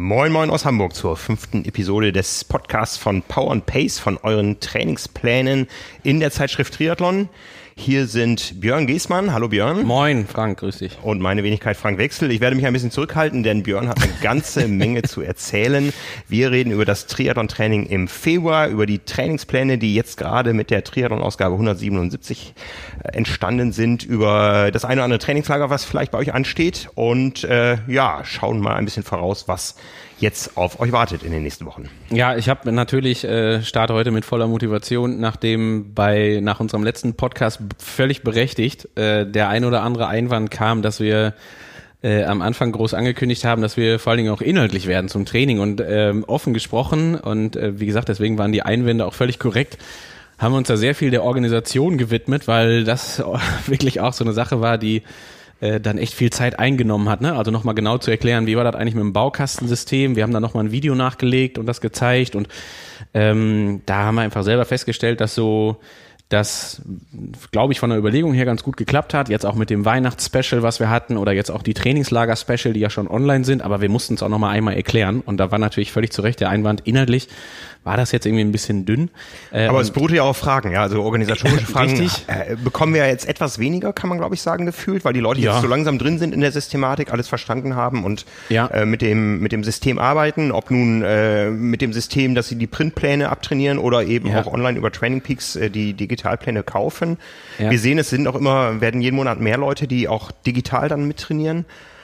Moin Moin aus Hamburg zur 5. Episode des Podcasts von Power and Pace, von euren Trainingsplänen in der Zeitschrift Triathlon. Hier sind Björn Geßmann. Hallo Björn. Moin Frank, grüß dich. Und meine Wenigkeit Frank Wechsel. Ich werde mich ein bisschen zurückhalten, denn Björn hat eine ganze Menge zu erzählen. Wir reden über das Triathlon-Training im Februar, über die Trainingspläne, die jetzt gerade mit der Triathlon-Ausgabe 177 entstanden sind, über das eine oder andere Trainingslager, was vielleicht bei euch ansteht und schauen mal ein bisschen voraus, was jetzt auf euch wartet in den nächsten Wochen. Ja, ich habe natürlich starte heute mit voller Motivation, nachdem nach unserem letzten Podcast völlig berechtigt der ein oder andere Einwand kam, dass wir am Anfang groß angekündigt haben, dass wir vor allen Dingen auch inhaltlich werden zum Training und offen gesprochen und wie gesagt, deswegen waren die Einwände auch völlig korrekt. Haben wir uns da sehr viel der Organisation gewidmet, weil das wirklich auch so eine Sache war, die dann echt viel Zeit eingenommen hat, ne? Also nochmal genau zu erklären, wie war das eigentlich mit dem Baukastensystem? Wir haben da nochmal ein Video nachgelegt und das gezeigt und da haben wir einfach selber festgestellt, dass das, glaube ich, von der Überlegung her ganz gut geklappt hat. Jetzt auch mit dem Weihnachtsspecial, was wir hatten, oder jetzt auch die Trainingslager-Special, die ja schon online sind, aber wir mussten es auch nochmal einmal erklären und da war natürlich völlig zu Recht der Einwand, inhaltlich war das jetzt irgendwie ein bisschen dünn. Aber es beruht ja auch auf Fragen, ja, also organisatorische Fragen richtig. Bekommen wir jetzt etwas weniger, kann man glaube ich sagen, gefühlt, weil die Leute jetzt so langsam drin sind in der Systematik, alles verstanden haben und mit dem System arbeiten, ob nun mit dem System, dass sie die Printpläne abtrainieren oder eben auch online über Training Peaks die Digitalpläne kaufen. Ja. Wir sehen, werden jeden Monat mehr Leute, die auch digital dann mittrainieren.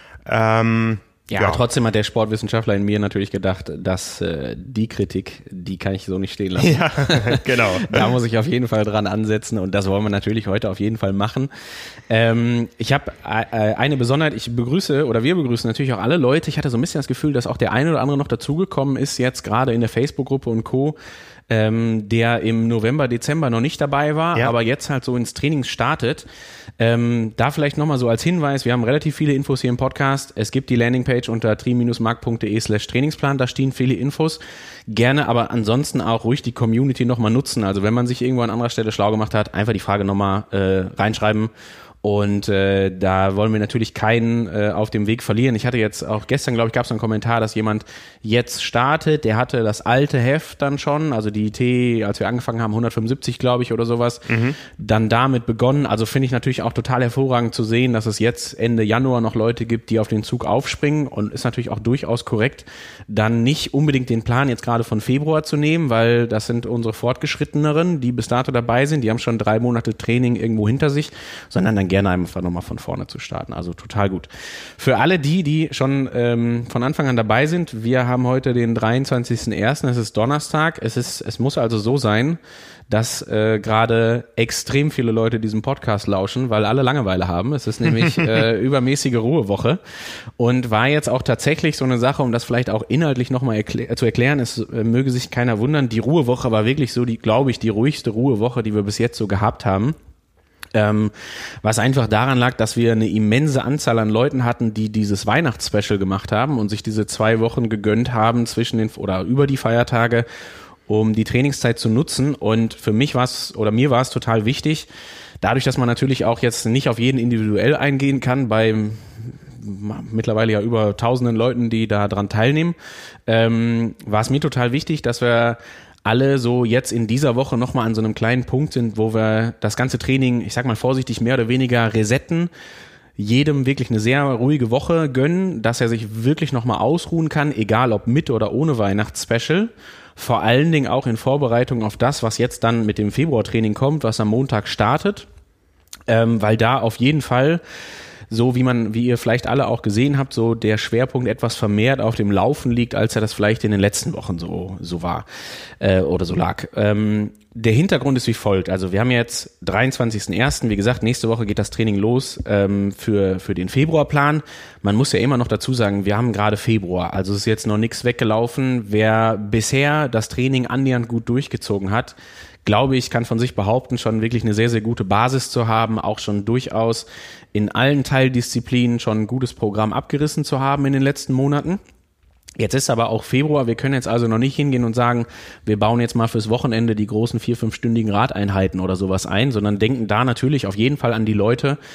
Ja, trotzdem hat der Sportwissenschaftler in mir natürlich gedacht, dass die Kritik, die kann ich so nicht stehen lassen. Ja, genau. Da muss ich auf jeden Fall dran ansetzen und das wollen wir natürlich heute auf jeden Fall machen. Ich habe eine Besonderheit, wir begrüßen natürlich auch alle Leute. Ich hatte so ein bisschen das Gefühl, dass auch der eine oder andere noch dazugekommen ist, jetzt gerade in der Facebook-Gruppe und Co., der im November, Dezember noch nicht dabei war, aber jetzt halt so ins Training startet. Da vielleicht nochmal so als Hinweis, wir haben relativ viele Infos hier im Podcast. Es gibt die Landingpage unter tri-mark.de/Trainingsplan, da stehen viele Infos. Gerne aber ansonsten auch ruhig die Community nochmal nutzen. Also wenn man sich irgendwo an anderer Stelle schlau gemacht hat, einfach die Frage nochmal reinschreiben. Und da wollen wir natürlich keinen auf dem Weg verlieren. Ich hatte jetzt auch gestern, glaube ich, gab es einen Kommentar, dass jemand jetzt startet, der hatte das alte Heft dann schon, also die IT, als wir angefangen haben, 175, glaube ich, oder sowas, dann damit begonnen. Also finde ich natürlich auch total hervorragend zu sehen, dass es jetzt Ende Januar noch Leute gibt, die auf den Zug aufspringen und ist natürlich auch durchaus korrekt, dann nicht unbedingt den Plan jetzt gerade von Februar zu nehmen, weil das sind unsere Fortgeschritteneren, die bis dato dabei sind, die haben schon 3 Monate Training irgendwo hinter sich, sondern dann gerne einfach nochmal von vorne zu starten. Also total gut. Für alle die schon von Anfang an dabei sind, wir haben heute den 23.01., es ist Donnerstag. Es muss also so sein, dass gerade extrem viele Leute diesem Podcast lauschen, weil alle Langeweile haben. Es ist nämlich übermäßige Ruhewoche und war jetzt auch tatsächlich so eine Sache, um das vielleicht auch inhaltlich nochmal zu erklären. Es möge sich keiner wundern, die Ruhewoche war wirklich so, glaube ich, die ruhigste Ruhewoche, die wir bis jetzt so gehabt haben. Was einfach daran lag, dass wir eine immense Anzahl an Leuten hatten, die dieses Weihnachtsspecial gemacht haben und sich diese 2 Wochen gegönnt haben oder über die Feiertage, um die Trainingszeit zu nutzen. Und für mich mir war es total wichtig, dadurch, dass man natürlich auch jetzt nicht auf jeden individuell eingehen kann, bei mittlerweile ja über tausenden Leuten, die da dran teilnehmen, war es mir total wichtig, dass wir alle so jetzt in dieser Woche nochmal an so einem kleinen Punkt sind, wo wir das ganze Training, ich sag mal vorsichtig, mehr oder weniger resetten, jedem wirklich eine sehr ruhige Woche gönnen, dass er sich wirklich nochmal ausruhen kann, egal ob mit oder ohne Weihnachtsspecial. Vor allen Dingen auch in Vorbereitung auf das, was jetzt dann mit dem Februartraining kommt, was am Montag startet, weil da auf jeden Fall so wie ihr vielleicht alle auch gesehen habt, so der Schwerpunkt etwas vermehrt auf dem Laufen liegt, als er das vielleicht in den letzten Wochen so war oder so lag. Der Hintergrund ist wie folgt. Also wir haben jetzt 23.01. Wie gesagt, nächste Woche geht das Training los für den Februarplan. Man muss ja immer noch dazu sagen, wir haben gerade Februar, also es ist jetzt noch nichts weggelaufen. Wer bisher das Training annähernd gut durchgezogen hat, glaube ich, kann von sich behaupten, schon wirklich eine sehr, sehr gute Basis zu haben, auch schon durchaus in allen Teildisziplinen schon ein gutes Programm abgerissen zu haben in den letzten Monaten. Jetzt ist aber auch Februar, wir können jetzt also noch nicht hingehen und sagen, wir bauen jetzt mal fürs Wochenende die großen 4-5-stündigen Radeinheiten oder sowas ein, sondern denken da natürlich auf jeden Fall an die Leute,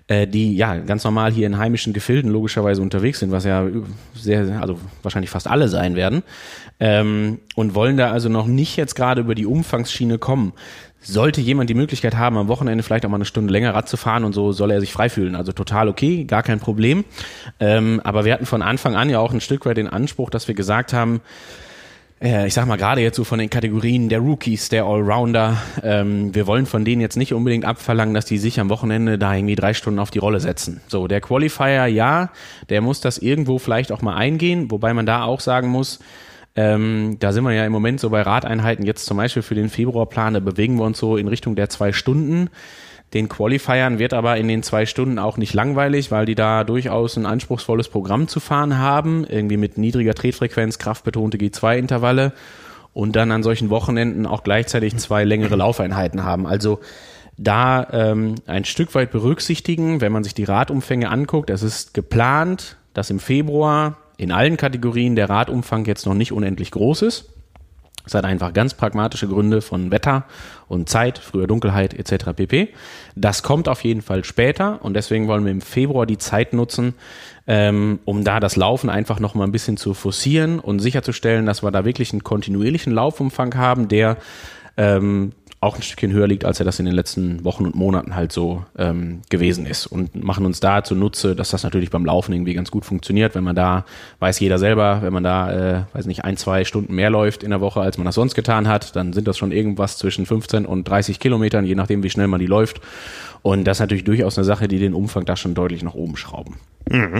die ja ganz normal hier in heimischen Gefilden logischerweise unterwegs sind, was ja also wahrscheinlich fast alle sein werden, und wollen da also noch nicht jetzt gerade über die Umfangsschiene kommen. Sollte jemand die Möglichkeit haben, am Wochenende vielleicht auch mal eine Stunde länger Rad zu fahren und so, soll er sich frei fühlen. Also total okay, gar kein Problem. Aber wir hatten von Anfang an ja auch ein Stück weit den Anspruch, dass wir gesagt haben, ich sag mal gerade jetzt so von den Kategorien der Rookies, der Allrounder, wir wollen von denen jetzt nicht unbedingt abverlangen, dass die sich am Wochenende da irgendwie 3 Stunden auf die Rolle setzen. So, der Qualifier, ja, der muss das irgendwo vielleicht auch mal eingehen, wobei man da auch sagen muss, da sind wir ja im Moment so bei Radeinheiten, jetzt zum Beispiel für den Februarplan, da bewegen wir uns so in Richtung der 2 Stunden. Den Qualifiern wird aber in den 2 Stunden auch nicht langweilig, weil die da durchaus ein anspruchsvolles Programm zu fahren haben, irgendwie mit niedriger Tretfrequenz, kraftbetonte G2-Intervalle und dann an solchen Wochenenden auch gleichzeitig 2 längere Laufeinheiten haben. Also da ein Stück weit berücksichtigen, wenn man sich die Radumfänge anguckt. Es ist geplant, dass im Februar in allen Kategorien der Radumfang jetzt noch nicht unendlich groß ist. Es hat einfach ganz pragmatische Gründe von Wetter und Zeit, früher Dunkelheit etc. pp. Das kommt auf jeden Fall später und deswegen wollen wir im Februar die Zeit nutzen, um da das Laufen einfach noch mal ein bisschen zu forcieren und sicherzustellen, dass wir da wirklich einen kontinuierlichen Laufumfang haben, der auch ein Stückchen höher liegt, als er das in den letzten Wochen und Monaten halt so gewesen ist, und machen uns da zunutze, dass das natürlich beim Laufen irgendwie ganz gut funktioniert, wenn man da, weiß jeder selber, wenn man da, 1-2 Stunden mehr läuft in der Woche, als man das sonst getan hat, dann sind das schon irgendwas zwischen 15 und 30 Kilometern, je nachdem, wie schnell man die läuft, und das ist natürlich durchaus eine Sache, die den Umfang da schon deutlich nach oben schrauben. Mhm.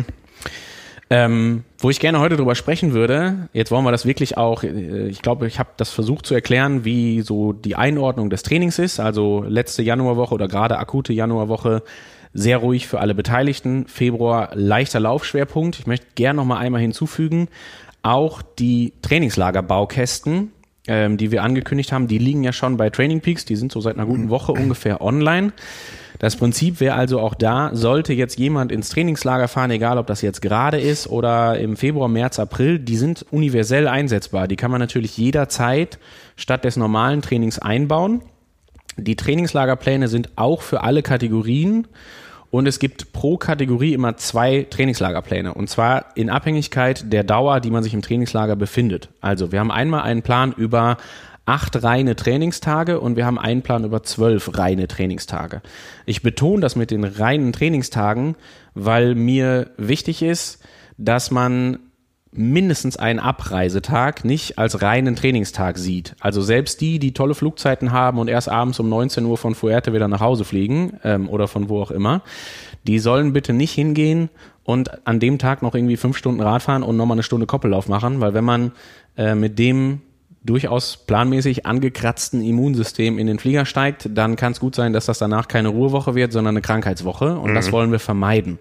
Wo ich gerne heute drüber sprechen würde, jetzt wollen wir das wirklich auch, ich glaube, ich habe das versucht zu erklären, wie so die Einordnung des Trainings ist, also letzte Januarwoche oder gerade akute Januarwoche, sehr ruhig für alle Beteiligten, Februar leichter Laufschwerpunkt. Ich möchte gerne noch mal einmal hinzufügen, auch die Trainingslagerbaukästen, die wir angekündigt haben, die liegen ja schon bei Training Peaks, die sind so seit einer guten Woche ungefähr online. Das Prinzip wäre also auch da, sollte jetzt jemand ins Trainingslager fahren, egal ob das jetzt gerade ist oder im Februar, März, April, die sind universell einsetzbar. Die kann man natürlich jederzeit statt des normalen Trainings einbauen. Die Trainingslagerpläne sind auch für alle Kategorien und es gibt pro Kategorie immer 2 Trainingslagerpläne, und zwar in Abhängigkeit der Dauer, die man sich im Trainingslager befindet. Also wir haben einmal einen Plan über 8 reine Trainingstage und wir haben einen Plan über 12 reine Trainingstage. Ich betone das mit den reinen Trainingstagen, weil mir wichtig ist, dass man mindestens einen Abreisetag nicht als reinen Trainingstag sieht. Also selbst die tolle Flugzeiten haben und erst abends um 19 Uhr von Fuerte wieder nach Hause fliegen oder von wo auch immer, die sollen bitte nicht hingehen und an dem Tag noch irgendwie 5 Stunden Rad fahren und nochmal eine Stunde Koppellauf machen, weil wenn man mit dem durchaus planmäßig angekratzten Immunsystem in den Flieger steigt, dann kann es gut sein, dass das danach keine Ruhewoche wird, sondern eine Krankheitswoche, und das wollen wir vermeiden.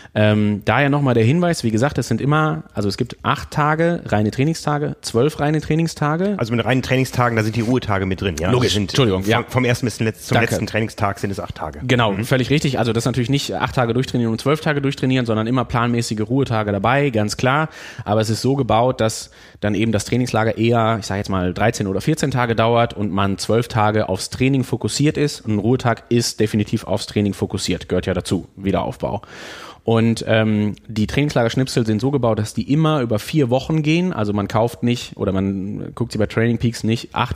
Daher nochmal der Hinweis, wie gesagt, es gibt 8 Tage reine Trainingstage, 12 reine Trainingstage. Also mit reinen Trainingstagen, da sind die Ruhetage mit drin, ja? Logisch, Entschuldigung. Vom ersten bis zum letzten Trainingstag sind es 8 Tage. Genau, völlig richtig. Also das ist natürlich nicht 8 Tage durchtrainieren und 12 Tage durchtrainieren, sondern immer planmäßige Ruhetage dabei, ganz klar. Aber es ist so gebaut, dass dann eben das Trainingslager eher, ich sage jetzt mal 13 oder 14 Tage dauert und man 12 Tage aufs Training fokussiert ist. Ein Ruhetag ist definitiv aufs Training fokussiert, gehört ja dazu, Wiederaufbau. Und die Trainingslagerschnipsel sind so gebaut, dass die immer über 4 Wochen gehen. Also man kauft nicht oder man guckt sie bei Training Peaks nicht 8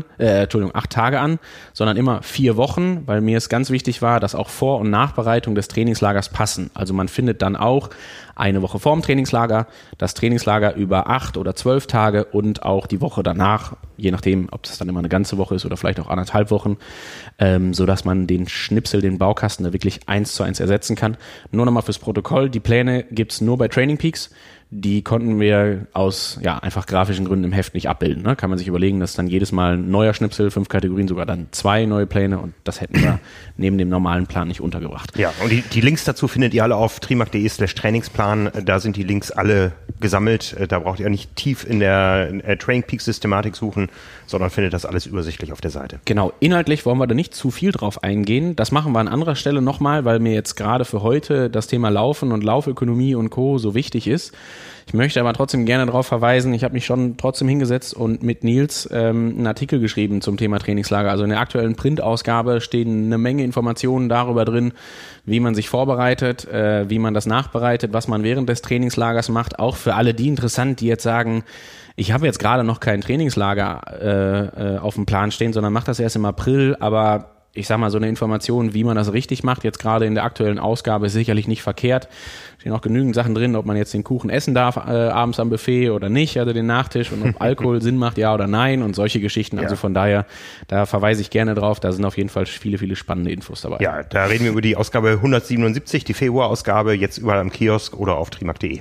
Tage an, sondern immer 4 Wochen, weil mir es ganz wichtig war, dass auch Vor- und Nachbereitung des Trainingslagers passen. Also man findet dann auch eine Woche vorm Trainingslager, das Trainingslager über 8 oder 12 Tage und auch die Woche danach, je nachdem, ob das dann immer eine ganze Woche ist oder vielleicht auch 1,5 Wochen, sodass man den Schnipsel, den Baukasten da wirklich 1:1 ersetzen kann. Nur nochmal fürs Protokoll, die Pläne gibt's nur bei Training Peaks. Die konnten wir aus einfach grafischen Gründen im Heft nicht abbilden. Ne? Kann man sich überlegen, dass dann jedes Mal ein neuer Schnipsel, 5 Kategorien, sogar dann 2 neue Pläne, und das hätten wir neben dem normalen Plan nicht untergebracht. Ja, und die Links dazu findet ihr alle auf trimark.de/Trainingsplan. Da sind die Links alle gesammelt. Da braucht ihr nicht tief in der Training Peaks Systematik suchen, sondern findet das alles übersichtlich auf der Seite. Genau, inhaltlich wollen wir da nicht zu viel drauf eingehen. Das machen wir an anderer Stelle nochmal, weil mir jetzt gerade für heute das Thema Laufen und Laufökonomie und Co. so wichtig ist. Ich möchte aber trotzdem gerne darauf verweisen, ich habe mich schon trotzdem hingesetzt und mit Nils einen Artikel geschrieben zum Thema Trainingslager. Also in der aktuellen Printausgabe stehen eine Menge Informationen darüber drin, wie man sich vorbereitet, wie man das nachbereitet, was man während des Trainingslagers macht. Auch für alle die interessant, die jetzt sagen, ich habe jetzt gerade noch kein Trainingslager auf dem Plan stehen, sondern mache das erst im April, aber ich sag mal, so eine Information, wie man das richtig macht, jetzt gerade in der aktuellen Ausgabe, ist sicherlich nicht verkehrt. Stehen auch genügend Sachen drin, ob man jetzt den Kuchen essen darf abends am Buffet oder nicht, also den Nachtisch, und ob Alkohol Sinn macht, ja oder nein, und solche Geschichten. Also von daher, da verweise ich gerne drauf, da sind auf jeden Fall viele, viele spannende Infos dabei. Ja, da reden wir über die Ausgabe 177, die Februarausgabe, jetzt überall am Kiosk oder auf trimark.de.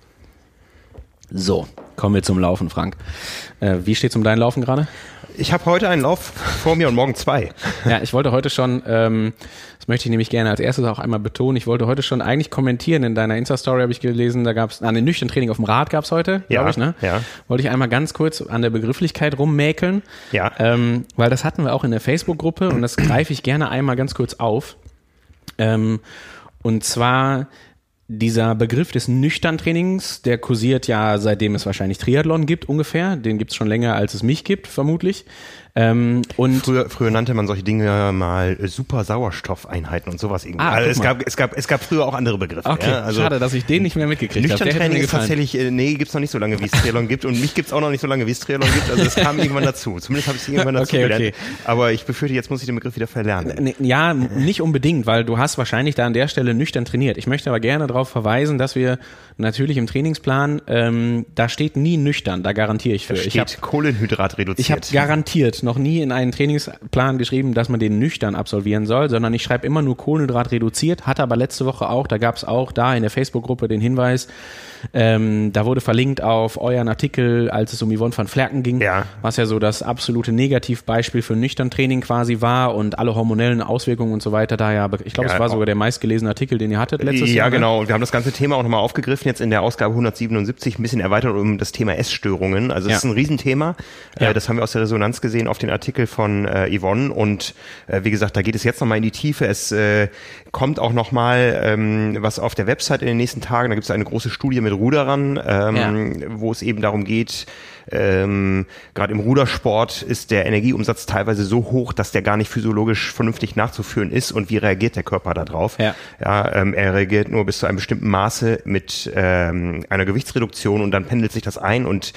So, kommen wir zum Laufen, Frank. Wie steht's um dein Laufen gerade? Ich habe heute einen Lauf vor mir und morgen 2. Ja, ich wollte heute schon, das möchte ich nämlich gerne als erstes auch einmal betonen, ich wollte heute schon eigentlich kommentieren, in deiner Insta-Story habe ich gelesen, da gab es, ein nüchternen Training auf dem Rad gab es heute, glaube ich, ne? Ja. Wollte ich einmal ganz kurz an der Begrifflichkeit rummäkeln, Ja. Weil das hatten wir auch in der Facebook-Gruppe und das greife ich gerne einmal ganz kurz auf. Und zwar dieser Begriff des Nüchtern-Trainings, der kursiert ja, seitdem es wahrscheinlich Triathlon gibt ungefähr. Den gibt es schon länger, als es mich gibt, vermutlich. Und Früher nannte man solche Dinge mal super Sauerstoffeinheiten und sowas irgendwie. Ah, also es gab früher auch andere Begriffe. Okay, ja? Also schade, dass ich den nicht mehr mitgekriegt habe. Nüchtern-Training ist tatsächlich, gibt's noch nicht so lange, wie es Triathlon gibt, und mich gibt's auch noch nicht so lange, wie es Triathlon gibt. Also es kam irgendwann dazu. Zumindest habe ich es irgendwann dazu gelernt. Okay. Aber ich befürchte, jetzt muss ich den Begriff wieder verlernen. Ja, nicht unbedingt, weil du hast wahrscheinlich da an der Stelle nüchtern trainiert. Ich möchte aber gerne darauf verweisen, dass wir natürlich im Trainingsplan, da steht nie nüchtern, da garantiere ich für. Da steht Kohlenhydrat reduziert. Ich habe garantiert noch nie in einen Trainingsplan geschrieben, dass man den nüchtern absolvieren soll, sondern ich schreibe immer nur Kohlenhydrat reduziert, hatte aber letzte Woche auch, da gab es auch da in der Facebook-Gruppe den Hinweis, da wurde verlinkt auf euren Artikel, als es um Yvonne van Vlerken ging, was ja so das absolute Negativbeispiel für nüchtern Training quasi war und alle hormonellen Auswirkungen und so weiter. Daher, ich glaube, es war sogar der meistgelesene Artikel, den ihr hattet letztes Jahr. Ja, genau. Und wir haben das ganze Thema auch nochmal aufgegriffen, jetzt in der Ausgabe 177, ein bisschen erweitert um das Thema Essstörungen. Also es ist ein Riesenthema. Das haben wir aus der Resonanz gesehen auf den Artikel von Yvonne. Und wie gesagt, da geht es jetzt nochmal in die Tiefe. Es kommt auch nochmal was auf der Website in den nächsten Tagen. Da gibt es eine große Studie mit Ruderern, wo es eben darum geht, gerade im Rudersport ist der Energieumsatz teilweise so hoch, dass der gar nicht physiologisch vernünftig nachzuführen ist. Und wie reagiert der Körper da drauf? Er reagiert nur bis zu einem bestimmten Maße mit einer Gewichtsreduktion, und dann pendelt sich das ein, und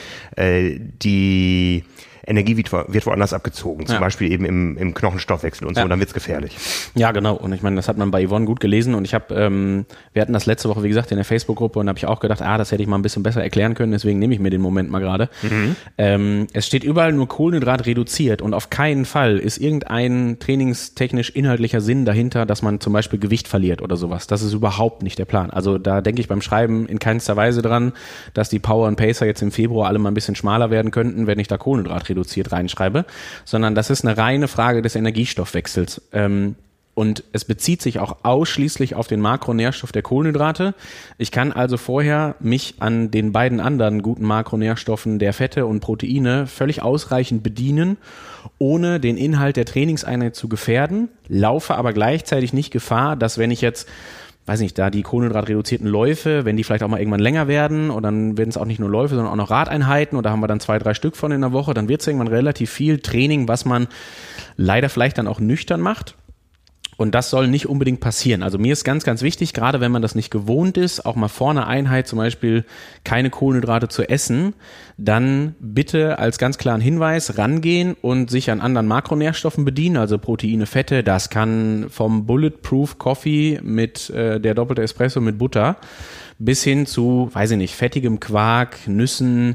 die Energie wird woanders abgezogen, zum Beispiel eben im Knochenstoffwechsel und so, und dann wird's gefährlich. Ja, genau. Und ich meine, das hat man bei Yvonne gut gelesen, und ich habe, wir hatten das letzte Woche, wie gesagt, in der Facebook-Gruppe, und habe ich auch gedacht, das hätte ich mal ein bisschen besser erklären können, deswegen nehme ich mir den Moment mal gerade. Es steht überall nur Kohlenhydrat reduziert, und auf keinen Fall ist irgendein trainingstechnisch inhaltlicher Sinn dahinter, dass man zum Beispiel Gewicht verliert oder sowas. Das ist überhaupt nicht der Plan. Also da denke ich beim Schreiben in keinster Weise dran, dass die Power und Pacer jetzt im Februar alle mal ein bisschen schmaler werden könnten, wenn ich da Kohlenhydrat reduziert reinschreibe, sondern das ist eine reine Frage des Energiestoffwechsels. Und es bezieht sich auch ausschließlich auf den Makronährstoff der Kohlenhydrate. Ich kann also vorher mich an den beiden anderen guten Makronährstoffen der Fette und Proteine völlig ausreichend bedienen, ohne den Inhalt der Trainingseinheit zu gefährden, laufe aber gleichzeitig nicht Gefahr, dass wenn ich jetzt da die kohlenhydratreduzierten Läufe, wenn die vielleicht auch mal irgendwann länger werden, und dann werden es auch nicht nur Läufe, sondern auch noch Radeinheiten, und da haben wir dann 2-3 Stück von in der Woche, dann wird es irgendwann relativ viel Training, was man leider vielleicht dann auch nüchtern macht. Und das soll nicht unbedingt passieren. Also mir ist ganz, ganz wichtig, gerade wenn man das nicht gewohnt ist, auch mal vor einer Einheit zum Beispiel keine Kohlenhydrate zu essen, dann bitte als ganz klaren Hinweis rangehen und sich an anderen Makronährstoffen bedienen, also Proteine, Fette. Das kann vom Bulletproof Coffee mit der doppelte Espresso mit Butter bis hin zu, fettigem Quark, Nüssen,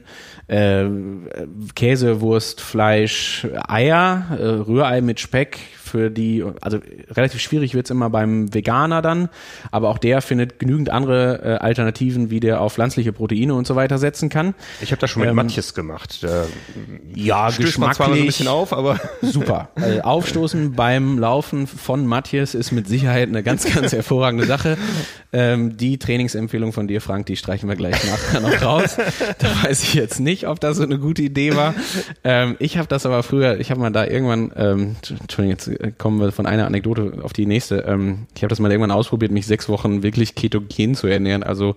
Käse, Wurst, Fleisch, Eier, Rührei mit Speck, also relativ schwierig wird's immer beim Veganer dann, aber auch der findet genügend andere Alternativen, wie der auf pflanzliche Proteine und so weiter setzen kann. Ich habe das schon mit Matjes gemacht. Geschmacklich man zwar so ein bisschen auf, aber super. Aufstoßen beim Laufen von Matjes ist mit Sicherheit eine ganz, ganz hervorragende Sache. Die Trainingsempfehlung von dir, Frank, die streichen wir gleich nachher noch raus. Da weiß ich jetzt nicht, ob das so eine gute Idee war. Ich habe das aber früher, ich habe mal da irgendwann, Entschuldigung, jetzt kommen wir von einer Anekdote auf die nächste. Ich habe das mal irgendwann ausprobiert, mich 6 Wochen wirklich ketogen zu ernähren, also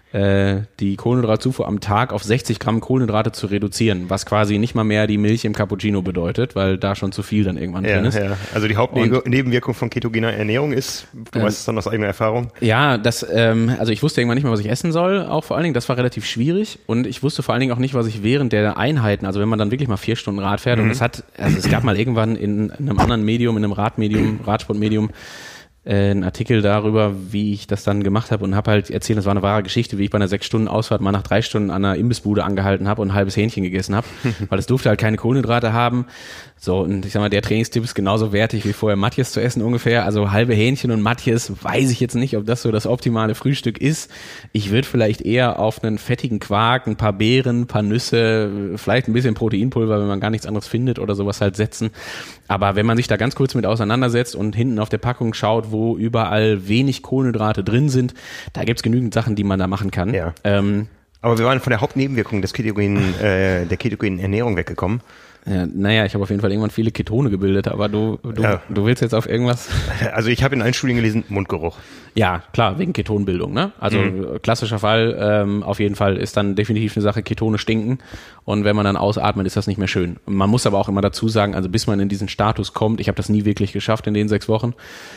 die Kohlenhydratzufuhr am Tag auf 60 Gramm Kohlenhydrate zu reduzieren, was quasi nicht mal mehr die Milch im Cappuccino bedeutet, weil da schon zu viel dann irgendwann drin ist. Ja. Also die Hauptnebenwirkung von ketogener Ernährung ist, du weißt es dann aus eigener Erfahrung? Ja, also ich wusste irgendwann nicht mehr, was ich essen soll, auch vor allen Dingen, das war relativ schwierig und ich wusste vor allen Dingen auch nicht, was ich während der Einheiten, also wenn man dann wirklich mal 4 Stunden Rad fährt und es gab mal irgendwann in einem anderen Medium, in einem Radsportmedium, einen Artikel darüber, wie ich das dann gemacht habe und habe halt erzählt, das war eine wahre Geschichte, wie ich bei einer 6-Stunden-Ausfahrt mal nach 3 Stunden an einer Imbissbude angehalten habe und ein halbes Hähnchen gegessen habe, weil es durfte halt keine Kohlenhydrate haben. So, und ich sag mal, der Trainingstipp ist genauso wertig wie vorher Matjes zu essen ungefähr. Also halbe Hähnchen und Matjes, weiß ich jetzt nicht, ob das so das optimale Frühstück ist. Ich würde vielleicht eher auf einen fettigen Quark, ein paar Beeren, ein paar Nüsse, vielleicht ein bisschen Proteinpulver, wenn man gar nichts anderes findet oder sowas halt setzen. Aber wenn man sich da ganz kurz mit auseinandersetzt und hinten auf der Packung schaut, wo überall wenig Kohlenhydrate drin sind, da gibt's genügend Sachen, die man da machen kann. Ja. Aber wir waren von der Hauptnebenwirkung der ketogenen Ernährung weggekommen. Ja, naja, ich habe auf jeden Fall irgendwann viele Ketone gebildet, aber du willst jetzt auf irgendwas? Also ich habe in allen Studien gelesen, Mundgeruch. Ja, klar, wegen Ketonbildung, ne? Also klassischer Fall, auf jeden Fall ist dann definitiv eine Sache, Ketone stinken und wenn man dann ausatmet, ist das nicht mehr schön. Man muss aber auch immer dazu sagen, also bis man in diesen Status kommt, ich habe das nie wirklich geschafft in den 6 Wochen,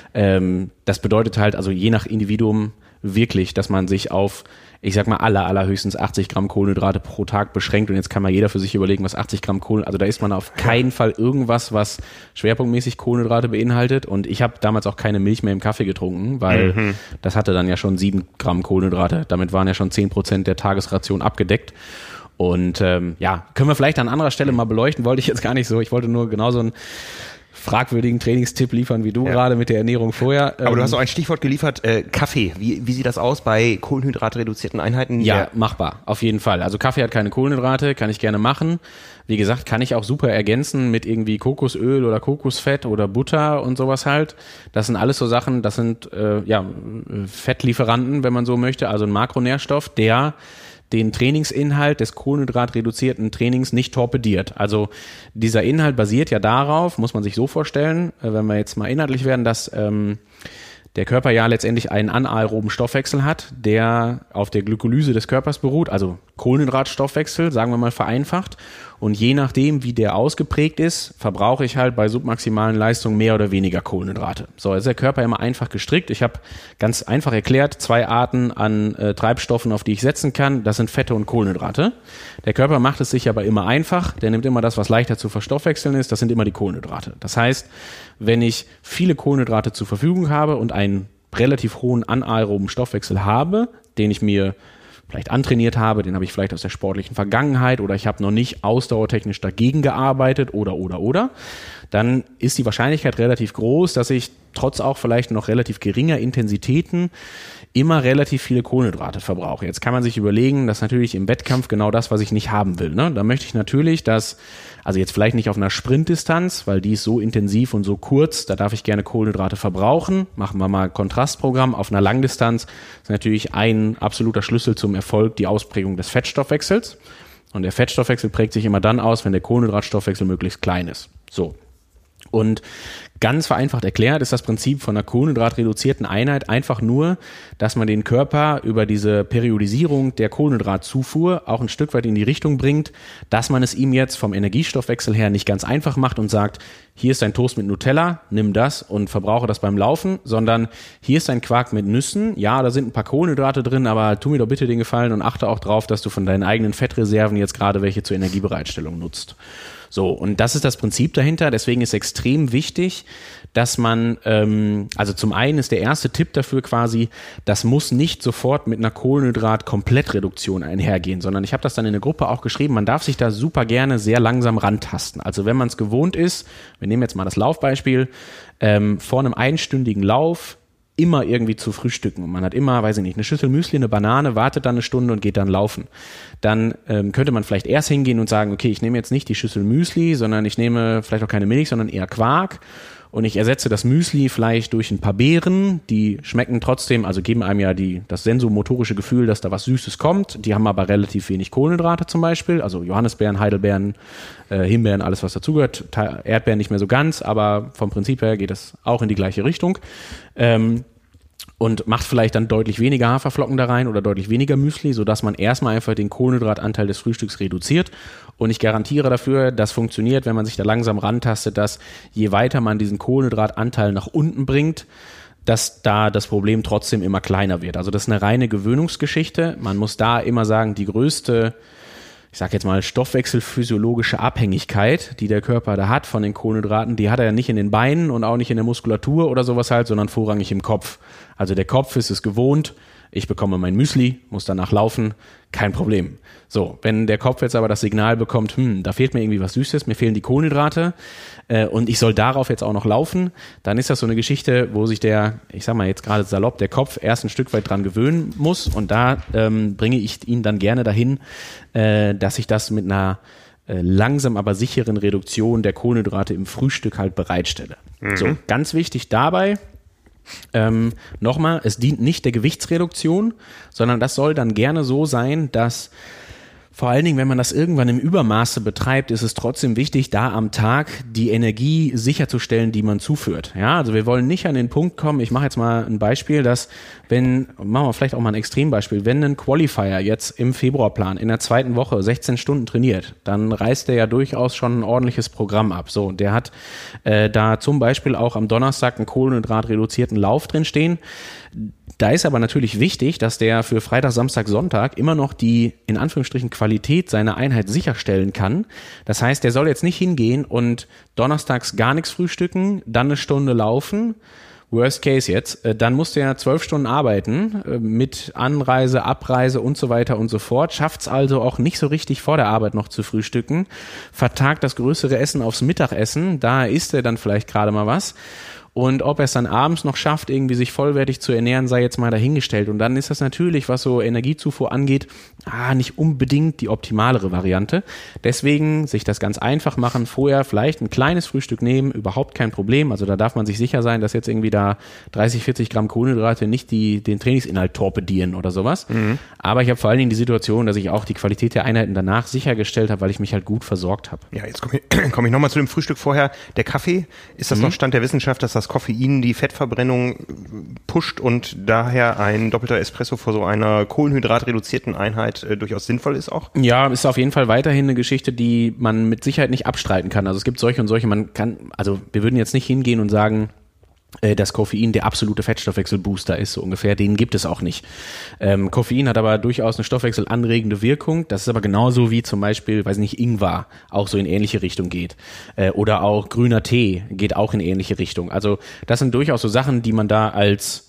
das bedeutet halt, also je nach Individuum wirklich, dass man sich auf, ich sag mal, allerhöchstens 80 Gramm Kohlenhydrate pro Tag beschränkt und jetzt kann mal jeder für sich überlegen, was 80 Gramm Kohlenhydrate, also da isst man auf keinen Fall irgendwas, was schwerpunktmäßig Kohlenhydrate beinhaltet und ich habe damals auch keine Milch mehr im Kaffee getrunken, weil das hatte dann ja schon 7 Gramm Kohlenhydrate, damit waren ja schon 10% der Tagesration abgedeckt. Und können wir vielleicht an anderer Stelle mal beleuchten, wollte ich jetzt gar nicht so, ich wollte nur genauso ein fragwürdigen Trainingstipp liefern, wie du gerade mit der Ernährung vorher. Aber du hast auch ein Stichwort geliefert, Kaffee. Wie sieht das aus bei kohlenhydratreduzierten Einheiten? Ja, machbar, auf jeden Fall. Also Kaffee hat keine Kohlenhydrate, kann ich gerne machen. Wie gesagt, kann ich auch super ergänzen mit irgendwie Kokosöl oder Kokosfett oder Butter und sowas halt. Das sind alles so Sachen, das sind Fettlieferanten, wenn man so möchte, also ein Makronährstoff, der den Trainingsinhalt des kohlenhydratreduzierten Trainings nicht torpediert. Also dieser Inhalt basiert ja darauf, muss man sich so vorstellen, wenn wir jetzt mal inhaltlich werden, dass der Körper ja letztendlich einen anaeroben Stoffwechsel hat, der auf der Glykolyse des Körpers beruht, also Kohlenhydratstoffwechsel, sagen wir mal vereinfacht. Und je nachdem, wie der ausgeprägt ist, verbrauche ich halt bei submaximalen Leistungen mehr oder weniger Kohlenhydrate. So, ist der Körper immer einfach gestrickt. Ich habe ganz einfach erklärt, 2 Arten an Treibstoffen, auf die ich setzen kann. Das sind Fette und Kohlenhydrate. Der Körper macht es sich aber immer einfach. Der nimmt immer das, was leichter zu verstoffwechseln ist. Das sind immer die Kohlenhydrate. Das heißt, wenn ich viele Kohlenhydrate zur Verfügung habe und einen relativ hohen anaeroben Stoffwechsel habe, den ich mir vielleicht antrainiert habe, den habe ich vielleicht aus der sportlichen Vergangenheit oder ich habe noch nicht ausdauertechnisch dagegen gearbeitet oder, dann ist die Wahrscheinlichkeit relativ groß, dass ich trotz auch vielleicht noch relativ geringer Intensitäten immer relativ viele Kohlenhydrate verbrauche. Jetzt kann man sich überlegen, dass natürlich im Wettkampf genau das, was ich nicht haben will. Ne? Da möchte ich natürlich, dass, also jetzt vielleicht nicht auf einer Sprintdistanz, weil die ist so intensiv und so kurz, da darf ich gerne Kohlenhydrate verbrauchen. Machen wir mal ein Kontrastprogramm. Auf einer Langdistanz ist natürlich ein absoluter Schlüssel zum Erfolg die Ausprägung des Fettstoffwechsels. Und der Fettstoffwechsel prägt sich immer dann aus, wenn der Kohlenhydratstoffwechsel möglichst klein ist. So. Und ganz vereinfacht erklärt ist das Prinzip von einer kohlenhydratreduzierten Einheit einfach nur, dass man den Körper über diese Periodisierung der Kohlenhydratzufuhr auch ein Stück weit in die Richtung bringt, dass man es ihm jetzt vom Energiestoffwechsel her nicht ganz einfach macht und sagt, hier ist ein Toast mit Nutella, nimm das und verbrauche das beim Laufen, sondern hier ist ein Quark mit Nüssen, ja, da sind ein paar Kohlenhydrate drin, aber tu mir doch bitte den Gefallen und achte auch drauf, dass du von deinen eigenen Fettreserven jetzt gerade welche zur Energiebereitstellung nutzt. So, und das ist das Prinzip dahinter, deswegen ist extrem wichtig, dass man, also zum einen ist der erste Tipp dafür quasi, das muss nicht sofort mit einer Kohlenhydrat-Komplettreduktion einhergehen, sondern ich habe das dann in der Gruppe auch geschrieben, man darf sich da super gerne sehr langsam rantasten. Also wenn man es gewohnt ist, wir nehmen jetzt mal das Laufbeispiel, vor einem einstündigen Lauf immer irgendwie zu frühstücken und man hat immer, weiß ich nicht, eine Schüssel Müsli, eine Banane, wartet dann eine Stunde und geht dann laufen. Dann könnte man vielleicht erst hingehen und sagen, okay, ich nehme jetzt nicht die Schüssel Müsli, sondern ich nehme vielleicht auch keine Milch, sondern eher Quark und ich ersetze das Müsli vielleicht durch ein paar Beeren, die schmecken trotzdem, also geben einem ja das sensomotorische Gefühl, dass da was Süßes kommt, die haben aber relativ wenig Kohlenhydrate zum Beispiel, also Johannisbeeren, Heidelbeeren, Himbeeren, alles was dazugehört, Erdbeeren nicht mehr so ganz, aber vom Prinzip her geht das auch in die gleiche Richtung. und macht vielleicht dann deutlich weniger Haferflocken da rein oder deutlich weniger Müsli, sodass man erstmal einfach den Kohlenhydratanteil des Frühstücks reduziert. Und ich garantiere dafür, das funktioniert, wenn man sich da langsam rantastet, dass je weiter man diesen Kohlenhydratanteil nach unten bringt, dass da das Problem trotzdem immer kleiner wird. Also das ist eine reine Gewöhnungsgeschichte. Man muss da immer sagen, die größte, ich sage jetzt mal, stoffwechselphysiologische Abhängigkeit, die der Körper da hat von den Kohlenhydraten, die hat er ja nicht in den Beinen und auch nicht in der Muskulatur oder sowas halt, sondern vorrangig im Kopf. Also der Kopf ist es gewohnt, ich bekomme mein Müsli, muss danach laufen, kein Problem. So, wenn der Kopf jetzt aber das Signal bekommt, da fehlt mir irgendwie was Süßes, mir fehlen die Kohlenhydrate und ich soll darauf jetzt auch noch laufen, dann ist das so eine Geschichte, wo sich der, ich sag mal jetzt gerade salopp, der Kopf erst ein Stück weit dran gewöhnen muss und da bringe ich ihn dann gerne dahin, dass ich das mit einer langsam aber sicheren Reduktion der Kohlenhydrate im Frühstück halt bereitstelle. So, ganz wichtig dabei, nochmal, es dient nicht der Gewichtsreduktion, sondern das soll dann gerne so sein, dass vor allen Dingen, wenn man das irgendwann im Übermaße betreibt, ist es trotzdem wichtig, da am Tag die Energie sicherzustellen, die man zuführt. Ja, also wir wollen nicht an den Punkt kommen, ich mache jetzt mal ein Beispiel, dass machen wir vielleicht auch mal ein Extrembeispiel, wenn ein Qualifier jetzt im Februarplan in der zweiten Woche 16 Stunden trainiert, dann reißt der ja durchaus schon ein ordentliches Programm ab. So, der hat da zum Beispiel auch am Donnerstag einen kohlenhydratreduzierten Lauf drin stehen. Da ist aber natürlich wichtig, dass der für Freitag, Samstag, Sonntag immer noch die, in Anführungsstrichen, Qualität seiner Einheit sicherstellen kann. Das heißt, der soll jetzt nicht hingehen und donnerstags gar nichts frühstücken, dann eine Stunde laufen. Worst case jetzt, dann muss der 12 Stunden arbeiten mit Anreise, Abreise und so weiter und so fort, schafft's also auch nicht so richtig vor der Arbeit noch zu frühstücken, vertagt das größere Essen aufs Mittagessen, da isst er dann vielleicht gerade mal was. Und ob er es dann abends noch schafft, irgendwie sich vollwertig zu ernähren, sei jetzt mal dahingestellt. Und dann ist das natürlich, was so Energiezufuhr angeht, nicht unbedingt die optimalere Variante. Deswegen sich das ganz einfach machen, vorher vielleicht ein kleines Frühstück nehmen, überhaupt kein Problem. Also da darf man sich sicher sein, dass jetzt irgendwie da 30, 40 Gramm Kohlenhydrate nicht den Trainingsinhalt torpedieren oder sowas. Aber ich habe vor allen Dingen die Situation, dass ich auch die Qualität der Einheiten danach sichergestellt habe, weil ich mich halt gut versorgt habe. Ja, jetzt komme ich nochmal zu dem Frühstück vorher. Der Kaffee, ist das noch Stand der Wissenschaft, dass das Koffein die Fettverbrennung pusht und daher ein doppelter Espresso vor so einer kohlenhydratreduzierten Einheit durchaus sinnvoll ist auch? Ja, ist auf jeden Fall weiterhin eine Geschichte, die man mit Sicherheit nicht abstreiten kann. Also es gibt solche und solche, wir würden jetzt nicht hingehen und sagen, dass Koffein der absolute Fettstoffwechselbooster ist, so ungefähr, den gibt es auch nicht. Koffein hat aber durchaus eine stoffwechselanregende Wirkung, das ist aber genauso wie zum Beispiel, weiß nicht, Ingwer auch so in ähnliche Richtung geht. Oder auch grüner Tee geht auch in ähnliche Richtung. Also das sind durchaus so Sachen, die man da als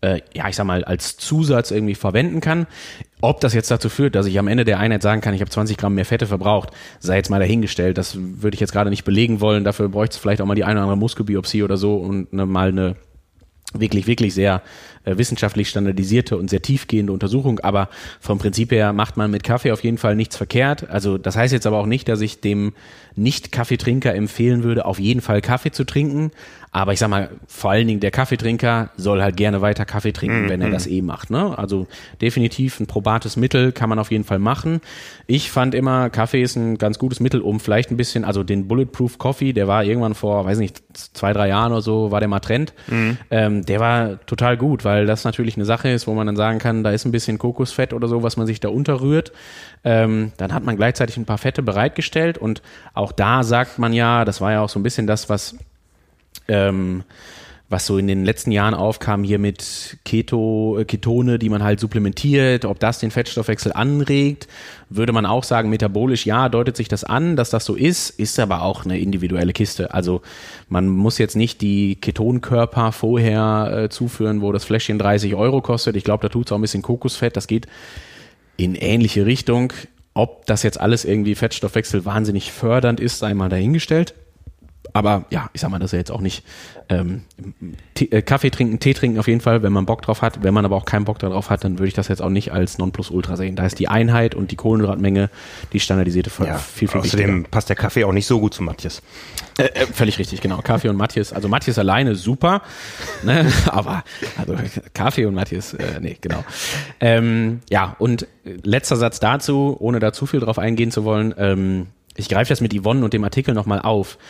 als Zusatz irgendwie verwenden kann. Ob das jetzt dazu führt, dass ich am Ende der Einheit sagen kann, ich habe 20 Gramm mehr Fette verbraucht, sei jetzt mal dahingestellt. Das würde ich jetzt gerade nicht belegen wollen. Dafür bräuchte es vielleicht auch mal die eine oder andere Muskelbiopsie oder so und mal eine wirklich, wirklich sehr wissenschaftlich standardisierte und sehr tiefgehende Untersuchung, aber vom Prinzip her macht man mit Kaffee auf jeden Fall nichts verkehrt. Also das heißt jetzt aber auch nicht, dass ich dem Nicht-Kaffeetrinker empfehlen würde, auf jeden Fall Kaffee zu trinken, aber ich sag mal, vor allen Dingen der Kaffeetrinker soll halt gerne weiter Kaffee trinken, wenn er das macht, ne? Also definitiv ein probates Mittel kann man auf jeden Fall machen. Ich fand immer, Kaffee ist ein ganz gutes Mittel, um vielleicht ein bisschen, also den Bulletproof Coffee, der war irgendwann vor, 2-3 Jahren oder so, war der mal Trend. Der war total gut, weil das natürlich eine Sache ist, wo man dann sagen kann, da ist ein bisschen Kokosfett oder so, was man sich da unterrührt. Dann hat man gleichzeitig ein paar Fette bereitgestellt und auch da sagt man ja, das war ja auch so ein bisschen das, was so in den letzten Jahren aufkam hier mit Ketone, die man halt supplementiert, ob das den Fettstoffwechsel anregt, würde man auch sagen, metabolisch, ja, deutet sich das an, dass das so ist aber auch eine individuelle Kiste. Also man muss jetzt nicht die Ketonkörper vorher zuführen, wo das Fläschchen 30 € kostet. Ich glaube, da tut es auch ein bisschen Kokosfett, das geht in ähnliche Richtung. Ob das jetzt alles irgendwie Fettstoffwechsel wahnsinnig fördernd ist, sei mal dahingestellt. Aber ja, ich sag mal, das ist ja jetzt auch nicht Kaffee trinken, Tee trinken auf jeden Fall, wenn man Bock drauf hat. Wenn man aber auch keinen Bock darauf hat, dann würde ich das jetzt auch nicht als Nonplusultra sehen. Da ist die Einheit und die Kohlenhydratmenge, die standardisierte, viel außerdem wichtiger. Passt der Kaffee auch nicht so gut zu Matthias. Völlig richtig, genau. Kaffee und Matthias, also Matthias alleine super, ne? Aber also Kaffee und Matthias, nee, genau. Und letzter Satz dazu, ohne da zu viel drauf eingehen zu wollen, ich greife das mit Yvonne und dem Artikel nochmal auf.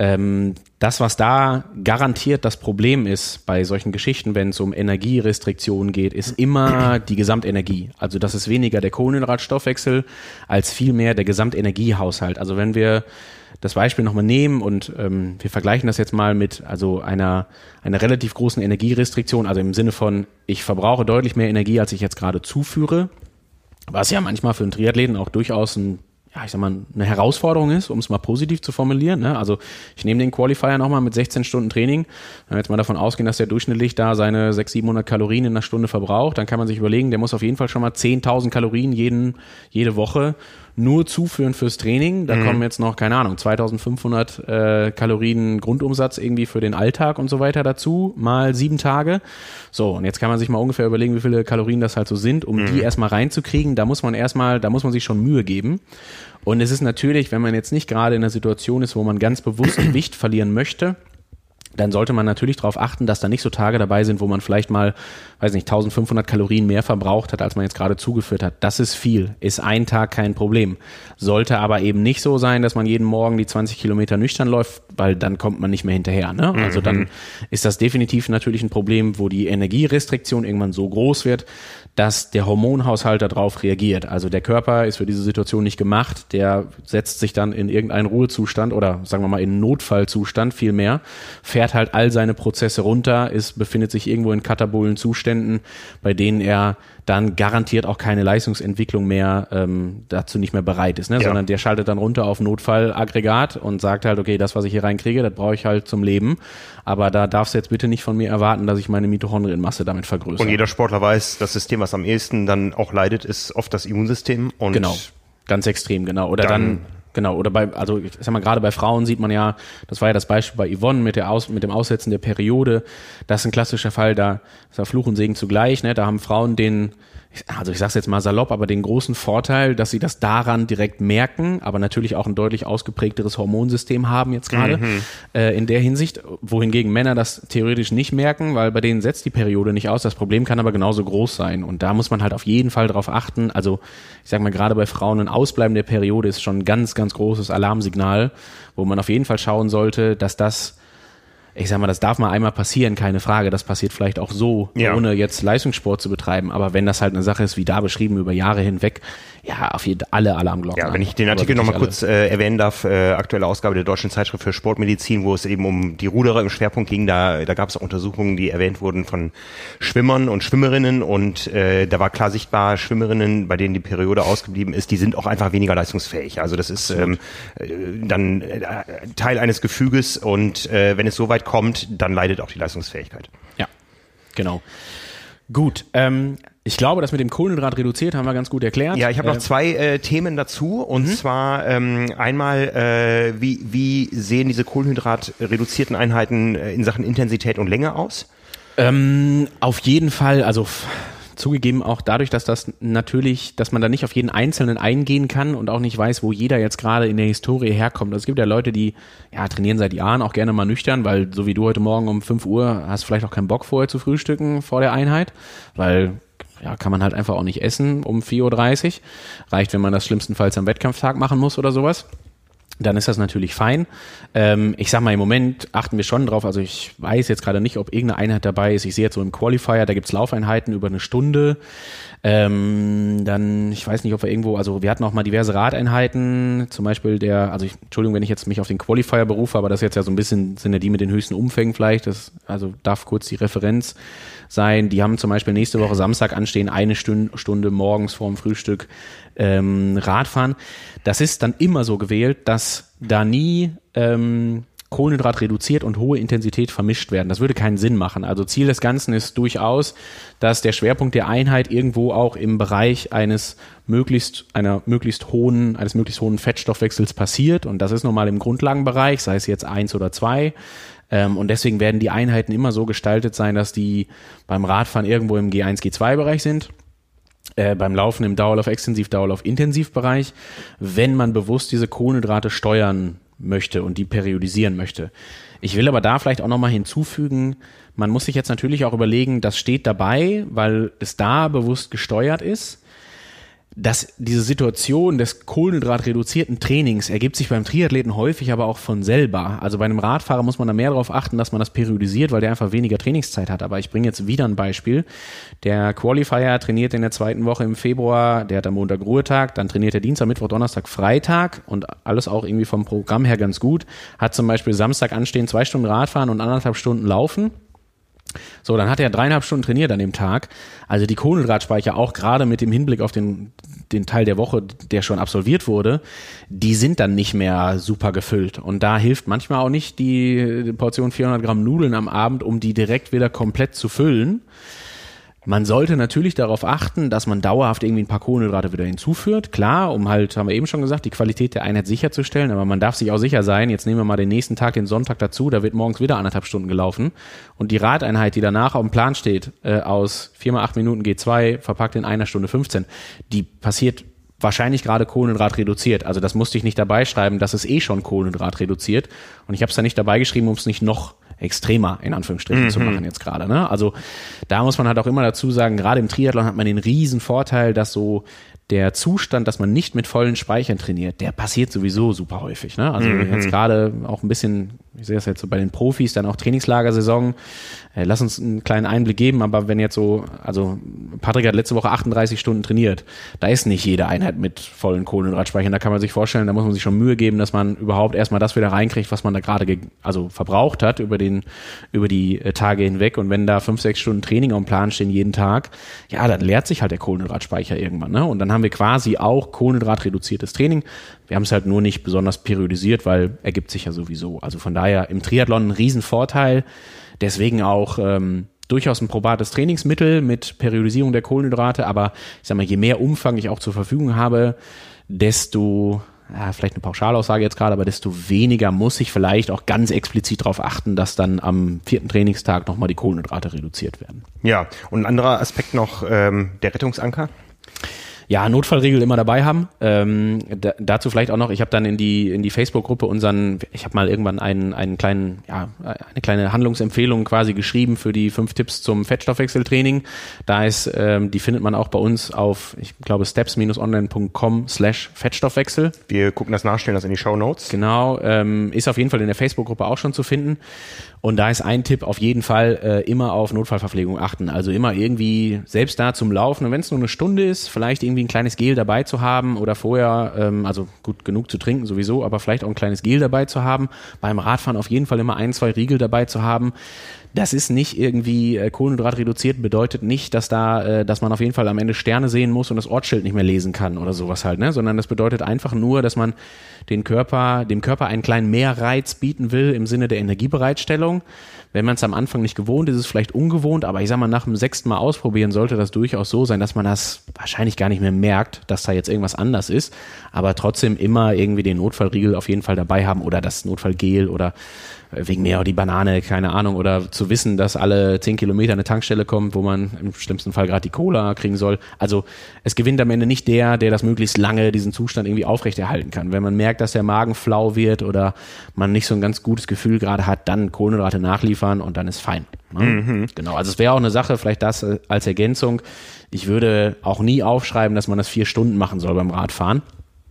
Das, was da garantiert das Problem ist bei solchen Geschichten, wenn es um Energierestriktionen geht, ist immer die Gesamtenergie. Also das ist weniger der Kohlenhydratstoffwechsel als vielmehr der Gesamtenergiehaushalt. Also wenn wir das Beispiel nochmal nehmen und wir vergleichen das jetzt mal mit einer relativ großen Energierestriktion, also im Sinne von, ich verbrauche deutlich mehr Energie, als ich jetzt gerade zuführe, was ja manchmal für einen Triathleten auch durchaus eine Herausforderung ist, um es mal positiv zu formulieren. Ne? Also ich nehme den Qualifier nochmal mit 16 Stunden Training. Wenn wir jetzt mal davon ausgehen, dass der durchschnittlich da seine 600-700 Kalorien in einer Stunde verbraucht, dann kann man sich überlegen, der muss auf jeden Fall schon mal 10.000 Kalorien jede Woche nur zuführen fürs Training. Da kommen jetzt noch, keine Ahnung, 2.500 Kalorien Grundumsatz irgendwie für den Alltag und so weiter dazu, mal 7 Tage. So, und jetzt kann man sich mal ungefähr überlegen, wie viele Kalorien das halt so sind, um die erstmal reinzukriegen. Da muss man sich schon Mühe geben. Und es ist natürlich, wenn man jetzt nicht gerade in einer Situation ist, wo man ganz bewusst Gewicht verlieren möchte, dann sollte man natürlich darauf achten, dass da nicht so Tage dabei sind, wo man vielleicht mal, 1.500 Kalorien mehr verbraucht hat, als man jetzt gerade zugeführt hat. Das ist viel, ist ein Tag kein Problem. Sollte aber eben nicht so sein, dass man jeden Morgen die 20 Kilometer nüchtern läuft, weil dann kommt man nicht mehr hinterher. Ne? Also dann ist das definitiv natürlich ein Problem, wo die Energierestriktion irgendwann so groß wird, dass der Hormonhaushalt darauf reagiert. Also der Körper ist für diese Situation nicht gemacht, der setzt sich dann in irgendeinen Ruhezustand oder sagen wir mal in Notfallzustand vielmehr, fährt halt all seine Prozesse runter, befindet sich irgendwo in katabolen Zuständen, bei denen er dann garantiert auch keine Leistungsentwicklung mehr dazu nicht mehr bereit ist, ne? Ja. Sondern der schaltet dann runter auf Notfallaggregat und sagt halt, okay, das, was ich hier reinkriege, das brauche ich halt zum Leben, aber da darfst du jetzt bitte nicht von mir erwarten, dass ich meine Mitochondrienmasse damit vergrößere. Und jeder Sportler weiß, das System, was am ehesten dann auch leidet, ist oft das Immunsystem. Und genau, ganz extrem, genau. Oder ich sag mal, gerade bei Frauen sieht man ja, das war ja das Beispiel bei Yvonne mit dem Aussetzen der Periode, das ist ein klassischer Fall, da ist ja Fluch und Segen zugleich, ne? Da haben Frauen ich sag's jetzt mal salopp, aber den großen Vorteil, dass sie das daran direkt merken, aber natürlich auch ein deutlich ausgeprägteres Hormonsystem haben jetzt gerade in der Hinsicht, wohingegen Männer das theoretisch nicht merken, weil bei denen setzt die Periode nicht aus. Das Problem kann aber genauso groß sein und da muss man halt auf jeden Fall drauf achten. Also ich sag mal, gerade bei Frauen ein Ausbleiben der Periode ist schon ein ganz, ganz großes Alarmsignal, wo man auf jeden Fall schauen sollte, dass das, ich sag mal, das darf mal einmal passieren, keine Frage. Das passiert vielleicht auch so, ohne jetzt Leistungssport zu betreiben. Aber wenn das halt eine Sache ist, wie da beschrieben, über Jahre hinweg, ja, auf jeden Fall alle Alarmglocken. Ja, wenn ich den Artikel nochmal kurz erwähnen darf, aktuelle Ausgabe der Deutschen Zeitschrift für Sportmedizin, wo es eben um die Ruderer im Schwerpunkt ging, da gab es auch Untersuchungen, die erwähnt wurden von Schwimmern und Schwimmerinnen und da war klar sichtbar, Schwimmerinnen, bei denen die Periode ausgeblieben ist, die sind auch einfach weniger leistungsfähig. Also das ist dann Teil eines Gefüges und wenn es so weit kommt, dann leidet auch die Leistungsfähigkeit. Ja, genau. Gut, ich glaube, das mit dem Kohlenhydrat reduziert haben wir ganz gut erklärt. Ja, ich habe noch zwei Themen dazu und zwar einmal, wie sehen diese Kohlenhydrat reduzierten Einheiten in Sachen Intensität und Länge aus? Auf jeden Fall, also zugegeben auch dadurch, dass man da nicht auf jeden Einzelnen eingehen kann und auch nicht weiß, wo jeder jetzt gerade in der Historie herkommt. Also es gibt ja Leute, die trainieren seit Jahren auch gerne mal nüchtern, weil so wie du heute Morgen um 5 Uhr hast vielleicht auch keinen Bock vorher zu frühstücken vor der Einheit, weil kann man halt einfach auch nicht essen um 4.30 Uhr. Reicht, wenn man das schlimmstenfalls am Wettkampftag machen muss oder sowas. Dann ist das natürlich fein. Ich sag mal, im Moment achten wir schon drauf, also ich weiß jetzt gerade nicht, ob irgendeine Einheit dabei ist. Ich sehe jetzt so im Qualifier, da gibt's Laufeinheiten über 1 Stunde. Dann, ich weiß nicht, ob wir hatten auch mal diverse Radeinheiten, zum Beispiel Entschuldigung, wenn ich jetzt mich auf den Qualifier berufe, aber das ist jetzt ja so ein bisschen, sind ja die mit den höchsten Umfängen vielleicht, also darf kurz die Referenz sein. Die haben zum Beispiel nächste Woche Samstag anstehen, 1 Stunde morgens vorm Frühstück Radfahren. Das ist dann immer so gewählt, dass da nie Kohlenhydrat reduziert und hohe Intensität vermischt werden. Das würde keinen Sinn machen. Also Ziel des Ganzen ist durchaus, dass der Schwerpunkt der Einheit irgendwo auch im Bereich eines möglichst hohen Fettstoffwechsels passiert. Und das ist normal im Grundlagenbereich, sei es jetzt 1 oder 2. Und deswegen werden die Einheiten immer so gestaltet sein, dass die beim Radfahren irgendwo im G1, G2-Bereich sind. Beim Laufen im Dauerlauf-Extensiv, Dauerlauf-Intensiv-Bereich, wenn man bewusst diese Kohlenhydrate steuern möchte und die periodisieren möchte. Ich will aber da vielleicht auch nochmal hinzufügen, man muss sich jetzt natürlich auch überlegen, das steht dabei, weil es da bewusst gesteuert ist. dass diese Situation des kohlenhydratreduzierten Trainings ergibt sich beim Triathleten häufig aber auch von selber. Also bei einem Radfahrer muss man da mehr darauf achten, dass man das periodisiert, weil der einfach weniger Trainingszeit hat. Aber ich bringe jetzt wieder ein Beispiel. Der Qualifier trainiert in der 2. Woche im Februar, der hat am Montag Ruhetag, dann trainiert er Dienstag, Mittwoch, Donnerstag, Freitag und alles auch irgendwie vom Programm her ganz gut. Hat zum Beispiel Samstag anstehen 2 Stunden Radfahren und 1,5 Stunden Laufen. So, dann hat er 3,5 Stunden trainiert an dem Tag. Also die Kohlenhydratspeicher, auch gerade mit dem Hinblick auf den Teil der Woche, der schon absolviert wurde, die sind dann nicht mehr super gefüllt. Und da hilft manchmal auch nicht die Portion 400 Gramm Nudeln am Abend, um die direkt wieder komplett zu füllen. Man sollte natürlich darauf achten, dass man dauerhaft irgendwie ein paar Kohlenhydrate wieder hinzuführt. Klar, um halt, haben wir eben schon gesagt, die Qualität der Einheit sicherzustellen. Aber man darf sich auch sicher sein, jetzt nehmen wir mal den nächsten Tag, den Sonntag dazu, da wird morgens wieder 1,5 Stunden gelaufen. Und die Radeinheit, die danach auf dem Plan steht, aus 4x8 Minuten G2, verpackt in 1 Stunde 15, die passiert wahrscheinlich gerade Kohlenhydrat reduziert. Also das musste ich nicht dabei schreiben, das ist schon Kohlenhydrat reduziert. Und ich habe es da nicht dabei geschrieben, um es nicht noch extremer in Anführungsstrichen zu machen jetzt gerade. Ne? Also da muss man halt auch immer dazu sagen, gerade im Triathlon hat man den riesen Vorteil, dass so der Zustand, dass man nicht mit vollen Speichern trainiert, der passiert sowieso super häufig. Ne? Also jetzt gerade auch ein bisschen, ich sehe das jetzt so bei den Profis, dann auch Trainingslagersaison. Lass uns einen kleinen Einblick geben, aber wenn jetzt so, also Patrick hat letzte Woche 38 Stunden trainiert, da ist nicht jede Einheit mit vollen Kohlenhydratspeichern. Da kann man sich vorstellen, da muss man sich schon Mühe geben, dass man überhaupt erstmal das wieder reinkriegt, was man da gerade verbraucht hat über die Tage hinweg. Und wenn da 5-6 Stunden Training am Plan stehen jeden Tag, ja, dann leert sich halt der Kohlenhydratspeicher irgendwann. Ne? Und dann haben wir quasi auch kohlenhydratreduziertes Training. Wir haben es halt nur nicht besonders periodisiert, weil ergibt sich ja sowieso. Also von daher im Triathlon ein Riesenvorteil. Deswegen auch durchaus ein probates Trainingsmittel mit Periodisierung der Kohlenhydrate. Aber ich sag mal, je mehr Umfang ich auch zur Verfügung habe, desto, vielleicht eine Pauschalaussage jetzt gerade, aber desto weniger muss ich vielleicht auch ganz explizit darauf achten, dass dann am 4. Trainingstag nochmal die Kohlenhydrate reduziert werden. Ja, und ein anderer Aspekt noch, der Rettungsanker. Ja, Notfallregel immer dabei haben. Dazu vielleicht auch noch, ich habe dann in die Facebook-Gruppe ich habe mal irgendwann eine kleine Handlungsempfehlung quasi geschrieben für die 5 Tipps zum Fettstoffwechseltraining. Die findet man auch bei uns auf, ich glaube, steps-online.com/Fettstoffwechsel. Wir gucken das nach, stellen das in die Shownotes. Genau, ist auf jeden Fall in der Facebook-Gruppe auch schon zu finden. Und da ist ein Tipp auf jeden Fall, immer auf Notfallverpflegung achten. Also immer irgendwie selbst da zum Laufen. Und wenn es nur eine Stunde ist, vielleicht irgendwie ein kleines Gel dabei zu haben oder vorher, also gut genug zu trinken sowieso, aber vielleicht auch ein kleines Gel dabei zu haben. Beim Radfahren auf jeden Fall immer 1-2 Riegel dabei zu haben. Das ist nicht irgendwie Kohlenhydrat reduziert, bedeutet nicht, dass man auf jeden Fall am Ende Sterne sehen muss und das Ortsschild nicht mehr lesen kann oder sowas halt, ne? Sondern das bedeutet einfach nur, dass man dem Körper einen kleinen Mehrreiz bieten will im Sinne der Energiebereitstellung. Wenn man es am Anfang nicht gewohnt ist, ist es vielleicht ungewohnt, aber ich sag mal, nach dem 6. Mal ausprobieren sollte das durchaus so sein, dass man das wahrscheinlich gar nicht mehr merkt, dass da jetzt irgendwas anders ist, aber trotzdem immer irgendwie den Notfallriegel auf jeden Fall dabei haben oder das Notfallgel oder wegen mir auch die Banane, keine Ahnung, oder zu wissen, dass alle 10 Kilometer eine Tankstelle kommt, wo man im schlimmsten Fall gerade die Cola kriegen soll. Also es gewinnt am Ende nicht der das möglichst lange diesen Zustand irgendwie aufrechterhalten kann. Wenn man merkt, dass der Magen flau wird oder man nicht so ein ganz gutes Gefühl gerade hat, dann Kohlenhydrate nachliefern und dann ist fein. Ne? Genau, also es wäre auch eine Sache, vielleicht das als Ergänzung. Ich würde auch nie aufschreiben, dass man das 4 Stunden machen soll beim Radfahren.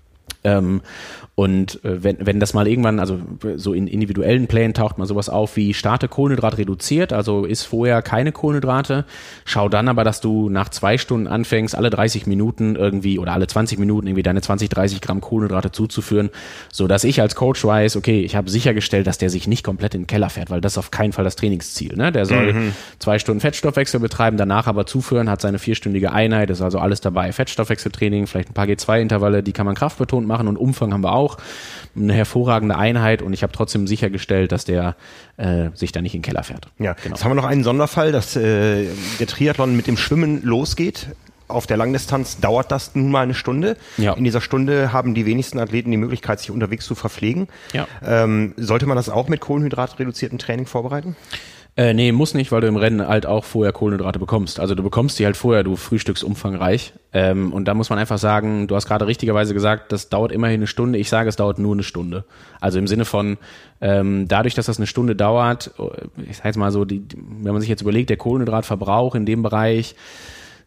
Und wenn das mal irgendwann, also so in individuellen Plänen taucht mal sowas auf wie starte Kohlenhydrat reduziert, also isst vorher keine Kohlenhydrate, schau dann aber, dass du nach 2 Stunden anfängst, alle 30 Minuten irgendwie oder alle 20 Minuten irgendwie deine 20-30 Gramm Kohlenhydrate zuzuführen, so dass ich als Coach weiß, okay, ich habe sichergestellt, dass der sich nicht komplett in den Keller fährt, weil das ist auf keinen Fall das Trainingsziel, ne? Der soll 2 Stunden Fettstoffwechsel betreiben, danach aber zuführen, hat seine 4-stündige Einheit, ist also alles dabei, Fettstoffwechseltraining, vielleicht ein paar G2-Intervalle, die kann man kraftbetont machen und Umfang haben wir auch. Eine hervorragende Einheit und ich habe trotzdem sichergestellt, dass der sich da nicht in den Keller fährt. Ja, genau. Jetzt haben wir noch einen Sonderfall, dass der Triathlon mit dem Schwimmen losgeht. Auf der Langdistanz dauert das nun mal eine Stunde. Ja. In dieser Stunde haben die wenigsten Athleten die Möglichkeit, sich unterwegs zu verpflegen. Ja. Sollte man das auch mit kohlenhydratreduziertem Training vorbereiten? Nee, muss nicht, weil du im Rennen halt auch vorher Kohlenhydrate bekommst. Also du bekommst die halt vorher, du frühstückst umfangreich. Und da muss man einfach sagen, du hast gerade richtigerweise gesagt, das dauert immerhin eine Stunde. Ich sage, es dauert nur eine Stunde. Also im Sinne von, dadurch, dass das eine Stunde dauert, ich sage jetzt mal so, wenn man sich jetzt überlegt, der Kohlenhydratverbrauch in dem Bereich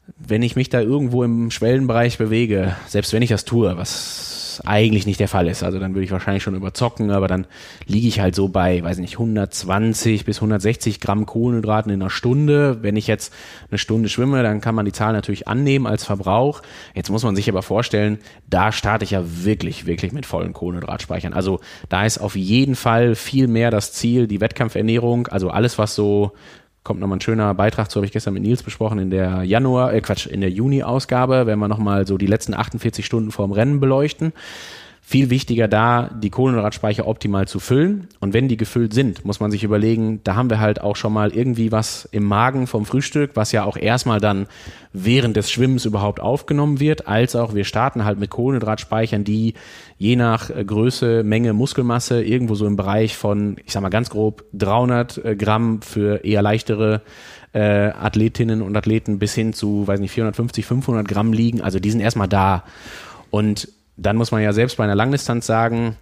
wenn ich mich da irgendwo im Schwellenbereich bewege, selbst wenn ich das tue, was eigentlich nicht der Fall ist, also dann würde ich wahrscheinlich schon überzocken, aber dann liege ich halt so bei, weiß nicht, 120 bis 160 Gramm Kohlenhydraten in einer Stunde. Wenn ich jetzt eine Stunde schwimme, dann kann man die Zahl natürlich annehmen als Verbrauch. Jetzt muss man sich aber vorstellen, da starte ich ja wirklich mit vollen Kohlenhydratspeichern. Also da ist auf jeden Fall viel mehr das Ziel, die Wettkampfernährung, also alles, was so kommt nochmal ein schöner Beitrag zu, habe ich gestern mit Nils besprochen, in der Juni-Ausgabe, wenn wir nochmal so die letzten 48 Stunden vorm Rennen beleuchten. Viel wichtiger da, die Kohlenhydratspeicher optimal zu füllen. Und wenn die gefüllt sind, muss man sich überlegen, da haben wir halt auch schon mal irgendwie was im Magen vom Frühstück, was ja auch erstmal dann während des Schwimmens überhaupt aufgenommen wird, als auch wir starten halt mit Kohlenhydratspeichern, die je nach Größe, Menge, Muskelmasse irgendwo so im Bereich von, ich sag mal ganz grob, 300 Gramm für eher leichtere Athletinnen und Athleten bis hin zu, weiß nicht, 450, 500 Gramm liegen. Also die sind erstmal da. Und dann muss man ja selbst bei einer Langdistanz sagen,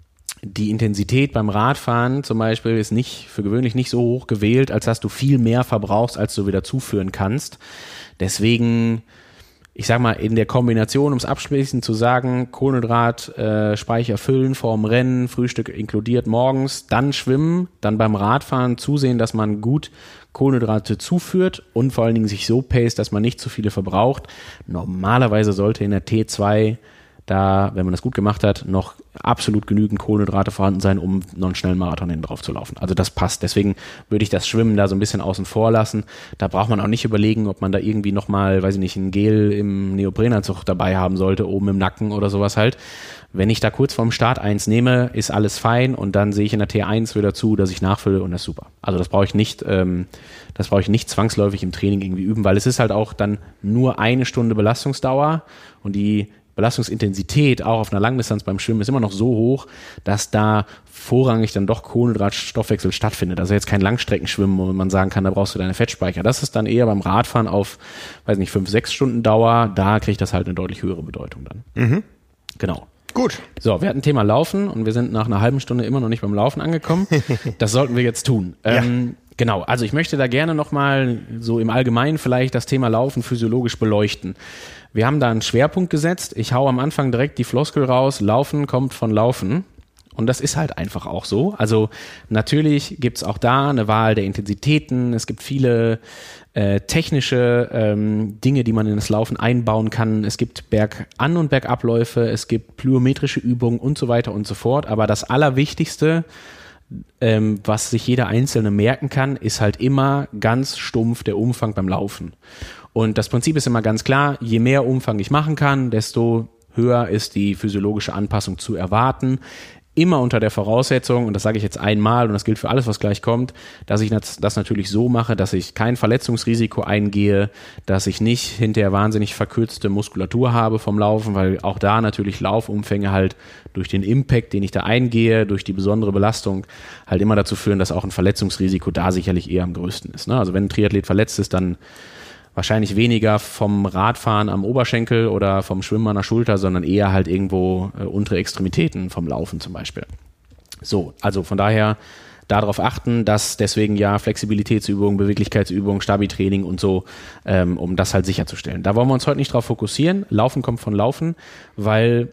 die Intensität beim Radfahren zum Beispiel ist für gewöhnlich nicht so hoch gewählt, als dass du viel mehr verbrauchst, als du wieder zuführen kannst. Deswegen, ich sag mal, in der Kombination, um es abschließend zu sagen, Kohlenhydratspeicher füllen vorm Rennen, Frühstück inkludiert morgens, dann schwimmen, dann beim Radfahren zusehen, dass man gut Kohlenhydrate zuführt und vor allen Dingen sich so paced, dass man nicht zu viele verbraucht. Normalerweise sollte in der T2 da, wenn man das gut gemacht hat, noch absolut genügend Kohlenhydrate vorhanden sein, um noch einen schnellen Marathon hinten drauf zu laufen. Also das passt. Deswegen würde ich das Schwimmen da so ein bisschen außen vor lassen. Da braucht man auch nicht überlegen, ob man da irgendwie nochmal, weiß ich nicht, ein Gel im Neoprenanzug dabei haben sollte, oben im Nacken oder sowas halt. Wenn ich da kurz vorm Start 1 nehme, ist alles fein und dann sehe ich in der T1 wieder zu, dass ich nachfülle und das ist super. Also das brauche ich nicht zwangsläufig im Training irgendwie üben, weil es ist halt auch dann nur eine Stunde Belastungsdauer und die Belastungsintensität auch auf einer Langdistanz beim Schwimmen ist immer noch so hoch, dass da vorrangig dann doch Kohlenhydratstoffwechsel stattfindet. Also jetzt kein Langstreckenschwimmen, wo man sagen kann, da brauchst du deine Fettspeicher. Das ist dann eher beim Radfahren auf, weiß nicht, 5-6 Stunden Dauer. Da kriegt das halt eine deutlich höhere Bedeutung dann. Mhm. Genau. Gut. So, wir hatten Thema Laufen und wir sind nach einer halben Stunde immer noch nicht beim Laufen angekommen. Das sollten wir jetzt tun. Ja. Genau, also ich möchte da gerne nochmal so im Allgemeinen vielleicht das Thema Laufen physiologisch beleuchten. Wir haben da einen Schwerpunkt gesetzt. Ich hau am Anfang direkt die Floskel raus, Laufen kommt von Laufen. Und das ist halt einfach auch so. Also natürlich gibt's auch da eine Wahl der Intensitäten. Es gibt viele technische Dinge, die man in das Laufen einbauen kann. Es gibt Bergan- und Bergabläufe, es gibt plyometrische Übungen und so weiter und so fort. Aber das Allerwichtigste, was sich jeder Einzelne merken kann, ist halt immer ganz stumpf der Umfang beim Laufen. Und das Prinzip ist immer ganz klar, je mehr Umfang ich machen kann, desto höher ist die physiologische Anpassung zu erwarten. Immer unter der Voraussetzung, und das sage ich jetzt einmal und das gilt für alles, was gleich kommt, dass ich das natürlich so mache, dass ich kein Verletzungsrisiko eingehe, dass ich nicht hinterher wahnsinnig verkürzte Muskulatur habe vom Laufen, weil auch da natürlich Laufumfänge halt durch den Impact, den ich da eingehe, durch die besondere Belastung halt immer dazu führen, dass auch ein Verletzungsrisiko da sicherlich eher am größten ist. Ne? Also wenn ein Triathlet verletzt ist, dann wahrscheinlich weniger vom Radfahren am Oberschenkel oder vom Schwimmen an der Schulter, sondern eher halt irgendwo untere Extremitäten vom Laufen zum Beispiel. So, also von daher darauf achten, dass deswegen ja Flexibilitätsübungen, Beweglichkeitsübungen, Stabi-Training und so, um das halt sicherzustellen. Da wollen wir uns heute nicht drauf fokussieren. Laufen kommt von Laufen, weil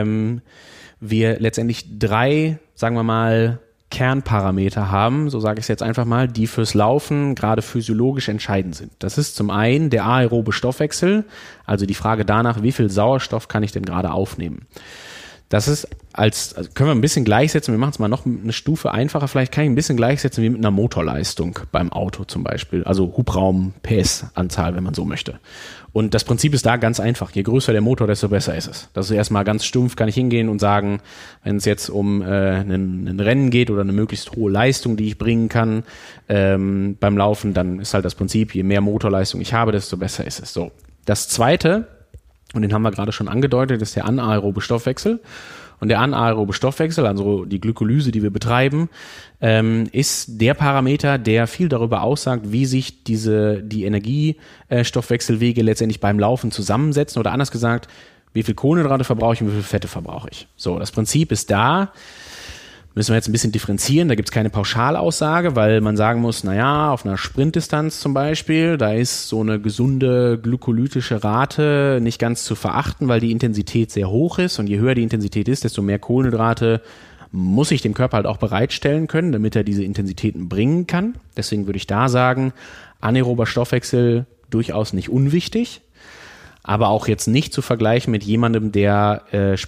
wir letztendlich 3, sagen wir mal, Kernparameter haben, so sage ich es jetzt einfach mal, die fürs Laufen gerade physiologisch entscheidend sind. Das ist zum einen der aerobe Stoffwechsel, also die Frage danach, wie viel Sauerstoff kann ich denn gerade aufnehmen. Das ist also können wir ein bisschen gleichsetzen, wir machen es mal noch eine Stufe einfacher, vielleicht kann ich ein bisschen gleichsetzen wie mit einer Motorleistung beim Auto zum Beispiel, also Hubraum, PS-Anzahl, wenn man so möchte. Und das Prinzip ist da ganz einfach, je größer der Motor, desto besser ist es. Das ist erstmal ganz stumpf, kann ich hingehen und sagen, wenn es jetzt um ein Rennen geht oder eine möglichst hohe Leistung, die ich bringen kann beim Laufen, dann ist halt das Prinzip, je mehr Motorleistung ich habe, desto besser ist es. So. Das Zweite, und den haben wir gerade schon angedeutet, ist der anaerobe Stoffwechsel. Und der anaerobe Stoffwechsel, also die Glykolyse, die wir betreiben, ist der Parameter, der viel darüber aussagt, wie sich die Energiestoffwechselwege letztendlich beim Laufen zusammensetzen. Oder anders gesagt, wie viel Kohlenhydrate verbrauche ich und wie viel Fette verbrauche ich. So, das Prinzip ist da, Müssen wir jetzt ein bisschen differenzieren, da gibt es keine Pauschalaussage, weil man sagen muss, naja, auf einer Sprintdistanz zum Beispiel, da ist so eine gesunde glykolytische Rate nicht ganz zu verachten, weil die Intensität sehr hoch ist und je höher die Intensität ist, desto mehr Kohlenhydrate muss ich dem Körper halt auch bereitstellen können, damit er diese Intensitäten bringen kann. Deswegen würde ich da sagen, anaerober Stoffwechsel durchaus nicht unwichtig, aber auch jetzt nicht zu vergleichen mit jemandem, der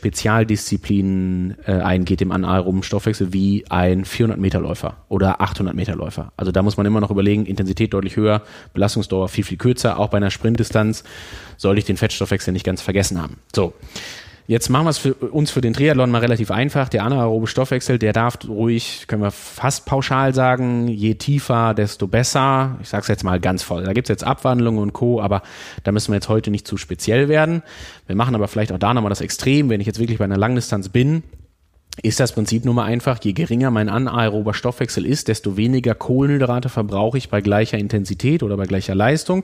Spezialdisziplinen eingeht im anaeroben Stoffwechsel, wie ein 400-Meter-Läufer oder 800-Meter-Läufer. Also da muss man immer noch überlegen, Intensität deutlich höher, Belastungsdauer viel, viel kürzer. Auch bei einer Sprintdistanz sollte ich den Fettstoffwechsel nicht ganz vergessen haben. So. Jetzt machen wir es für den Triathlon mal relativ einfach. Der anaerobe Stoffwechsel, der darf ruhig, können wir fast pauschal sagen, je tiefer, desto besser. Ich sage es jetzt mal ganz voll. Da gibt es jetzt Abwandlungen und Co., aber da müssen wir jetzt heute nicht zu speziell werden. Wir machen aber vielleicht auch da nochmal das Extrem. Wenn ich jetzt wirklich bei einer Langdistanz bin, ist das Prinzip nur mal einfach, je geringer mein anaerober Stoffwechsel ist, desto weniger Kohlenhydrate verbrauche ich bei gleicher Intensität oder bei gleicher Leistung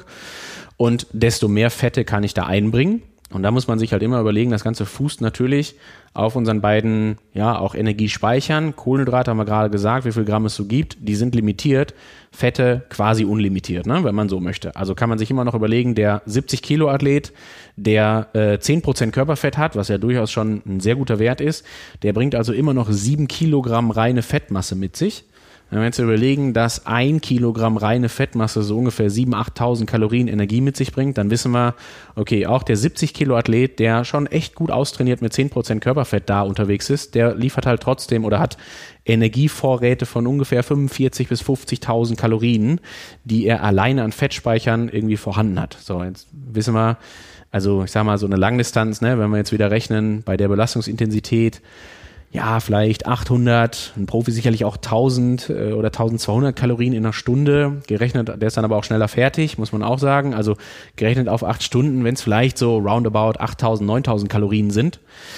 und desto mehr Fette kann ich da einbringen. Und da muss man sich halt immer überlegen, das Ganze fußt natürlich auf unseren beiden, ja, auch Energiespeichern. Kohlenhydrate haben wir gerade gesagt, wie viel Gramm es so gibt. Die sind limitiert, Fette quasi unlimitiert, ne, wenn man so möchte. Also kann man sich immer noch überlegen, der 70-Kilo-Athlet, der 10% Körperfett hat, was ja durchaus schon ein sehr guter Wert ist, der bringt also immer noch 7 Kilogramm reine Fettmasse mit sich. Wenn wir jetzt überlegen, dass 1 Kilogramm reine Fettmasse so ungefähr 7.000, 8.000 Kalorien Energie mit sich bringt, dann wissen wir, okay, auch der 70-Kilo-Athlet, der schon echt gut austrainiert mit 10% Körperfett da unterwegs ist, der liefert halt trotzdem oder hat Energievorräte von ungefähr 45.000 bis 50.000 Kalorien, die er alleine an Fettspeichern irgendwie vorhanden hat. So, jetzt wissen wir, also ich sag mal so eine Langdistanz, ne, wenn wir jetzt wieder rechnen, bei der Belastungsintensität, ja, vielleicht 800, ein Profi sicherlich auch 1000 oder 1200 Kalorien in einer Stunde. Gerechnet, der ist dann aber auch schneller fertig, muss man auch sagen. Also gerechnet auf 8 Stunden, wenn es vielleicht so roundabout 8000, 9000 Kalorien sind,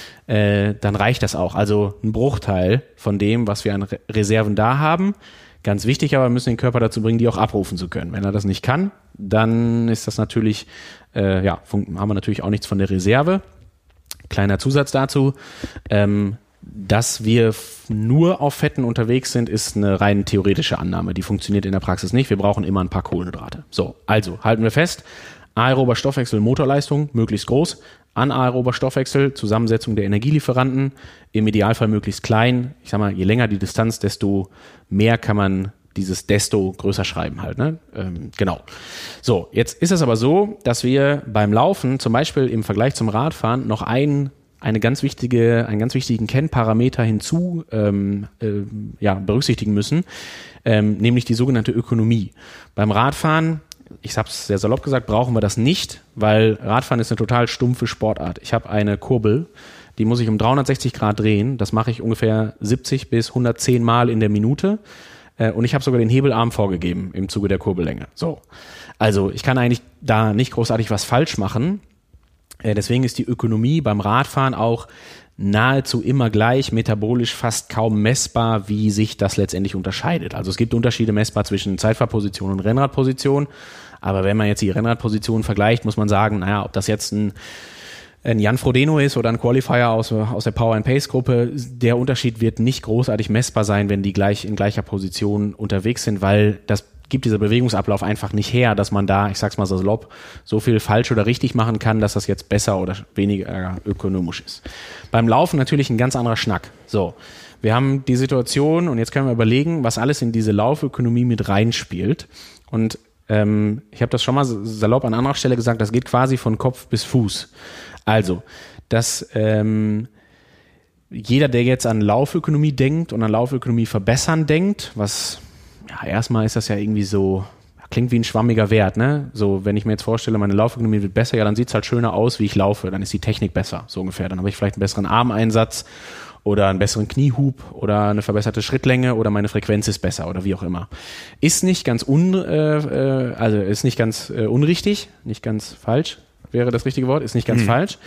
dann reicht das auch. Also ein Bruchteil von dem, was wir an Reserven da haben. Ganz wichtig, aber wir müssen den Körper dazu bringen, die auch abrufen zu können. Wenn er das nicht kann, dann ist das natürlich, haben wir natürlich auch nichts von der Reserve. Kleiner Zusatz dazu, dass wir nur auf Fetten unterwegs sind, ist eine rein theoretische Annahme. Die funktioniert in der Praxis nicht. Wir brauchen immer ein paar Kohlenhydrate. So, also halten wir fest. Aerober Stoffwechsel, Motorleistung, möglichst groß. Anaerober Stoffwechsel, Zusammensetzung der Energielieferanten, im Idealfall möglichst klein. Ich sag mal, je länger die Distanz, desto mehr kann man dieses desto größer schreiben halt, ne? Genau. So, jetzt ist es aber so, dass wir beim Laufen, zum Beispiel im Vergleich zum Radfahren, noch einen ganz wichtigen Kennparameter berücksichtigen müssen, nämlich die sogenannte Ökonomie. Beim Radfahren, ich habe es sehr salopp gesagt, brauchen wir das nicht, weil Radfahren ist eine total stumpfe Sportart. Ich habe eine Kurbel, die muss ich um 360 Grad drehen, das mache ich ungefähr 70 bis 110 Mal in der Minute und ich habe sogar den Hebelarm vorgegeben im Zuge der Kurbellänge. So, also ich kann eigentlich da nicht großartig was falsch machen. Deswegen ist die Ökonomie beim Radfahren auch nahezu immer gleich, metabolisch fast kaum messbar, wie sich das letztendlich unterscheidet. Also es gibt Unterschiede messbar zwischen Zeitfahrposition und Rennradposition, aber wenn man jetzt die Rennradposition vergleicht, muss man sagen, naja, ob das jetzt ein Jan Frodeno ist oder ein Qualifier aus der Power-and-Pace-Gruppe, der Unterschied wird nicht großartig messbar sein, wenn die gleich in gleicher Position unterwegs sind, weil das gibt dieser Bewegungsablauf einfach nicht her, dass man da, ich sag's mal so salopp, so viel falsch oder richtig machen kann, dass das jetzt besser oder weniger ökonomisch ist. Beim Laufen natürlich ein ganz anderer Schnack. So, wir haben die Situation und jetzt können wir überlegen, was alles in diese Laufökonomie mit reinspielt. Und ich habe das schon mal salopp an anderer Stelle gesagt, das geht quasi von Kopf bis Fuß. Also, dass jeder, der jetzt an Laufökonomie denkt und an Laufökonomie verbessern denkt, was ja, erstmal ist das ja irgendwie so, klingt wie ein schwammiger Wert, ne? So, wenn ich mir jetzt vorstelle, meine Laufökonomie wird besser, ja, dann sieht's halt schöner aus, wie ich laufe, dann ist die Technik besser, so ungefähr. Dann habe ich vielleicht einen besseren Armeinsatz oder einen besseren Kniehub oder eine verbesserte Schrittlänge oder meine Frequenz ist besser oder wie auch immer. Ist nicht ganz unrichtig, nicht ganz falsch, wäre das richtige Wort, ist nicht ganz falsch.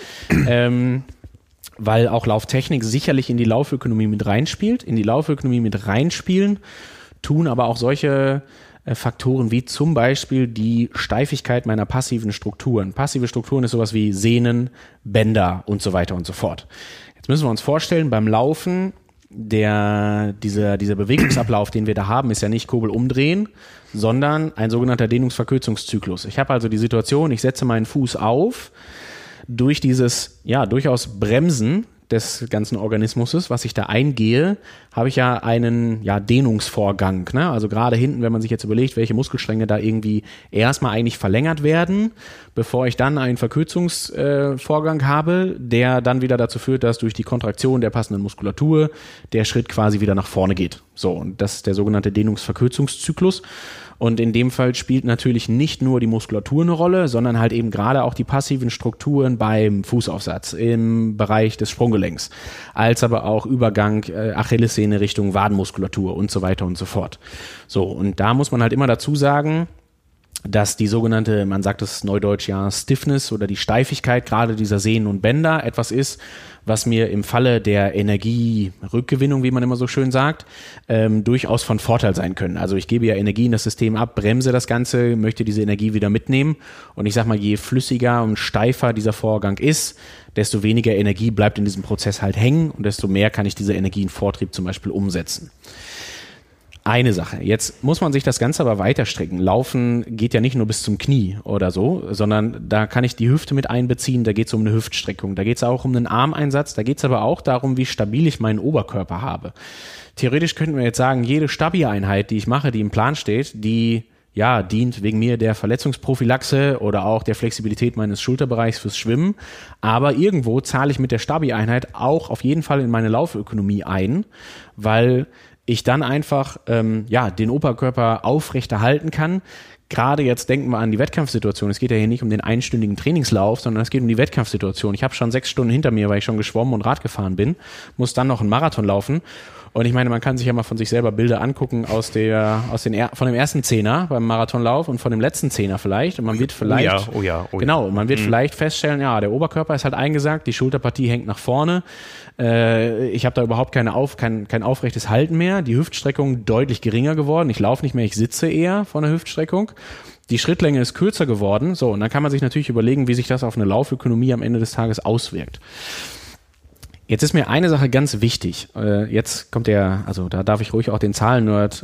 Weil auch Lauftechnik sicherlich in die Laufökonomie mit reinspielt. In die Laufökonomie mit reinspielen tun aber auch solche Faktoren wie zum Beispiel die Steifigkeit meiner passiven Strukturen. Passive Strukturen ist sowas wie Sehnen, Bänder und so weiter und so fort. Jetzt müssen wir uns vorstellen, beim Laufen dieser Bewegungsablauf, den wir da haben, ist ja nicht Kurbel umdrehen, sondern ein sogenannter Dehnungsverkürzungszyklus. Ich habe also die Situation, ich setze meinen Fuß auf, durch dieses, ja, durchaus Bremsen des ganzen Organismus, was ich da eingehe, habe ich ja einen Dehnungsvorgang. Ne? Also gerade hinten, wenn man sich jetzt überlegt, welche Muskelstränge da irgendwie erstmal eigentlich verlängert werden, bevor ich dann einen Verkürzungsvorgang habe, der dann wieder dazu führt, dass durch die Kontraktion der passenden Muskulatur der Schritt quasi wieder nach vorne geht. So, und das ist der sogenannte Dehnungsverkürzungszyklus. Und in dem Fall spielt natürlich nicht nur die Muskulatur eine Rolle, sondern halt eben gerade auch die passiven Strukturen beim Fußaufsatz, im Bereich des Sprunggelenks, als aber auch Übergang Achillessehne Richtung Wadenmuskulatur und so weiter und so fort. So, und da muss man halt immer dazu sagen, dass die sogenannte, man sagt es neudeutsch ja, Stiffness oder die Steifigkeit gerade dieser Sehnen und Bänder etwas ist, was mir im Falle der Energierückgewinnung, wie man immer so schön sagt, durchaus von Vorteil sein können. Also ich gebe ja Energie in das System ab, bremse das Ganze, möchte diese Energie wieder mitnehmen und ich sag mal, je flüssiger und steifer dieser Vorgang ist, desto weniger Energie bleibt in diesem Prozess halt hängen und desto mehr kann ich diese Energie in Vortrieb zum Beispiel umsetzen. Eine Sache. Jetzt muss man sich das Ganze aber weiter strecken. Laufen geht ja nicht nur bis zum Knie oder so, sondern da kann ich die Hüfte mit einbeziehen, da geht es um eine Hüftstreckung, da geht es auch um einen Armeinsatz, da geht es aber auch darum, wie stabil ich meinen Oberkörper habe. Theoretisch könnten wir jetzt sagen, jede Stabi-Einheit, die ich mache, die im Plan steht, die dient wegen mir der Verletzungsprophylaxe oder auch der Flexibilität meines Schulterbereichs fürs Schwimmen. Aber irgendwo zahle ich mit der Stabi-Einheit auch auf jeden Fall in meine Laufökonomie ein, weil ich dann einfach den Oberkörper aufrechterhalten kann. Gerade jetzt denken wir an die Wettkampfsituation. Es geht ja hier nicht um den einstündigen Trainingslauf, sondern es geht um die Wettkampfsituation. Ich habe schon 6 Stunden hinter mir, weil ich schon geschwommen und Rad gefahren bin, muss dann noch einen Marathon laufen. Und ich meine, man kann sich ja mal von sich selber Bilder angucken von dem ersten Zehner beim Marathonlauf und von dem letzten Zehner vielleicht. Und man wird vielleicht, man wird vielleicht feststellen, ja, der Oberkörper ist halt eingesackt, die Schulterpartie hängt nach vorne. Ich habe da überhaupt kein aufrechtes Halten mehr. Die Hüftstreckung deutlich geringer geworden. Ich laufe nicht mehr, ich sitze eher von der Hüftstreckung. Die Schrittlänge ist kürzer geworden. So, und dann kann man sich natürlich überlegen, wie sich das auf eine Laufökonomie am Ende des Tages auswirkt. Jetzt ist mir eine Sache ganz wichtig. Jetzt kommt da darf ich ruhig auch den Zahlennerd,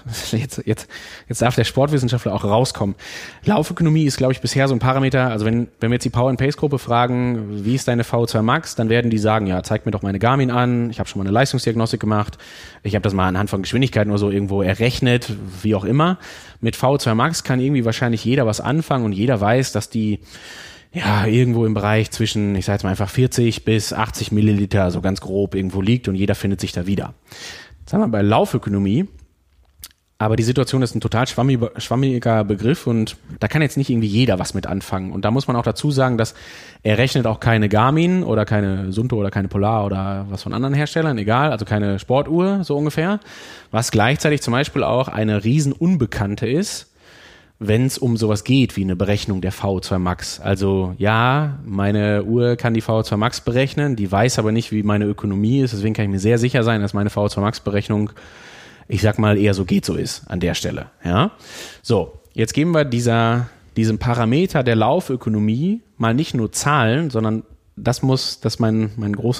jetzt darf der Sportwissenschaftler auch rauskommen. Laufökonomie ist, glaube ich, bisher so ein Parameter, also wenn wir jetzt die Power-and-Pace-Gruppe fragen, wie ist deine VO2 Max, dann werden die sagen, ja, zeig mir doch meine Garmin an, ich habe schon mal eine Leistungsdiagnostik gemacht, ich habe das mal anhand von Geschwindigkeiten oder so irgendwo errechnet, wie auch immer. Mit VO2 Max kann irgendwie wahrscheinlich jeder was anfangen und jeder weiß, dass die irgendwo im Bereich zwischen, ich sage jetzt mal einfach 40 bis 80 Milliliter, so ganz grob irgendwo liegt und jeder findet sich da wieder. Sagen wir bei Laufökonomie, aber die Situation ist ein total schwammiger Begriff und da kann jetzt nicht irgendwie jeder was mit anfangen. Und da muss man auch dazu sagen, dass er rechnet auch keine Garmin oder keine Sunto oder keine Polar oder was von anderen Herstellern, egal, also keine Sportuhr so ungefähr, was gleichzeitig zum Beispiel auch eine Riesenunbekannte ist, wenn es um sowas geht wie eine Berechnung der VO2 Max. Also ja, meine Uhr kann die VO2 Max berechnen, die weiß aber nicht, wie meine Ökonomie ist, deswegen kann ich mir sehr sicher sein, dass meine VO2 Max Berechnung, ich sag mal, eher so geht so ist an der Stelle. Ja, so, jetzt geben wir diesem Parameter der Laufökonomie mal nicht nur Zahlen, sondern das ist mein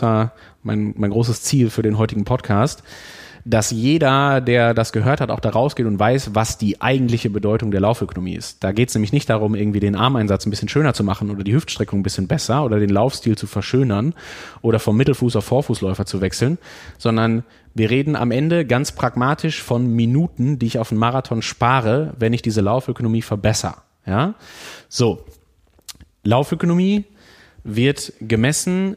großes Ziel für den heutigen Podcast, dass jeder, der das gehört hat, auch da rausgeht und weiß, was die eigentliche Bedeutung der Laufökonomie ist. Da geht es nämlich nicht darum, irgendwie den Armeinsatz ein bisschen schöner zu machen oder die Hüftstreckung ein bisschen besser oder den Laufstil zu verschönern oder vom Mittelfuß auf Vorfußläufer zu wechseln, sondern wir reden am Ende ganz pragmatisch von Minuten, die ich auf einen Marathon spare, wenn ich diese Laufökonomie verbessere. Ja? So, Laufökonomie wird gemessen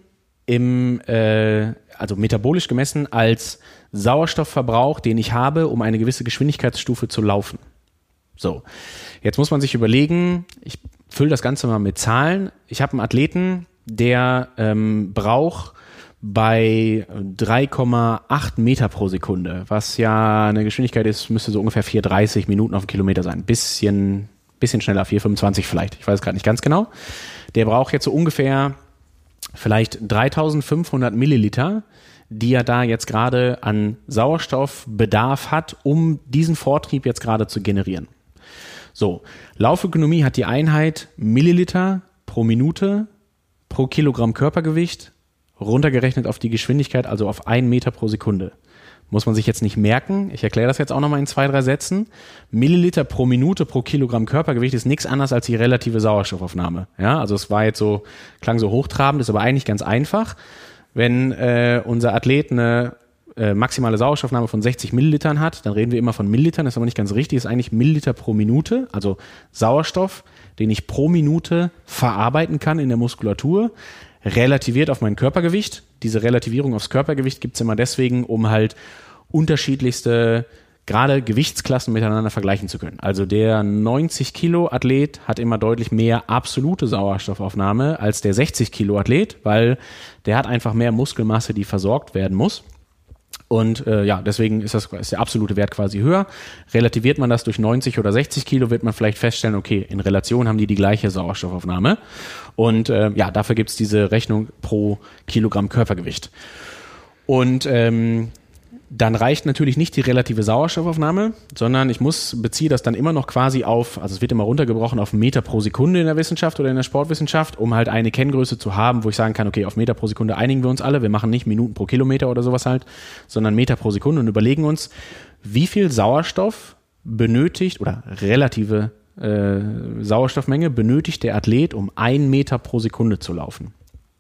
also metabolisch gemessen als Sauerstoffverbrauch, den ich habe, um eine gewisse Geschwindigkeitsstufe zu laufen. So, jetzt muss man sich überlegen, ich fülle das Ganze mal mit Zahlen. Ich habe einen Athleten, der braucht bei 3,8 Meter pro Sekunde, was ja eine Geschwindigkeit ist, müsste so ungefähr 4,30 Minuten auf den Kilometer sein. Bisschen schneller, 4,25 vielleicht, ich weiß es gerade nicht ganz genau. Der braucht jetzt so ungefähr vielleicht 3500 Milliliter, die er da jetzt gerade an Sauerstoffbedarf hat, um diesen Vortrieb jetzt gerade zu generieren. So, Laufökonomie hat die Einheit Milliliter pro Minute pro Kilogramm Körpergewicht runtergerechnet auf die Geschwindigkeit, also auf 1 Meter pro Sekunde. Muss man sich jetzt nicht merken. Ich erkläre das jetzt auch nochmal in 2, 3 Sätzen. Milliliter pro Minute pro Kilogramm Körpergewicht ist nichts anderes als die relative Sauerstoffaufnahme. Ja, also es war jetzt so, klang so hochtrabend, ist aber eigentlich ganz einfach. Wenn unser Athlet eine maximale Sauerstoffnahme von 60 Millilitern hat, dann reden wir immer von Millilitern, das ist aber nicht ganz richtig, ist eigentlich Milliliter pro Minute, also Sauerstoff, den ich pro Minute verarbeiten kann in der Muskulatur, relativiert auf mein Körpergewicht. Diese Relativierung aufs Körpergewicht gibt's immer deswegen, um halt unterschiedlichste, gerade Gewichtsklassen miteinander vergleichen zu können. Also der 90 Kilo Athlet hat immer deutlich mehr absolute Sauerstoffaufnahme als der 60 Kilo Athlet, weil der hat einfach mehr Muskelmasse, die versorgt werden muss. Und deswegen ist der absolute Wert quasi höher. Relativiert man das durch 90 oder 60 Kilo, wird man vielleicht feststellen, okay, in Relation haben die gleiche Sauerstoffaufnahme. Und dafür gibt's diese Rechnung pro Kilogramm Körpergewicht. Und dann reicht natürlich nicht die relative Sauerstoffaufnahme, sondern ich beziehe das dann immer noch quasi auf, also es wird immer runtergebrochen auf Meter pro Sekunde in der Wissenschaft oder in der Sportwissenschaft, um halt eine Kenngröße zu haben, wo ich sagen kann, okay, auf Meter pro Sekunde einigen wir uns alle, wir machen nicht Minuten pro Kilometer oder sowas halt, sondern Meter pro Sekunde und überlegen uns, wie viel Sauerstoff benötigt oder relative Sauerstoffmenge benötigt der Athlet, um 1 Meter pro Sekunde zu laufen.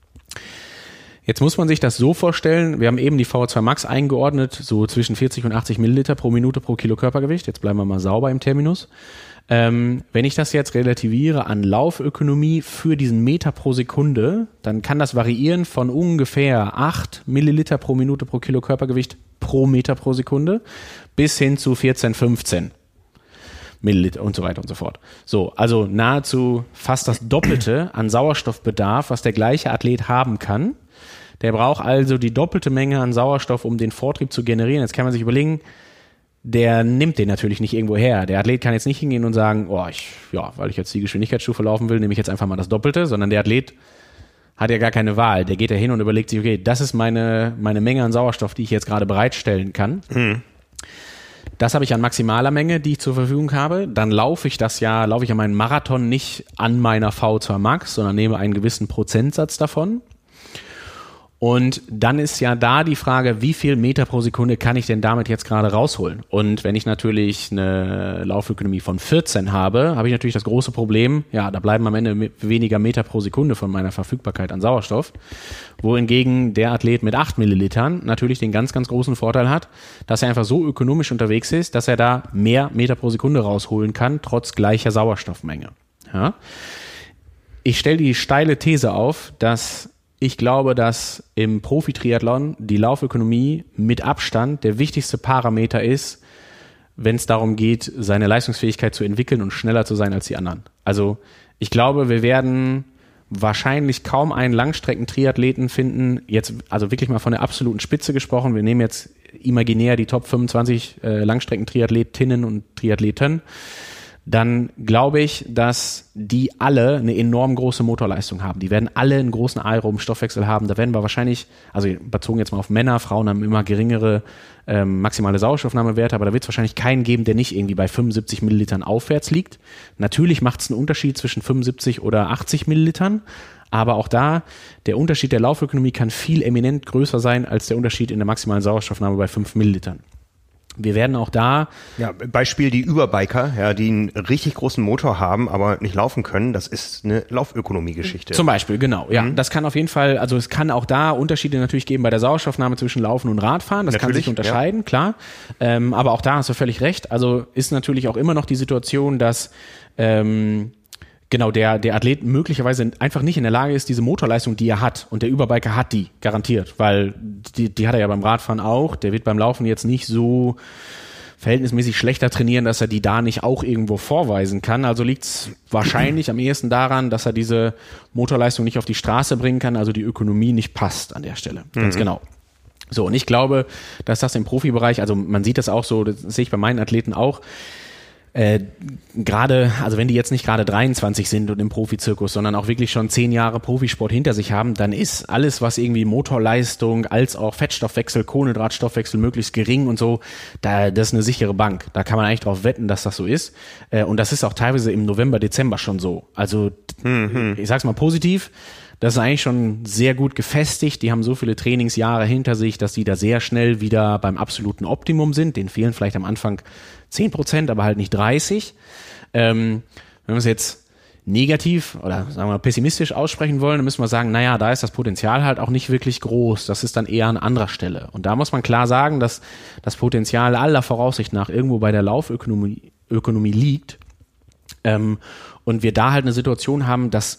Jetzt muss man sich das so vorstellen, wir haben eben die VO2 Max eingeordnet, so zwischen 40 und 80 Milliliter pro Minute pro Kilo Körpergewicht. Jetzt bleiben wir mal sauber im Terminus. Wenn ich das jetzt relativiere an Laufökonomie für diesen Meter pro Sekunde, dann kann das variieren von ungefähr 8 Milliliter pro Minute pro Kilo Körpergewicht pro Meter pro Sekunde bis hin zu 14, 15 Milliliter und so weiter und so fort. So, also nahezu fast das Doppelte an Sauerstoffbedarf, was der gleiche Athlet haben kann. Der braucht also die doppelte Menge an Sauerstoff, um den Vortrieb zu generieren. Jetzt kann man sich überlegen, der nimmt den natürlich nicht irgendwo her. Der Athlet kann jetzt nicht hingehen und sagen, weil ich jetzt die Geschwindigkeitsstufe laufen will, nehme ich jetzt einfach mal das Doppelte, sondern der Athlet hat ja gar keine Wahl. Der geht ja hin und überlegt sich, okay, das ist meine Menge an Sauerstoff, die ich jetzt gerade bereitstellen kann. Mhm. Das habe ich an maximaler Menge, die ich zur Verfügung habe. Dann laufe ich ja meinen Marathon nicht an meiner VO2 Max, sondern nehme einen gewissen Prozentsatz davon. Und dann ist ja da die Frage, wie viel Meter pro Sekunde kann ich denn damit jetzt gerade rausholen? Und wenn ich natürlich eine Laufökonomie von 14 habe, habe ich natürlich das große Problem, da bleiben am Ende weniger Meter pro Sekunde von meiner Verfügbarkeit an Sauerstoff. Wohingegen der Athlet mit 8 Millilitern natürlich den ganz, ganz großen Vorteil hat, dass er einfach so ökonomisch unterwegs ist, dass er da mehr Meter pro Sekunde rausholen kann, trotz gleicher Sauerstoffmenge. Ja? Ich stelle die steile These auf, dass ich glaube, dass im Profi-Triathlon die Laufökonomie mit Abstand der wichtigste Parameter ist, wenn es darum geht, seine Leistungsfähigkeit zu entwickeln und schneller zu sein als die anderen. Also ich glaube, wir werden wahrscheinlich kaum einen Langstrecken-Triathleten finden, jetzt also wirklich mal von der absoluten Spitze gesprochen, wir nehmen jetzt imaginär die Top 25 Langstrecken-Triathletinnen und Triathleten, dann glaube ich, dass die alle eine enorm große Motorleistung haben. Die werden alle einen großen aeroben Stoffwechsel haben. Da werden wir wahrscheinlich, also bezogen jetzt mal auf Männer, Frauen haben immer geringere maximale Sauerstoffnahmewerte, aber da wird es wahrscheinlich keinen geben, der nicht irgendwie bei 75 Millilitern aufwärts liegt. Natürlich macht es einen Unterschied zwischen 75 oder 80 Millilitern, aber auch da, der Unterschied der Laufökonomie kann viel eminent größer sein als der Unterschied in der maximalen Sauerstoffnahme bei 5 Millilitern. Wir werden auch da... Ja, Beispiel die Überbiker, die einen richtig großen Motor haben, aber nicht laufen können, das ist eine Laufökonomie-Geschichte. Zum Beispiel, genau. Ja, das kann auf jeden Fall, also es kann auch da Unterschiede natürlich geben bei der Sauerstoffnahme zwischen Laufen und Radfahren. Das natürlich, kann sich unterscheiden, klar. Aber auch da hast du völlig recht. Also ist natürlich auch immer noch die Situation, dass... der Athlet möglicherweise einfach nicht in der Lage ist, diese Motorleistung, die er hat, und der Überbiker hat die, garantiert, weil die hat er ja beim Radfahren auch, der wird beim Laufen jetzt nicht so verhältnismäßig schlechter trainieren, dass er die da nicht auch irgendwo vorweisen kann, also liegt es wahrscheinlich am ehesten daran, dass er diese Motorleistung nicht auf die Straße bringen kann, also die Ökonomie nicht passt an der Stelle, ganz genau. So, und ich glaube, dass das im Profibereich, also man sieht das auch so, das sehe ich bei meinen Athleten auch, gerade, also wenn die jetzt nicht gerade 23 sind und im Profizirkus, sondern auch wirklich schon 10 Jahre Profisport hinter sich haben, dann ist alles, was irgendwie Motorleistung als auch Fettstoffwechsel, Kohlenhydratstoffwechsel möglichst gering und so, das ist eine sichere Bank. Da kann man eigentlich drauf wetten, dass das so ist. Und das ist auch teilweise im November, Dezember schon so. Also ich sag's mal positiv, Das ist eigentlich schon sehr gut gefestigt. Die haben so viele Trainingsjahre hinter sich, dass die da sehr schnell wieder beim absoluten Optimum sind. Denen fehlen vielleicht am Anfang 10%, aber halt nicht 30%. Wenn wir es jetzt negativ oder sagen wir mal pessimistisch aussprechen wollen, dann müssen wir sagen, naja, da ist das Potenzial halt auch nicht wirklich groß. Das ist dann eher an anderer Stelle. Und da muss man klar sagen, dass das Potenzial aller Voraussicht nach irgendwo bei der Laufökonomie liegt. Und wir da halt eine Situation haben, dass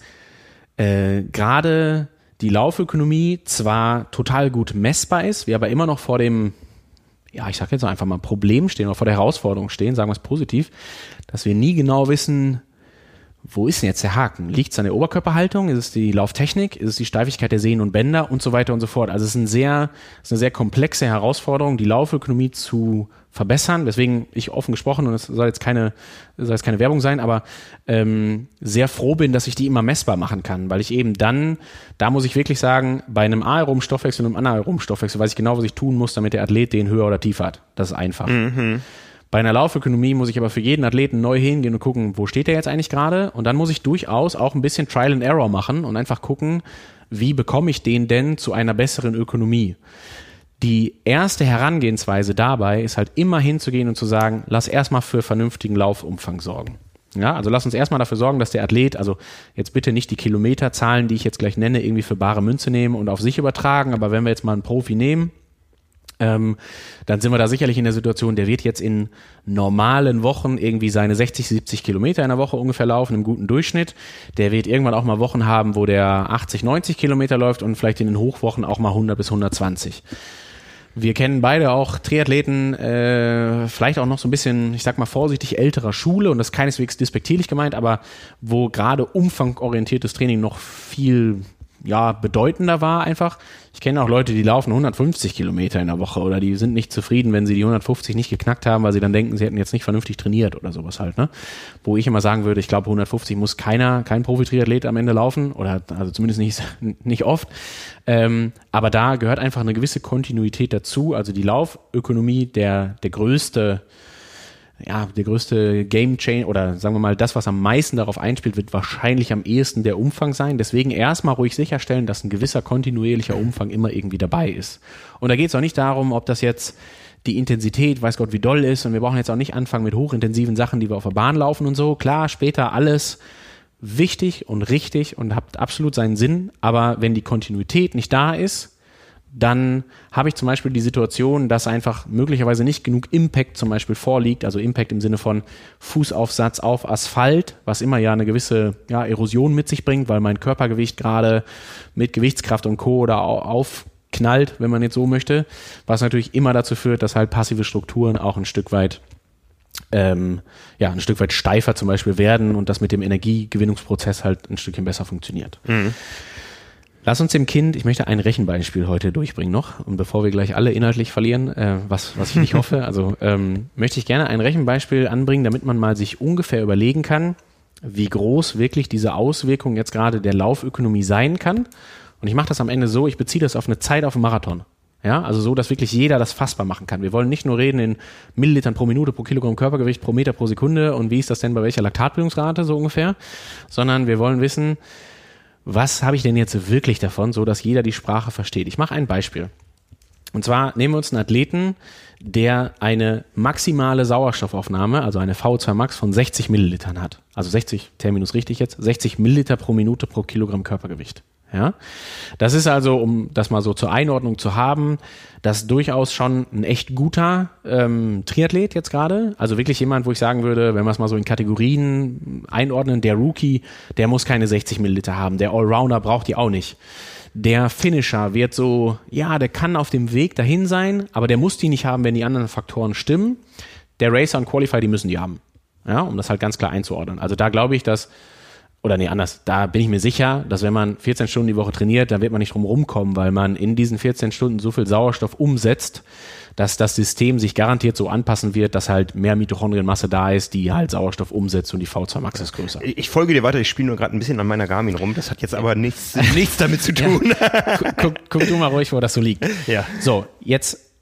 gerade die Laufökonomie zwar total gut messbar ist, wir aber immer noch vor dem, ja, ich sag jetzt einfach mal Problem stehen oder vor der Herausforderung stehen, sagen wir es positiv, dass wir nie genau wissen, wo ist denn jetzt der Haken? Liegt es an der Oberkörperhaltung? Ist es die Lauftechnik? Ist es die Steifigkeit der Sehnen und Bänder und so weiter und so fort? Also es ist eine sehr komplexe Herausforderung, die Laufökonomie zu verbessern, weswegen ich offen gesprochen, und es soll jetzt keine Werbung sein, aber sehr froh bin, dass ich die immer messbar machen kann, weil ich eben dann, da muss ich wirklich sagen, bei einem aeroben Stoffwechsel und einem anaeroben Stoffwechsel weiß ich genau, was ich tun muss, damit der Athlet den höher oder tiefer hat. Das ist einfach. Bei einer Laufökonomie muss ich aber für jeden Athleten neu hingehen und gucken, wo steht der jetzt eigentlich gerade? Und dann muss ich durchaus auch ein bisschen Trial and Error machen und einfach gucken, wie bekomme ich den denn zu einer besseren Ökonomie? Die erste Herangehensweise dabei ist halt immer hinzugehen und zu sagen, lass erstmal für vernünftigen Laufumfang sorgen. Ja, also lass uns erstmal dafür sorgen, dass der Athlet, also jetzt bitte nicht die Kilometerzahlen, die ich jetzt gleich nenne, irgendwie für bare Münze nehmen und auf sich übertragen, aber wenn wir jetzt mal einen Profi nehmen, dann sind wir da sicherlich in der Situation, der wird jetzt in normalen Wochen irgendwie seine 60, 70 Kilometer in der Woche ungefähr laufen, im guten Durchschnitt. Der wird irgendwann auch mal Wochen haben, wo der 80, 90 Kilometer läuft und vielleicht in den Hochwochen auch mal 100 bis 120. Wir kennen beide auch Triathleten, vielleicht auch noch so ein bisschen, ich sag mal vorsichtig, älterer Schule, und das ist keineswegs despektierlich gemeint, aber wo gerade umfangorientiertes Training noch viel bedeutender war einfach. Ich kenne auch Leute, die laufen 150 Kilometer in der Woche oder die sind nicht zufrieden, wenn sie die 150 nicht geknackt haben, weil sie dann denken, sie hätten jetzt nicht vernünftig trainiert oder sowas halt, ne? Wo ich immer sagen würde, ich glaube 150 muss kein Profi-Triathlet am Ende laufen oder also zumindest nicht oft. Aber da gehört einfach eine gewisse Kontinuität dazu. Also die Laufökonomie, der größte Game Changer oder sagen wir mal, das, was am meisten darauf einspielt, wird wahrscheinlich am ehesten der Umfang sein. Deswegen erstmal ruhig sicherstellen, dass ein gewisser kontinuierlicher Umfang immer irgendwie dabei ist. Und da geht es auch nicht darum, ob das jetzt die Intensität, weiß Gott wie doll ist, und wir brauchen jetzt auch nicht anfangen mit hochintensiven Sachen, die wir auf der Bahn laufen und so. Klar, später alles wichtig und richtig und hat absolut seinen Sinn, aber wenn die Kontinuität nicht da ist, dann habe ich zum Beispiel die Situation, dass einfach möglicherweise nicht genug Impact zum Beispiel vorliegt, also Impact im Sinne von Fußaufsatz auf Asphalt, was immer ja eine gewisse Erosion mit sich bringt, weil mein Körpergewicht gerade mit Gewichtskraft und Co. oder aufknallt, wenn man jetzt so möchte, was natürlich immer dazu führt, dass halt passive Strukturen auch ein Stück weit steifer zum Beispiel werden und das mit dem Energiegewinnungsprozess halt ein Stückchen besser funktioniert. Mhm. Lass uns dem Kind, ich möchte ein Rechenbeispiel heute durchbringen noch, und bevor wir gleich alle inhaltlich verlieren, was ich nicht hoffe, also möchte ich gerne ein Rechenbeispiel anbringen, damit man mal sich ungefähr überlegen kann, wie groß wirklich diese Auswirkung jetzt gerade der Laufökonomie sein kann. Und ich mache das am Ende so, ich beziehe das auf eine Zeit auf dem Marathon. Ja, also so, dass wirklich jeder das fassbar machen kann. Wir wollen nicht nur reden in Millilitern pro Minute, pro Kilogramm Körpergewicht, pro Meter pro Sekunde und wie ist das denn bei welcher Laktatbildungsrate so ungefähr, sondern wir wollen wissen, was habe ich denn jetzt wirklich davon, so dass jeder die Sprache versteht? Ich mache ein Beispiel. Und zwar nehmen wir uns einen Athleten, der eine maximale Sauerstoffaufnahme, also eine VO2 Max von 60 Millilitern hat. Also 60, Terminus richtig jetzt, 60 Milliliter pro Minute pro Kilogramm Körpergewicht. Ja, das ist also, um das mal so zur Einordnung zu haben, das durchaus schon ein echt guter Triathlet jetzt gerade. Also wirklich jemand, wo ich sagen würde, wenn wir es mal so in Kategorien einordnen, der Rookie, der muss keine 60 Milliliter haben, der Allrounder braucht die auch nicht. Der Finisher wird so, der kann auf dem Weg dahin sein, aber der muss die nicht haben, wenn die anderen Faktoren stimmen. Der Racer und Qualifier, die müssen die haben. Ja, um das halt ganz klar einzuordnen. Also da glaube ich, da bin ich mir sicher, dass wenn man 14 Stunden die Woche trainiert, da wird man nicht drum rumkommen, weil man in diesen 14 Stunden so viel Sauerstoff umsetzt, dass das System sich garantiert so anpassen wird, dass halt mehr Mitochondrienmasse da ist, die halt Sauerstoff umsetzt und die V2 Max ist größer. Ich folge dir weiter, ich spiele nur gerade ein bisschen an meiner Garmin rum, das hat jetzt aber nichts damit zu tun. Ja. Guck du mal ruhig, wo das so liegt. Ja. So, jetzt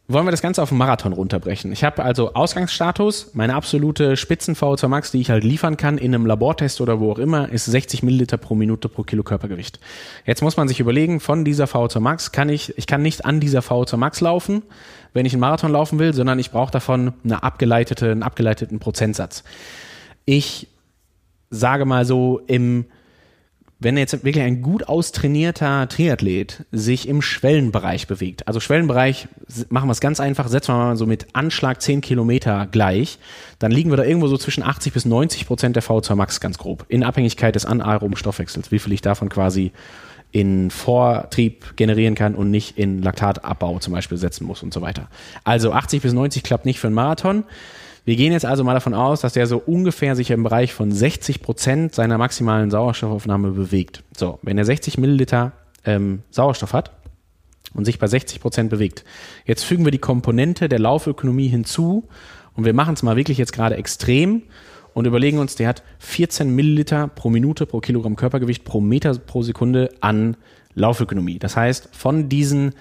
wollen wir das Ganze auf einen Marathon runterbrechen. Ich habe also Ausgangsstatus, meine absolute Spitzen-VO2 Max, die ich halt liefern kann in einem Labortest oder wo auch immer, ist 60 Milliliter pro Minute pro Kilo Körpergewicht. Jetzt muss man sich überlegen, von dieser VO2 Max ich kann nicht an dieser VO2 Max laufen, wenn ich einen Marathon laufen will, sondern ich brauche davon einen abgeleiteten Prozentsatz. Ich sage mal so, wenn jetzt wirklich ein gut austrainierter Triathlet sich im Schwellenbereich bewegt, also Schwellenbereich, machen wir es ganz einfach, setzen wir mal so mit Anschlag 10 Kilometer gleich, dann liegen wir da irgendwo so zwischen 80-90% der VO2 Max ganz grob, in Abhängigkeit des anaeroben Stoffwechsels, wie viel ich davon quasi in Vortrieb generieren kann und nicht in Laktatabbau zum Beispiel setzen muss und so weiter. Also 80-90 klappt nicht für einen Marathon. Wir gehen jetzt also mal davon aus, dass der so ungefähr sich im Bereich von 60% seiner maximalen Sauerstoffaufnahme bewegt. So, wenn er 60 Milliliter Sauerstoff hat und sich bei 60% bewegt, jetzt fügen wir die Komponente der Laufökonomie hinzu und wir machen es mal wirklich jetzt gerade extrem und überlegen uns, der hat 14 Milliliter pro Minute pro Kilogramm Körpergewicht pro Meter pro Sekunde an Laufökonomie. Das heißt, von diesen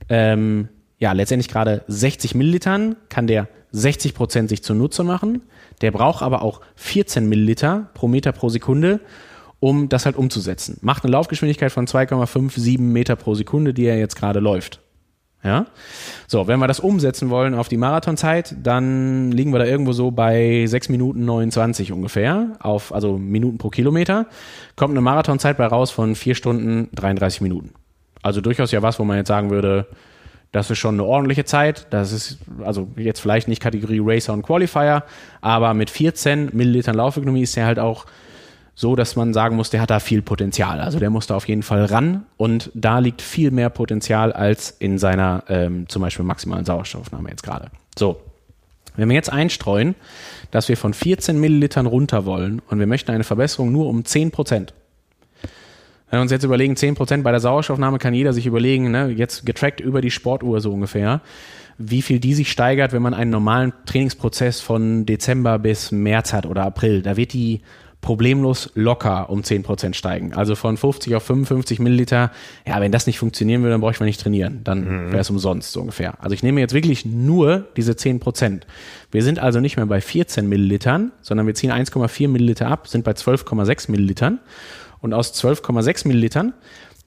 letztendlich gerade 60 Millilitern kann der 60% sich zunutze machen. Der braucht aber auch 14 Milliliter pro Meter pro Sekunde, um das halt umzusetzen. Macht eine Laufgeschwindigkeit von 2,57 Meter pro Sekunde, die er jetzt gerade läuft. Ja? So, wenn wir das umsetzen wollen auf die Marathonzeit, dann liegen wir da irgendwo so bei 6 Minuten 29 ungefähr, also Minuten pro Kilometer. Kommt eine Marathonzeit bei raus von 4 Stunden 33 Minuten. Also durchaus ja was, wo man jetzt sagen würde, das ist schon eine ordentliche Zeit. Das ist also jetzt vielleicht nicht Kategorie Racer und Qualifier, aber mit 14 Millilitern Laufökonomie ist er halt auch so, dass man sagen muss, der hat da viel Potenzial. Also der muss da auf jeden Fall ran und da liegt viel mehr Potenzial als in seiner zum Beispiel maximalen Sauerstoffaufnahme jetzt gerade. So, wenn wir jetzt einstreuen, dass wir von 14 Millilitern runter wollen und wir möchten eine Verbesserung nur um 10%. Wenn wir uns jetzt überlegen, 10% bei der Sauerstoffnahme, kann jeder sich überlegen, ne, jetzt getrackt über die Sportuhr so ungefähr, wie viel die sich steigert, wenn man einen normalen Trainingsprozess von Dezember bis März hat oder April. Da wird die problemlos locker um 10% steigen. Also von 50 auf 55 Milliliter. Ja, wenn das nicht funktionieren würde, dann brauche ich mal nicht trainieren. Dann wäre es umsonst so ungefähr. Also ich nehme jetzt wirklich nur diese 10%. Wir sind also nicht mehr bei 14 Millilitern, sondern wir ziehen 1,4 Milliliter ab, sind bei 12,6 Millilitern. Und aus 12,6 Millilitern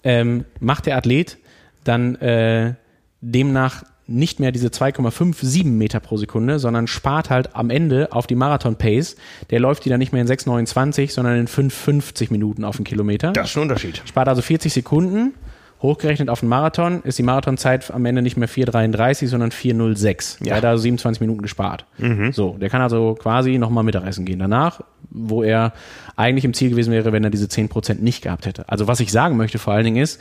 macht der Athlet dann demnach nicht mehr diese 2,57 Meter pro Sekunde, sondern spart halt am Ende auf die Marathon-Pace. Der läuft die dann nicht mehr in 6,29, sondern in 5,50 Minuten auf den Kilometer. Das ist ein Unterschied. Spart also 40 Sekunden. Hochgerechnet auf den Marathon ist die Marathonzeit am Ende nicht mehr 4,33, sondern 4,06. Ja. Er hat also 27 Minuten gespart. So, der kann also quasi nochmal Mittagessen gehen danach, wo er eigentlich im Ziel gewesen wäre, wenn er diese 10% nicht gehabt hätte. Also was ich sagen möchte vor allen Dingen ist,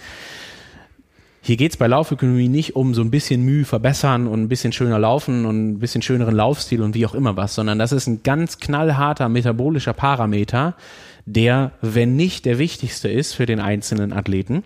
hier geht's bei Laufökonomie nicht um so ein bisschen Mühe verbessern und ein bisschen schöner laufen und ein bisschen schöneren Laufstil und wie auch immer was, sondern das ist ein ganz knallharter metabolischer Parameter, der, wenn nicht der wichtigste ist für den einzelnen Athleten,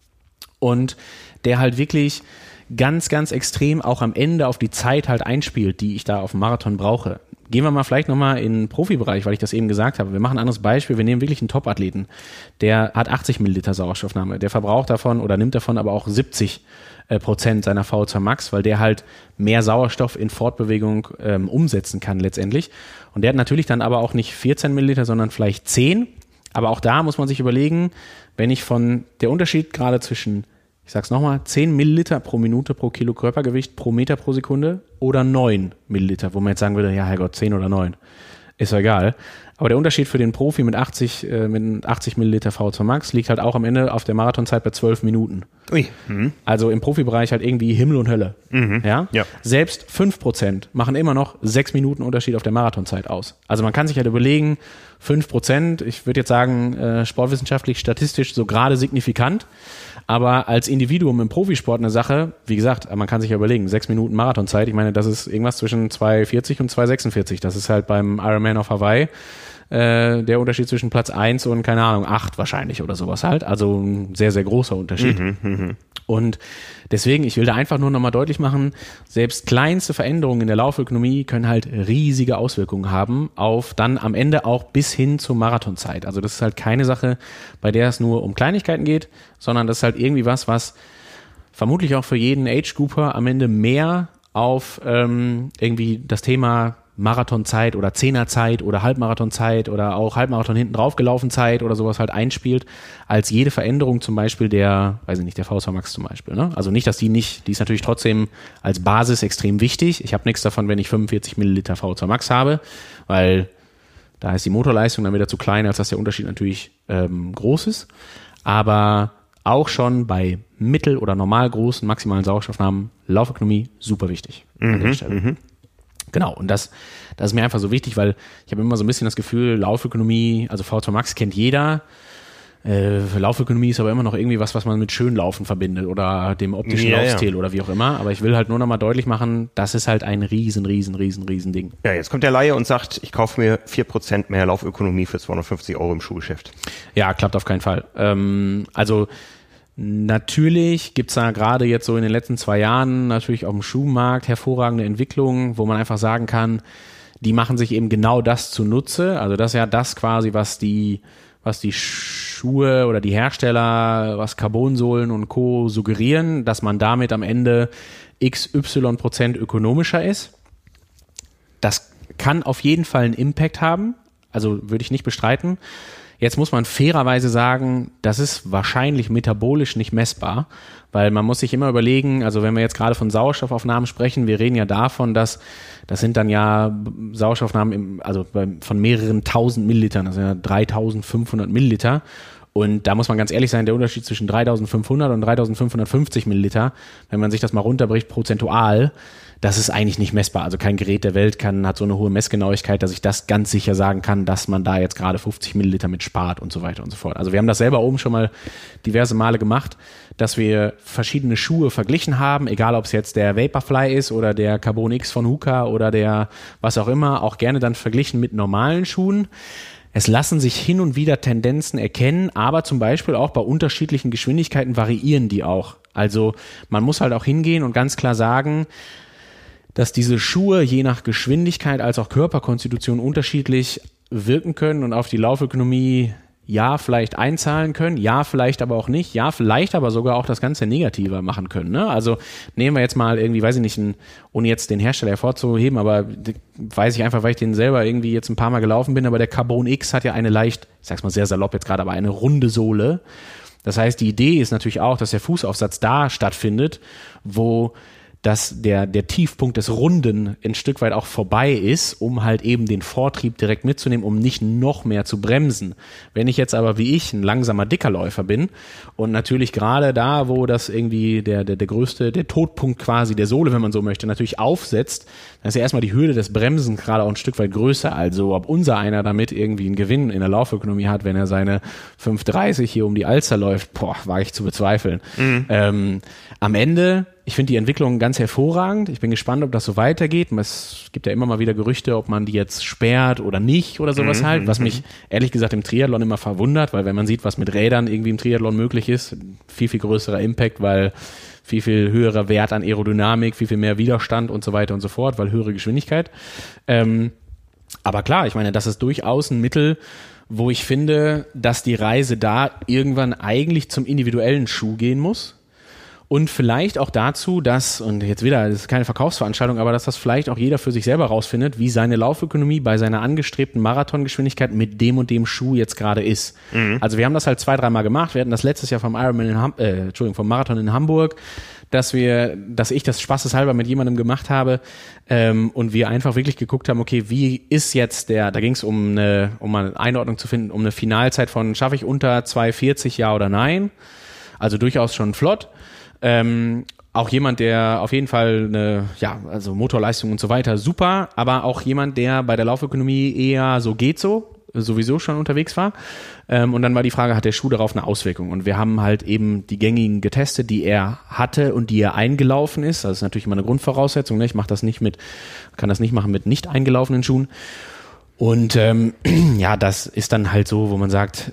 und der halt wirklich ganz, ganz extrem auch am Ende auf die Zeit halt einspielt, die ich da auf dem Marathon brauche. Gehen wir mal vielleicht nochmal in den Profibereich, weil ich das eben gesagt habe. Wir machen ein anderes Beispiel. Wir nehmen wirklich einen Top-Athleten. Der hat 80 Milliliter Sauerstoffnahme. Der verbraucht davon oder nimmt davon aber auch 70% seiner VO2 Max, weil der halt mehr Sauerstoff in Fortbewegung umsetzen kann letztendlich. Und der hat natürlich dann aber auch nicht 14 Milliliter, sondern vielleicht 10. Aber auch da muss man sich überlegen, wenn ich der Unterschied gerade zwischen, ich sag's nochmal, 10 Milliliter pro Minute pro Kilo Körpergewicht pro Meter pro Sekunde oder 9 Milliliter, wo man jetzt sagen würde, ja Herrgott, 10 oder 9, ist ja egal. Aber der Unterschied für den Profi mit 80 Milliliter VO2 Max liegt halt auch am Ende auf der Marathonzeit bei 12 Minuten. Ui. Also im Profibereich halt irgendwie Himmel und Hölle. Ja? Selbst 5% machen immer noch 6 Minuten Unterschied auf der Marathonzeit aus. Also man kann sich halt überlegen, 5%, ich würde jetzt sagen, sportwissenschaftlich, statistisch so gerade signifikant, aber als Individuum im Profisport eine Sache, wie gesagt, man kann sich ja überlegen, 6 Minuten Marathonzeit, ich meine, das ist irgendwas zwischen 2,40 und 2,46, das ist halt beim Ironman auf Hawaii der Unterschied zwischen Platz 1 und, keine Ahnung, 8 wahrscheinlich oder sowas halt, also ein sehr, sehr großer Unterschied. Und deswegen, ich will da einfach nur nochmal deutlich machen, selbst kleinste Veränderungen in der Laufökonomie können halt riesige Auswirkungen haben auf dann am Ende auch bis hin zur Marathonzeit. Also das ist halt keine Sache, bei der es nur um Kleinigkeiten geht, sondern das ist halt irgendwie was vermutlich auch für jeden Age-Grouper am Ende mehr auf irgendwie das Thema Marathonzeit oder Zehnerzeit oder Halbmarathonzeit oder auch Halbmarathon hinten drauf gelaufen Zeit oder sowas halt einspielt, als jede Veränderung zum Beispiel der VO2 Max zum Beispiel. Ne? Also nicht, die ist natürlich trotzdem als Basis extrem wichtig. Ich habe nichts davon, wenn ich 45 Milliliter VO2 Max habe, weil da ist die Motorleistung dann wieder zu klein, als dass der Unterschied natürlich groß ist. Aber auch schon bei mittel- oder normal großen maximalen Sauerstoffnahmen Laufökonomie super wichtig an der Stelle. Genau, und das ist mir einfach so wichtig, weil ich habe immer so ein bisschen das Gefühl, Laufökonomie, also VO2 Max kennt jeder. Laufökonomie ist aber immer noch irgendwie was man mit Schönlaufen verbindet oder dem optischen Laufstil oder wie auch immer. Aber ich will halt nur nochmal deutlich machen, das ist halt ein riesen Ding. Ja, jetzt kommt der Laie und sagt, ich kaufe mir 4% mehr Laufökonomie für 250 € im Schuhgeschäft. Ja, klappt auf keinen Fall. Also natürlich gibt's da gerade jetzt so in den letzten 2 Jahren natürlich auf dem Schuhmarkt hervorragende Entwicklungen, wo man einfach sagen kann, die machen sich eben genau das zunutze. Also das ist ja das quasi, was die Schuhe oder die Hersteller, was Carbonsohlen und Co. suggerieren, dass man damit am Ende XY% ökonomischer ist. Das kann auf jeden Fall einen Impact haben, also würde ich nicht bestreiten. Jetzt muss man fairerweise sagen, das ist wahrscheinlich metabolisch nicht messbar, weil man muss sich immer überlegen, also wenn wir jetzt gerade von Sauerstoffaufnahmen sprechen, wir reden ja davon, das sind dann ja Sauerstoffaufnahmen von mehreren tausend Millilitern, also 3500 Milliliter. Und da muss man ganz ehrlich sein, der Unterschied zwischen 3500 und 3550 Milliliter, wenn man sich das mal runterbricht prozentual, das ist eigentlich nicht messbar. Also kein Gerät der Welt hat so eine hohe Messgenauigkeit, dass ich das ganz sicher sagen kann, dass man da jetzt gerade 50 Milliliter mit spart und so weiter und so fort. Also wir haben das selber oben schon mal diverse Male gemacht, dass wir verschiedene Schuhe verglichen haben, egal ob es jetzt der Vaporfly ist oder der Carbon X von Hoka oder der was auch immer, auch gerne dann verglichen mit normalen Schuhen. Es lassen sich hin und wieder Tendenzen erkennen, aber zum Beispiel auch bei unterschiedlichen Geschwindigkeiten variieren die auch. Also man muss halt auch hingehen und ganz klar sagen, dass diese Schuhe je nach Geschwindigkeit als auch Körperkonstitution unterschiedlich wirken können und auf die Laufökonomie ja vielleicht einzahlen können, ja vielleicht aber auch nicht, ja vielleicht aber sogar auch das Ganze negativer machen können. Ne? Also nehmen wir jetzt mal irgendwie, weiß ich nicht, ohne jetzt den Hersteller hervorzuheben, aber weiß ich einfach, weil ich den selber irgendwie jetzt ein paar Mal gelaufen bin, aber der Carbon X hat ja eine leicht, ich sag's mal sehr salopp jetzt gerade, aber eine runde Sohle. Das heißt, die Idee ist natürlich auch, dass der Fußaufsatz da stattfindet, wo dass der Tiefpunkt des Runden ein Stück weit auch vorbei ist, um halt eben den Vortrieb direkt mitzunehmen, um nicht noch mehr zu bremsen. Wenn ich jetzt aber wie ich ein langsamer, dicker Läufer bin und natürlich gerade da, wo das irgendwie der Todpunkt quasi der Sohle, wenn man so möchte, natürlich aufsetzt, dann ist ja erstmal die Hürde des Bremsen gerade auch ein Stück weit größer. Also ob unser einer damit irgendwie einen Gewinn in der Laufökonomie hat, wenn er seine 5,30 hier um die Alster läuft, wage ich zu bezweifeln. Am Ende, ich finde die Entwicklung ganz hervorragend. Ich bin gespannt, ob das so weitergeht. Es gibt ja immer mal wieder Gerüchte, ob man die jetzt sperrt oder nicht oder sowas halt, was mich ehrlich gesagt im Triathlon immer verwundert, weil wenn man sieht, was mit Rädern irgendwie im Triathlon möglich ist, viel größerer Impact, weil viel höherer Wert an Aerodynamik, viel mehr Widerstand und so weiter und so fort, weil höhere Geschwindigkeit. Aber klar, ich meine, das ist durchaus ein Mittel, wo ich finde, dass die Reise da irgendwann eigentlich zum individuellen Schuh gehen muss. Und vielleicht auch dazu, dass, und jetzt wieder, das ist keine Verkaufsveranstaltung, aber dass das vielleicht auch jeder für sich selber rausfindet, wie seine Laufökonomie bei seiner angestrebten Marathongeschwindigkeit mit dem und dem Schuh jetzt gerade ist. Also wir haben das halt 2-3 Mal gemacht. Wir hatten das letztes Jahr vom vom Marathon in Hamburg, dass ich das spaßeshalber mit jemandem gemacht habe und wir einfach wirklich geguckt haben, okay, wie ist jetzt da ging es um mal eine Einordnung zu finden, um eine Finalzeit von, schaffe ich unter 2,40, ja oder nein? Also durchaus schon flott. Auch jemand, der auf jeden Fall also Motorleistung und so weiter, super, aber auch jemand, der bei der Laufökonomie eher sowieso schon unterwegs war. Und dann war die Frage, hat der Schuh darauf eine Auswirkung? Und wir haben halt eben die gängigen getestet, die er hatte und die er eingelaufen ist. Das ist natürlich immer eine Grundvoraussetzung. Ne? Ich kann das nicht machen mit nicht eingelaufenen Schuhen. Und das ist dann halt so, wo man sagt,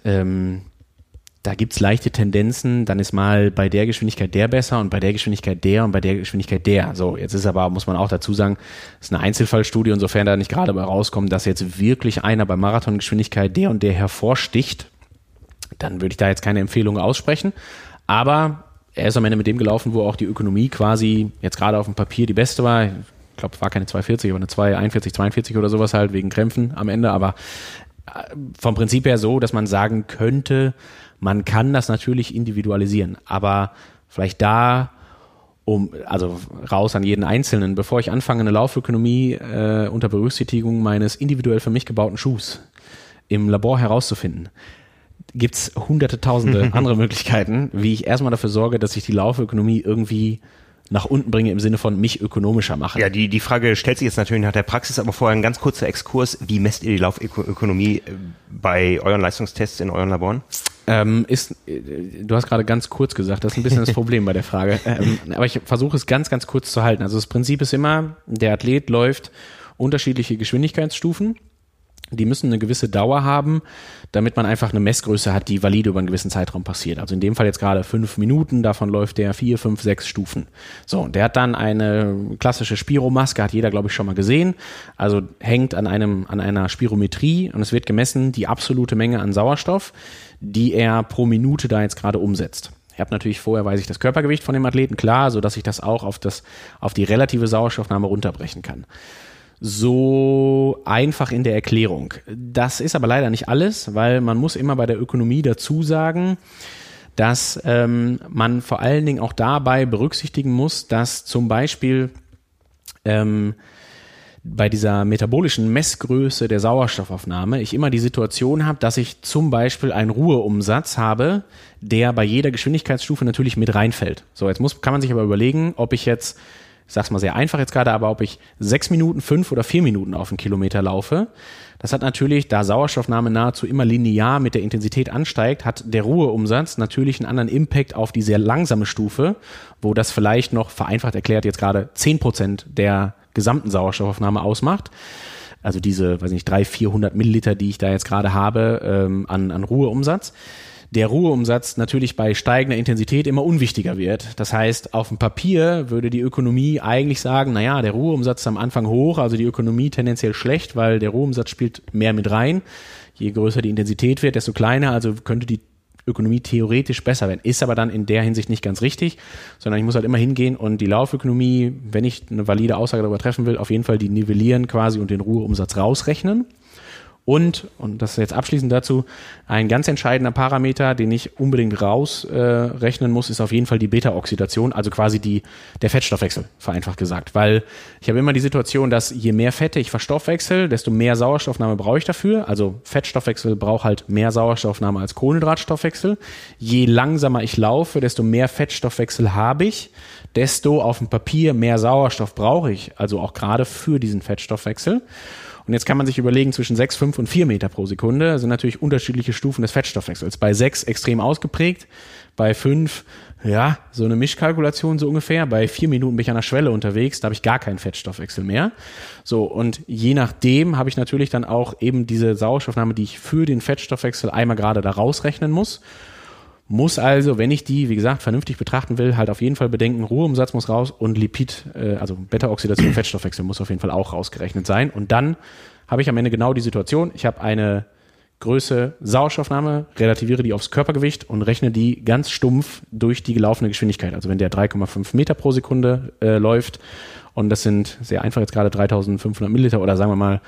da gibt's leichte Tendenzen, dann ist mal bei der Geschwindigkeit der besser und bei der Geschwindigkeit der und bei der Geschwindigkeit der. So, jetzt ist aber, muss man auch dazu sagen, das ist eine Einzelfallstudie und sofern da nicht gerade bei rauskommt, dass jetzt wirklich einer bei Marathongeschwindigkeit der und der hervorsticht, dann würde ich da jetzt keine Empfehlung aussprechen. Aber er ist am Ende mit dem gelaufen, wo auch die Ökonomie quasi jetzt gerade auf dem Papier die beste war. Ich glaube, es war keine 2,40, aber eine 2,41, 42 oder sowas halt wegen Krämpfen am Ende. Aber vom Prinzip her so, dass man sagen könnte, man kann das natürlich individualisieren. Aber vielleicht da, also raus an jeden Einzelnen, bevor ich anfange, eine Laufökonomie unter Berücksichtigung meines individuell für mich gebauten Schuhs im Labor herauszufinden, gibt es hunderte, tausende andere Möglichkeiten, wie ich erstmal dafür sorge, dass ich die Laufökonomie irgendwie nach unten bringe im Sinne von mich ökonomischer mache. Ja, die Frage stellt sich jetzt natürlich nach der Praxis, aber vorher ein ganz kurzer Exkurs. Wie messt ihr die Laufökonomie bei euren Leistungstests in euren Laboren? Du hast gerade ganz kurz gesagt, das ist ein bisschen das Problem bei der Frage. Aber ich versuche es ganz, ganz kurz zu halten. Also das Prinzip ist immer, der Athlet läuft unterschiedliche Geschwindigkeitsstufen. Die müssen eine gewisse Dauer haben, damit man einfach eine Messgröße hat, die valide über einen gewissen Zeitraum passiert. Also in dem Fall jetzt gerade 5 Minuten, davon läuft der 4, 5, 6 Stufen. So, und der hat dann eine klassische Spiromaske, hat jeder, glaube ich, schon mal gesehen. Also hängt an einer Spirometrie und es wird gemessen die absolute Menge an Sauerstoff, die er pro Minute da jetzt gerade umsetzt. Ich habe natürlich vorher, weiß ich, das Körpergewicht von dem Athleten, klar, sodass ich das auch auf die relative Sauerstoffnahme runterbrechen kann. So einfach in der Erklärung. Das ist aber leider nicht alles, weil man muss immer bei der Ökonomie dazu sagen, dass man vor allen Dingen auch dabei berücksichtigen muss, dass zum Beispiel bei dieser metabolischen Messgröße der Sauerstoffaufnahme ich immer die Situation habe, dass ich zum Beispiel einen Ruheumsatz habe, der bei jeder Geschwindigkeitsstufe natürlich mit reinfällt. So, jetzt kann man sich aber überlegen, ob ich jetzt, ich sag's mal sehr einfach jetzt gerade, aber ob ich 6 Minuten, 5 oder 4 Minuten auf einen Kilometer laufe, das hat natürlich, da Sauerstoffnahme nahezu immer linear mit der Intensität ansteigt, hat der Ruheumsatz natürlich einen anderen Impact auf die sehr langsame Stufe, wo das vielleicht noch vereinfacht erklärt jetzt gerade 10% der gesamten Sauerstoffaufnahme ausmacht. Also diese, 300-400 Milliliter, die ich da jetzt gerade habe an Ruheumsatz. Der Ruheumsatz natürlich bei steigender Intensität immer unwichtiger wird. Das heißt, auf dem Papier würde die Ökonomie eigentlich sagen, naja, der Ruheumsatz ist am Anfang hoch, also die Ökonomie tendenziell schlecht, weil der Ruheumsatz spielt mehr mit rein. Je größer die Intensität wird, desto kleiner, also könnte die Ökonomie theoretisch besser werden. Ist aber dann in der Hinsicht nicht ganz richtig, sondern ich muss halt immer hingehen und die Laufökonomie, wenn ich eine valide Aussage darüber treffen will, auf jeden Fall die nivellieren quasi und den Ruheumsatz rausrechnen. Und das ist jetzt abschließend dazu, ein ganz entscheidender Parameter, den ich unbedingt rausrechnen muss, ist auf jeden Fall die Beta-Oxidation, also quasi der Fettstoffwechsel, vereinfacht gesagt. Weil ich habe immer die Situation, dass je mehr Fette ich verstoffwechsel, desto mehr Sauerstoffnahme brauche ich dafür. Also Fettstoffwechsel braucht halt mehr Sauerstoffnahme als Kohlenhydratstoffwechsel. Je langsamer ich laufe, desto mehr Fettstoffwechsel habe ich, desto auf dem Papier mehr Sauerstoff brauche ich, also auch gerade für diesen Fettstoffwechsel. Und jetzt kann man sich überlegen, zwischen 6, 5 und 4 Meter pro Sekunde sind natürlich unterschiedliche Stufen des Fettstoffwechsels. Bei 6 extrem ausgeprägt, bei 5, ja, so eine Mischkalkulation so ungefähr. Bei 4 Minuten bin ich an der Schwelle unterwegs, da habe ich gar keinen Fettstoffwechsel mehr. So, und je nachdem habe ich natürlich dann auch eben diese Sauerstoffnahme, die ich für den Fettstoffwechsel einmal gerade da rausrechnen muss. Muss also, wenn ich die, wie gesagt, vernünftig betrachten will, halt auf jeden Fall bedenken, Ruheumsatz muss raus und also Beta-Oxidation, Fettstoffwechsel muss auf jeden Fall auch rausgerechnet sein. Und dann habe ich am Ende genau die Situation, ich habe eine Größe Sauerstoffnahme, relativiere die aufs Körpergewicht und rechne die ganz stumpf durch die gelaufene Geschwindigkeit. Also wenn der 3,5 Meter pro Sekunde läuft und das sind sehr einfach jetzt gerade 3500 Milliliter oder sagen wir mal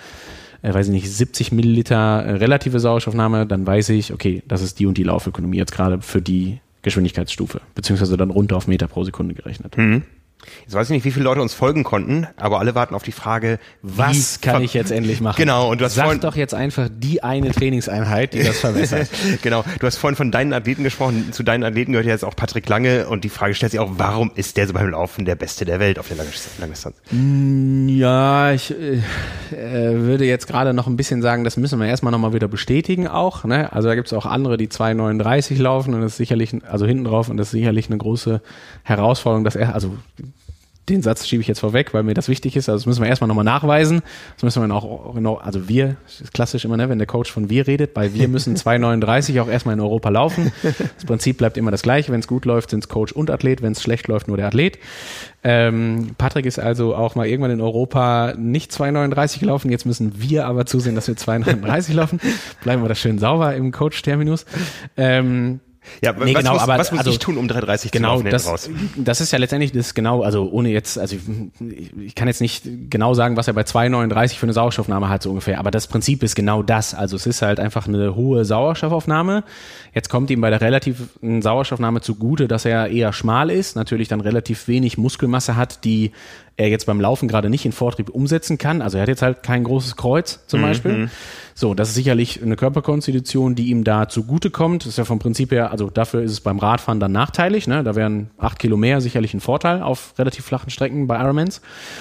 70 Milliliter relative Sauerstoffnahme, dann weiß ich, okay, das ist die und die Laufökonomie jetzt gerade für die Geschwindigkeitsstufe, beziehungsweise dann runter auf Meter pro Sekunde gerechnet. Mhm. Jetzt weiß ich nicht, wie viele Leute uns folgen konnten, aber alle warten auf die Frage, was kann ich jetzt endlich machen? Genau. Und du hast Sag doch jetzt einfach die eine Trainingseinheit, die das verbessert. Genau. Du hast vorhin von deinen Athleten gesprochen. Zu deinen Athleten gehört ja jetzt auch Patrick Lange und die Frage stellt sich auch, warum ist der so beim Laufen der Beste der Welt auf der Langdistanz? Ja, ich würde jetzt gerade noch ein bisschen sagen, das müssen wir erstmal nochmal wieder bestätigen auch. Ne? Also da gibt es auch andere, die 2,39 laufen und das ist sicherlich, also hinten drauf, und das ist sicherlich eine große Herausforderung, dass den Satz schiebe ich jetzt vorweg, weil mir das wichtig ist. Also das müssen wir erstmal nochmal nachweisen. Das müssen wir auch genau, also wir, das ist klassisch immer, ne, wenn der Coach von wir redet, bei wir müssen 2,39 auch erstmal in Europa laufen. Das Prinzip bleibt immer das gleiche. Wenn es gut läuft, sind es Coach und Athlet. Wenn es schlecht läuft, nur der Athlet. Patrick ist also auch mal irgendwann in Europa nicht 2,39 gelaufen. Jetzt müssen wir aber zusehen, dass wir 2,39 laufen. Bleiben wir das schön sauber im Coach-Terminus. Ja, nee, was muss ich tun, um 3:30 zu laufen? Das ist ja letztendlich das genau, also ohne jetzt, also ich kann jetzt nicht genau sagen, was er bei 2:39 für eine Sauerstoffnahme hat, so ungefähr, aber das Prinzip ist genau das. Also es ist halt einfach eine hohe Sauerstoffaufnahme. Jetzt kommt ihm bei der relativen Sauerstoffnahme zugute, dass er eher schmal ist, natürlich dann relativ wenig Muskelmasse hat, die er jetzt beim Laufen gerade nicht in Vortrieb umsetzen kann. Also er hat jetzt halt kein großes Kreuz zum Beispiel. So, das ist sicherlich eine Körperkonstitution, die ihm da zugute kommt. Das ist ja vom Prinzip her, also dafür ist es beim Radfahren dann nachteilig. Ne? Da wären 8 Kilo mehr sicherlich ein Vorteil auf relativ flachen Strecken bei Ironmans.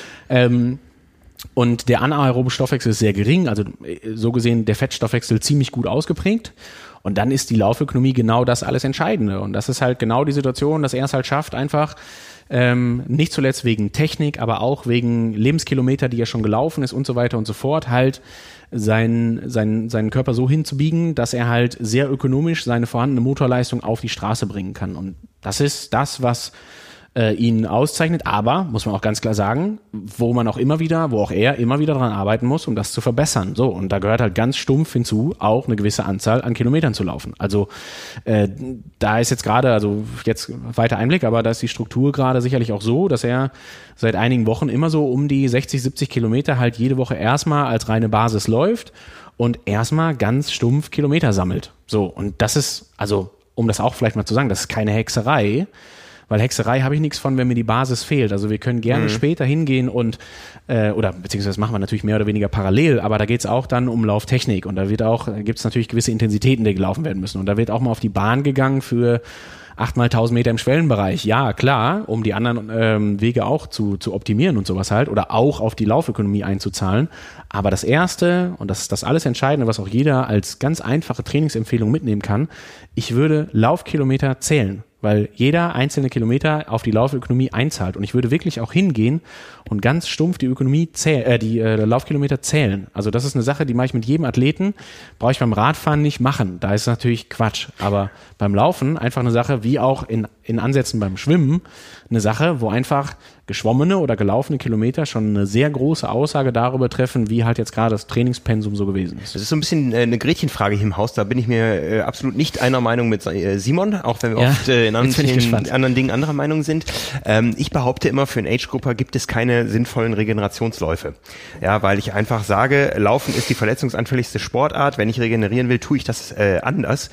Und der anaerobe Stoffwechsel ist sehr gering, also so gesehen der Fettstoffwechsel ziemlich gut ausgeprägt. Und dann ist die Laufökonomie genau das alles Entscheidende. Und das ist halt genau die Situation, dass er es halt schafft, einfach nicht zuletzt wegen Technik, aber auch wegen Lebenskilometer, die er schon gelaufen ist und so weiter und so fort, halt seinen Körper so hinzubiegen, dass er halt sehr ökonomisch seine vorhandene Motorleistung auf die Straße bringen kann. Und das ist das, was ihn auszeichnet, aber, muss man auch ganz klar sagen, wo auch er immer wieder dran arbeiten muss, um das zu verbessern. So, und da gehört halt ganz stumpf hinzu, auch eine gewisse Anzahl an Kilometern zu laufen. Also da ist jetzt gerade, also jetzt weiter Einblick, aber da ist die Struktur gerade sicherlich auch so, dass er seit einigen Wochen immer so um die 60, 70 Kilometer halt jede Woche erstmal als reine Basis läuft und erstmal ganz stumpf Kilometer sammelt. So, und das ist, also um das auch vielleicht mal zu sagen, das ist keine Hexerei, weil Hexerei habe ich nichts von, wenn mir die Basis fehlt. Also wir können gerne später hingehen und, oder beziehungsweise das machen wir natürlich mehr oder weniger parallel, aber da geht es auch dann um Lauftechnik und da gibt es natürlich gewisse Intensitäten, die gelaufen werden müssen. Und da wird auch mal auf die Bahn gegangen für 8 mal 1000 Meter im Schwellenbereich. Ja, klar, um die anderen Wege auch zu optimieren und sowas halt oder auch auf die Laufökonomie einzuzahlen. Aber das Erste, und das ist das alles Entscheidende, was auch jeder als ganz einfache Trainingsempfehlung mitnehmen kann, ich würde Laufkilometer zählen, weil jeder einzelne Kilometer auf die Laufökonomie einzahlt. Und ich würde wirklich auch hingehen und ganz stumpf die Laufkilometer zählen. Also das ist eine Sache, die mache ich mit jedem Athleten, brauche ich beim Radfahren nicht machen. Da ist natürlich Quatsch. Aber beim Laufen einfach eine Sache, wie auch in Ansätzen beim Schwimmen, eine Sache, wo einfach geschwommene oder gelaufene Kilometer schon eine sehr große Aussage darüber treffen, wie halt jetzt gerade das Trainingspensum so gewesen ist. Das ist so ein bisschen eine Gretchenfrage hier im Haus, da bin ich mir absolut nicht einer Meinung mit Simon, auch wenn wir oft in anderen Dingen anderer Meinung sind. Ich behaupte immer, für einen Age-Grupper gibt es keine sinnvollen Regenerationsläufe. Ja, weil ich einfach sage, Laufen ist die verletzungsanfälligste Sportart, wenn ich regenerieren will, tue ich das anders.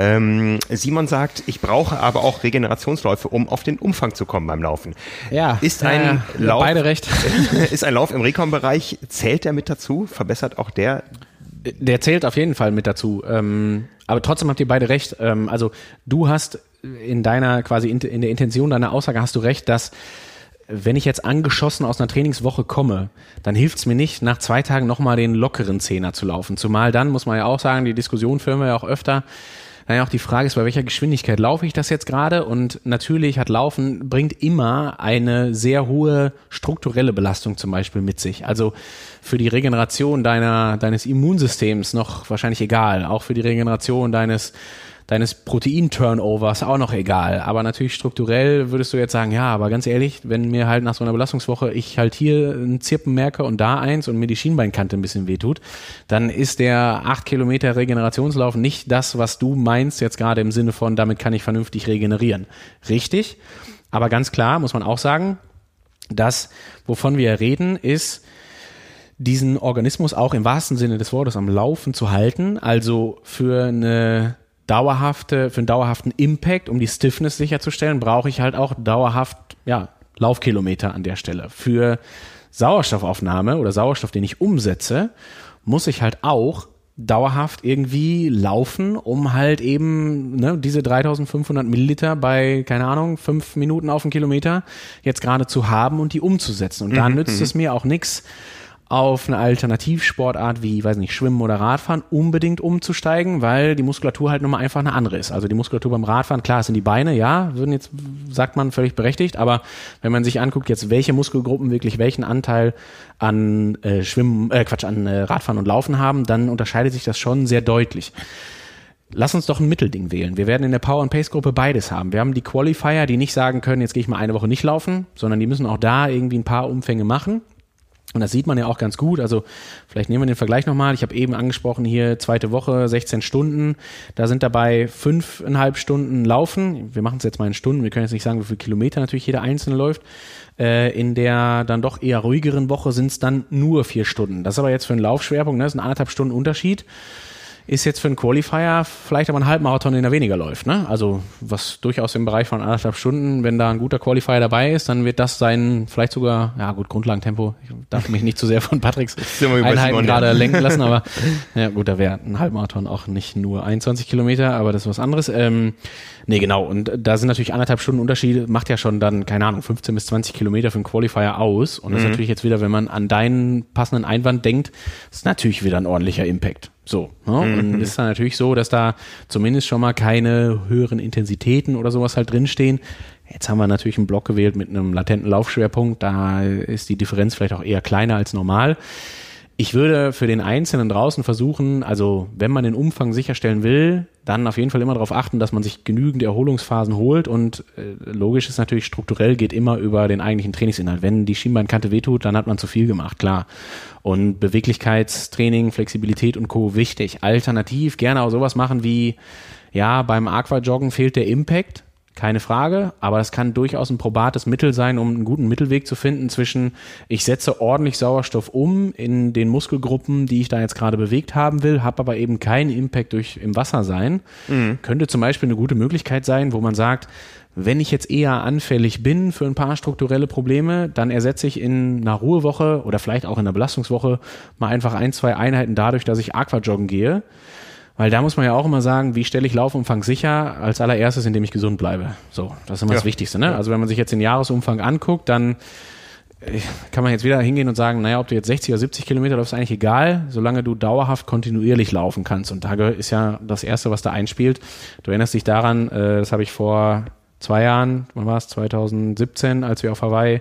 Simon sagt, ich brauche aber auch Regenerationsläufe, um auf den Umfang zu kommen beim Laufen. Ja. Ist ein Lauf, beide recht. Ist ein Lauf im Recon-Bereich, zählt der mit dazu? Verbessert auch der? Der zählt auf jeden Fall mit dazu. Aber trotzdem habt ihr beide recht. Also du hast in deiner quasi in der Intention deiner Aussage hast du recht, dass wenn ich jetzt angeschossen aus einer Trainingswoche komme, dann hilft es mir nicht, nach 2 Tagen nochmal den lockeren Zehner zu laufen. Zumal dann, muss man ja auch sagen, die Diskussion führen wir ja auch öfter, dann ja auch die Frage ist, bei welcher Geschwindigkeit laufe ich das jetzt gerade? Und natürlich hat Laufen, bringt immer eine sehr hohe strukturelle Belastung zum Beispiel mit sich. Also für die Regeneration deines Immunsystems noch wahrscheinlich egal, auch für die Regeneration deines Protein-Turnovers auch noch egal. Aber natürlich strukturell würdest du jetzt sagen, ja, aber ganz ehrlich, wenn mir halt nach so einer Belastungswoche ich halt hier ein Zirpen merke und da eins und mir die Schienbeinkante ein bisschen wehtut, dann ist der 8 Kilometer Regenerationslauf nicht das, was du meinst jetzt gerade im Sinne von, damit kann ich vernünftig regenerieren. Richtig, aber ganz klar muss man auch sagen, das, wovon wir reden, ist, diesen Organismus auch im wahrsten Sinne des Wortes am Laufen zu halten, also für einen dauerhaften Impact, um die Stiffness sicherzustellen, brauche ich halt auch dauerhaft Laufkilometer an der Stelle. Für Sauerstoffaufnahme oder Sauerstoff, den ich umsetze, muss ich halt auch dauerhaft irgendwie laufen, um halt eben diese 3500 Milliliter bei, keine Ahnung, 5 Minuten auf den Kilometer jetzt gerade zu haben und die umzusetzen. Und da nützt es mir auch nichts, auf eine Alternativsportart wie, weiß nicht, Schwimmen oder Radfahren unbedingt umzusteigen, weil die Muskulatur halt nun mal einfach eine andere ist. Also die Muskulatur beim Radfahren, klar, es sind die Beine, ja, sagt man völlig berechtigt, aber wenn man sich anguckt, jetzt welche Muskelgruppen wirklich welchen Anteil an Radfahren und Laufen haben, dann unterscheidet sich das schon sehr deutlich. Lass uns doch ein Mittelding wählen. Wir werden in der Power-and-Pace-Gruppe beides haben. Wir haben die Qualifier, die nicht sagen können, jetzt gehe ich mal eine Woche nicht laufen, sondern die müssen auch da irgendwie ein paar Umfänge machen. Und das sieht man ja auch ganz gut. Also vielleicht nehmen wir den Vergleich nochmal. Ich habe eben angesprochen hier 2. Woche, 16 Stunden. Da sind dabei 5,5 Stunden Laufen. Wir machen es jetzt mal in Stunden. Wir können jetzt nicht sagen, wie viele Kilometer natürlich jeder Einzelne läuft. In der dann doch eher ruhigeren Woche sind es dann nur 4 Stunden. Das ist aber jetzt für einen Laufschwerpunkt, ne? Das ist ein 1,5 Stunden Unterschied. Ist jetzt für einen Qualifier vielleicht aber ein Halbmarathon, den er weniger läuft, ne? Also was durchaus im Bereich von 1,5 Stunden, wenn da ein guter Qualifier dabei ist, dann wird das sein, vielleicht sogar, ja gut, Grundlagentempo. Ich darf mich nicht zu sehr von Patricks Einheiten gerade lenken lassen, aber ja gut, da wäre ein Halbmarathon auch nicht nur 21 Kilometer, aber das ist was anderes. Nee, genau, und da sind natürlich 1,5 Stunden Unterschiede, macht ja schon dann, keine Ahnung, 15 bis 20 Kilometer für einen Qualifier aus. Und das ist natürlich jetzt wieder, wenn man an deinen passenden Einwand denkt, ist natürlich wieder ein ordentlicher Impact. So, ne? Und ist dann natürlich so, dass da zumindest schon mal keine höheren Intensitäten oder sowas halt drinstehen. Jetzt haben wir natürlich einen Block gewählt mit einem latenten Laufschwerpunkt, da ist die Differenz vielleicht auch eher kleiner als normal. Ich würde für den Einzelnen draußen versuchen, also wenn man den Umfang sicherstellen will, dann auf jeden Fall immer darauf achten, dass man sich genügend Erholungsphasen holt und logisch ist natürlich, strukturell geht immer über den eigentlichen Trainingsinhalt. Wenn die Schienbeinkante wehtut, dann hat man zu viel gemacht, klar. Und Beweglichkeitstraining, Flexibilität und Co. wichtig. Alternativ gerne auch sowas machen wie, ja, beim Aquajoggen fehlt der Impact. Keine Frage, aber das kann durchaus ein probates Mittel sein, um einen guten Mittelweg zu finden zwischen, ich setze ordentlich Sauerstoff um in den Muskelgruppen, die ich da jetzt gerade bewegt haben will, habe aber eben keinen Impact durch im Wasser sein. Könnte zum Beispiel eine gute Möglichkeit sein, wo man sagt, wenn ich jetzt eher anfällig bin für ein paar strukturelle Probleme, dann ersetze ich in einer Ruhewoche oder vielleicht auch in einer Belastungswoche mal einfach 1, 2 Einheiten dadurch, dass ich Aquajoggen gehe. Weil da muss man ja auch immer sagen, wie stelle ich Laufumfang sicher? Als allererstes, indem ich gesund bleibe. So, das ist immer das Wichtigste, ne? Also wenn man sich jetzt den Jahresumfang anguckt, dann kann man jetzt wieder hingehen und sagen, naja, ob du jetzt 60 oder 70 Kilometer läufst, ist eigentlich egal, solange du dauerhaft kontinuierlich laufen kannst. Und da ist ja das Erste, was da einspielt. Du erinnerst dich daran, das habe ich vor 2 Jahren, wann war es, 2017, als wir auf Hawaii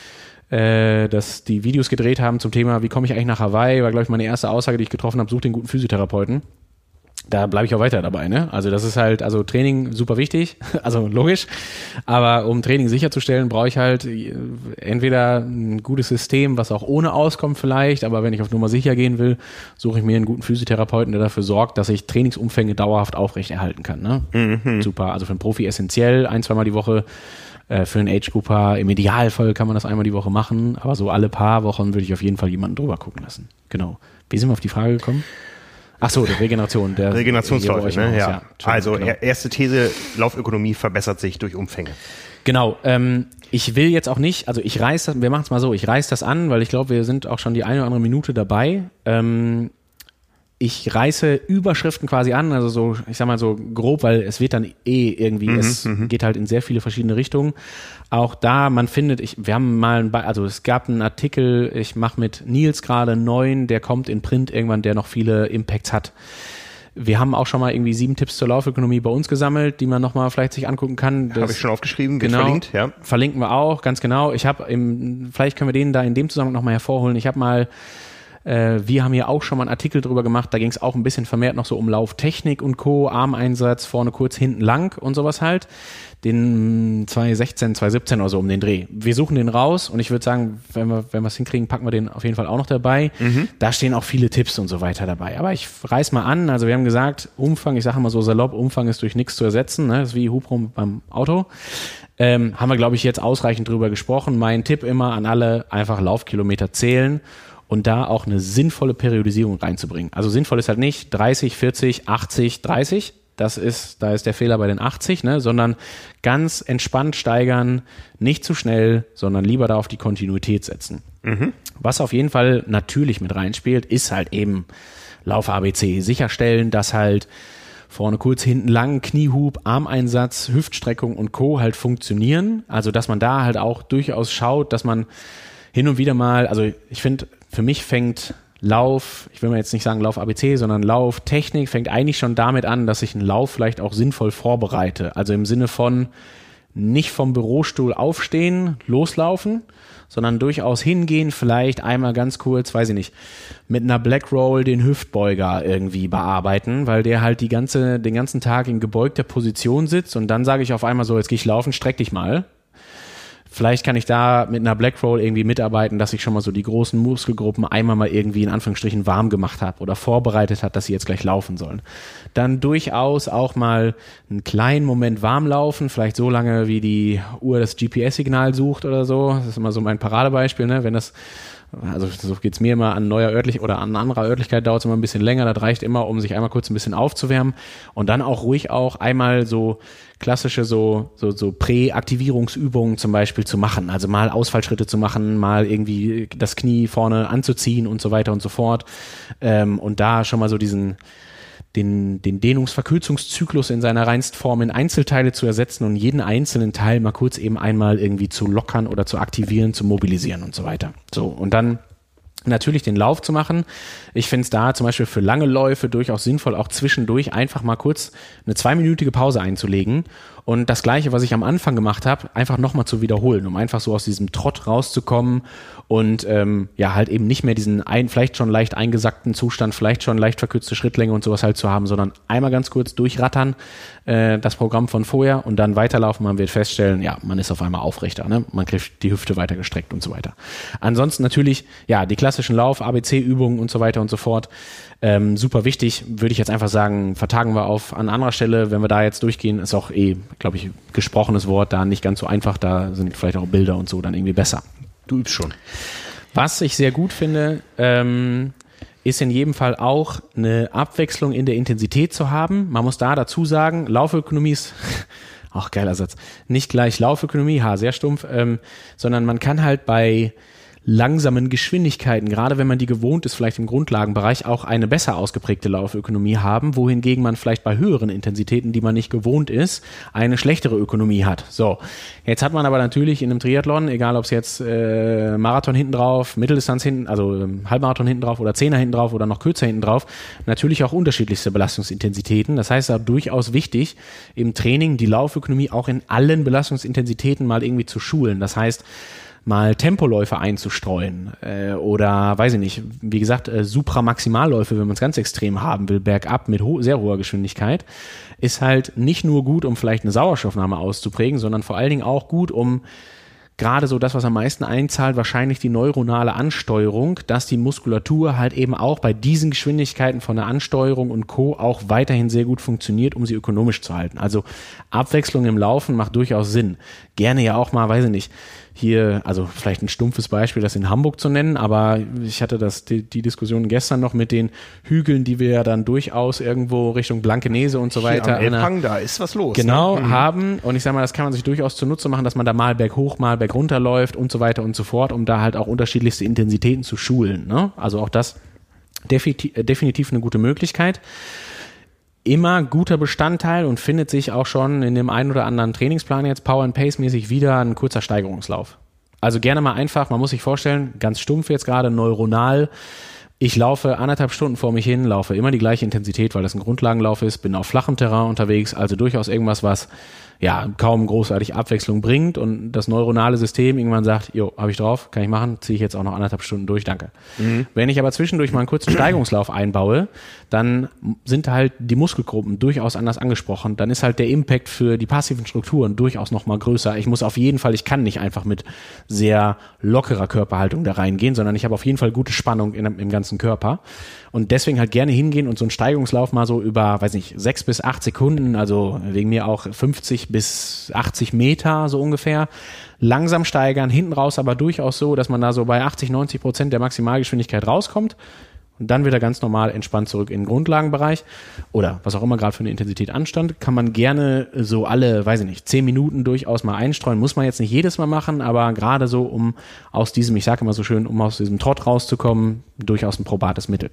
dass die Videos gedreht haben zum Thema, wie komme ich eigentlich nach Hawaii, war, glaube ich, meine erste Aussage, die ich getroffen habe, such den guten Physiotherapeuten. Da bleibe ich auch weiter dabei, ne? Also das ist halt, also Training super wichtig, also logisch, aber um Training sicherzustellen, brauche ich halt entweder ein gutes System, was auch ohne auskommt vielleicht, aber wenn ich auf Nummer sicher gehen will, suche ich mir einen guten Physiotherapeuten, der dafür sorgt, dass ich Trainingsumfänge dauerhaft aufrechterhalten kann, ne? Super, also für einen Profi essentiell, 1-2 Mal die Woche, für einen Age-Grouper im Idealfall kann man das einmal die Woche machen, aber so alle paar Wochen würde ich auf jeden Fall jemanden drüber gucken lassen. Genau. Wie sind wir auf die Frage gekommen? Ach so, der Regeneration. Der Regenerationsläufe, ne? Ja. Also genau. Erste These, Laufökonomie verbessert sich durch Umfänge. Genau. Ich will jetzt auch nicht, also ich reiß das, wir machen es mal so, ich reiß das an, weil ich glaube, wir sind auch schon die eine oder andere Minute dabei. Ich reiße Überschriften quasi an, also so, ich sag mal so grob, weil es wird dann irgendwie, es geht halt in sehr viele verschiedene Richtungen. Auch da, man findet, wir haben mal, also es gab einen Artikel, ich mache mit Nils gerade 9, der kommt in Print irgendwann, der noch viele Impacts hat. Wir haben auch schon mal irgendwie 7 Tipps zur Laufökonomie bei uns gesammelt, die man nochmal vielleicht sich angucken kann. Habe ich schon aufgeschrieben, genau, verlinkt, ja. Verlinken wir auch, ganz genau. Vielleicht können wir den da in dem Zusammenhang nochmal hervorholen. Ich habe mal wir haben hier auch schon mal einen Artikel drüber gemacht, da ging es auch ein bisschen vermehrt noch so um Lauftechnik und Co., Armeinsatz, vorne kurz, hinten lang und sowas halt. Den 2016, 2017 oder so um den Dreh. Wir suchen den raus und ich würde sagen, wenn wir es hinkriegen, packen wir den auf jeden Fall auch noch dabei. Da stehen auch viele Tipps und so weiter dabei. Aber ich reiß mal an, also wir haben gesagt, Umfang, ich sage immer so salopp, Umfang ist durch nichts zu ersetzen, ne? Das ist wie Hubraum beim Auto. Haben wir, glaube ich, jetzt ausreichend drüber gesprochen. Mein Tipp immer an alle, einfach Laufkilometer zählen und da auch eine sinnvolle Periodisierung reinzubringen. Also sinnvoll ist halt nicht 30, 40, 80, 30. Da ist der Fehler bei den 80, ne, sondern ganz entspannt steigern, nicht zu schnell, sondern lieber da auf die Kontinuität setzen. Was auf jeden Fall natürlich mit reinspielt, ist halt eben Lauf-ABC. Sicherstellen, dass halt vorne kurz, hinten lang, Kniehub, Armeinsatz, Hüftstreckung und Co. halt funktionieren. Also dass man da halt auch durchaus schaut, dass man hin und wieder mal, also ich finde, für mich fängt Lauf, ich will mal jetzt nicht sagen Lauf ABC, sondern Lauftechnik fängt eigentlich schon damit an, dass ich einen Lauf vielleicht auch sinnvoll vorbereite. Also im Sinne von nicht vom Bürostuhl aufstehen, loslaufen, sondern durchaus hingehen, vielleicht einmal ganz kurz, weiß ich nicht, mit einer Black Roll den Hüftbeuger irgendwie bearbeiten, weil der halt den ganzen Tag in gebeugter Position sitzt und dann sage ich auf einmal so, jetzt gehe ich laufen, streck dich mal. Vielleicht kann ich da mit einer Black Roll irgendwie mitarbeiten, dass ich schon mal so die großen Muskelgruppen einmal mal irgendwie in Anführungsstrichen warm gemacht habe oder vorbereitet hat, dass sie jetzt gleich laufen sollen. Dann durchaus auch mal einen kleinen Moment warm laufen, vielleicht so lange, wie die Uhr das GPS-Signal sucht oder so. Das ist immer so mein Paradebeispiel, ne? Wenn das, also so geht's mir immer, an neuer Örtlichkeit oder an anderer Örtlichkeit dauert es immer ein bisschen länger. Das reicht immer, um sich einmal kurz ein bisschen aufzuwärmen und dann auch ruhig auch einmal so klassische so Präaktivierungsübungen zum Beispiel zu machen. Also mal Ausfallschritte zu machen, mal irgendwie das Knie vorne anzuziehen und so weiter und so fort. Und da schon mal so den Dehnungsverkürzungszyklus in seiner reinsten Form in Einzelteile zu ersetzen und jeden einzelnen Teil mal kurz eben einmal irgendwie zu lockern oder zu aktivieren, zu mobilisieren und so weiter. So, und dann natürlich den Lauf zu machen. Ich finde es da zum Beispiel für lange Läufe durchaus sinnvoll, auch zwischendurch einfach mal kurz eine 2-minütige Pause einzulegen und das Gleiche, was ich am Anfang gemacht habe, einfach nochmal zu wiederholen, um einfach so aus diesem Trott rauszukommen und halt eben nicht mehr diesen vielleicht schon leicht eingesackten Zustand, vielleicht schon leicht verkürzte Schrittlänge und sowas halt zu haben, sondern einmal ganz kurz durchrattern, das Programm von vorher und dann weiterlaufen. Man wird feststellen, ja, man ist auf einmal aufrechter, ne? Man kriegt die Hüfte weiter gestreckt und so weiter. Ansonsten natürlich, ja, die klassischen ABC-Übungen und so weiter und so fort. Super wichtig, würde ich jetzt einfach sagen, vertagen wir auf an anderer Stelle. Wenn wir da jetzt durchgehen, ist auch glaube ich, gesprochenes Wort da nicht ganz so einfach. Da sind vielleicht auch Bilder und so dann irgendwie besser. Du übst schon. Was ich sehr gut finde, ist in jedem Fall auch eine Abwechslung in der Intensität zu haben. Man muss da dazu sagen, Laufökonomie ist, auch geiler Satz, nicht gleich Laufökonomie, sehr stumpf, sondern man kann halt bei langsamen Geschwindigkeiten, gerade wenn man die gewohnt ist, vielleicht im Grundlagenbereich auch eine besser ausgeprägte Laufökonomie haben, wohingegen man vielleicht bei höheren Intensitäten, die man nicht gewohnt ist, eine schlechtere Ökonomie hat. So, jetzt hat man aber natürlich in einem Triathlon, egal ob es jetzt Marathon hinten drauf, Mitteldistanz hinten, also Halbmarathon hinten drauf oder Zehner hinten drauf oder noch kürzer hinten drauf, natürlich auch unterschiedlichste Belastungsintensitäten. Das heißt, es ist durchaus wichtig, im Training die Laufökonomie auch in allen Belastungsintensitäten mal irgendwie zu schulen. Das heißt, mal Tempoläufe einzustreuen oder, weiß ich nicht, wie gesagt, Supramaximalläufe, wenn man es ganz extrem haben will, bergab mit sehr hoher Geschwindigkeit, ist halt nicht nur gut, um vielleicht eine Sauerstoffnahme auszuprägen, sondern vor allen Dingen auch gut, um gerade so das, was am meisten einzahlt, wahrscheinlich die neuronale Ansteuerung, dass die Muskulatur halt eben auch bei diesen Geschwindigkeiten von der Ansteuerung und Co. auch weiterhin sehr gut funktioniert, um sie ökonomisch zu halten. Also Abwechslung im Laufen macht durchaus Sinn. Gerne ja auch mal, weiß ich nicht, hier, also vielleicht ein stumpfes Beispiel, das in Hamburg zu nennen, aber ich hatte die Diskussion gestern noch mit den Hügeln, die wir ja dann durchaus irgendwo Richtung Blankenese und so weiter. Hier am Elbhang, da ist was los. Genau, haben. Und ich sage mal, das kann man sich durchaus zunutze machen, dass man da mal berghoch, mal bergunter läuft und so weiter und so fort, um da halt auch unterschiedlichste Intensitäten zu schulen, ne? Also auch das definitiv eine gute Möglichkeit. Immer guter Bestandteil und findet sich auch schon in dem einen oder anderen Trainingsplan jetzt Power and Pace mäßig wieder ein kurzer Steigerungslauf. Also gerne mal einfach, man muss sich vorstellen, ganz stumpf jetzt gerade neuronal. Ich laufe 1,5 Stunden vor mich hin, laufe immer die gleiche Intensität, weil das ein Grundlagenlauf ist, bin auf flachem Terrain unterwegs, also durchaus irgendwas, was ja kaum großartig Abwechslung bringt und das neuronale System irgendwann sagt, jo, habe ich drauf, kann ich machen, ziehe ich jetzt auch noch 1,5 Stunden durch, danke. Wenn ich aber zwischendurch mal einen kurzen Steigerungslauf einbaue, dann sind halt die Muskelgruppen durchaus anders angesprochen, dann ist halt der Impact für die passiven Strukturen durchaus nochmal größer. Ich muss auf jeden Fall, ich kann nicht einfach mit sehr lockerer Körperhaltung da reingehen, sondern ich habe auf jeden Fall gute Spannung im ganzen Körper und deswegen halt gerne hingehen und so einen Steigerungslauf mal so über, weiß nicht, 6 bis 8 Sekunden, also wegen mir auch 50 bis 80 Meter so ungefähr, langsam steigern, hinten raus aber durchaus so, dass man da so bei 80-90% der Maximalgeschwindigkeit rauskommt und dann wieder ganz normal entspannt zurück in den Grundlagenbereich oder was auch immer gerade für eine Intensität anstand, kann man gerne so alle, weiß ich nicht, 10 Minuten durchaus mal einstreuen, muss man jetzt nicht jedes Mal machen, aber gerade so, um aus diesem, ich sage immer so schön, um aus diesem Trott rauszukommen, durchaus ein probates Mittel.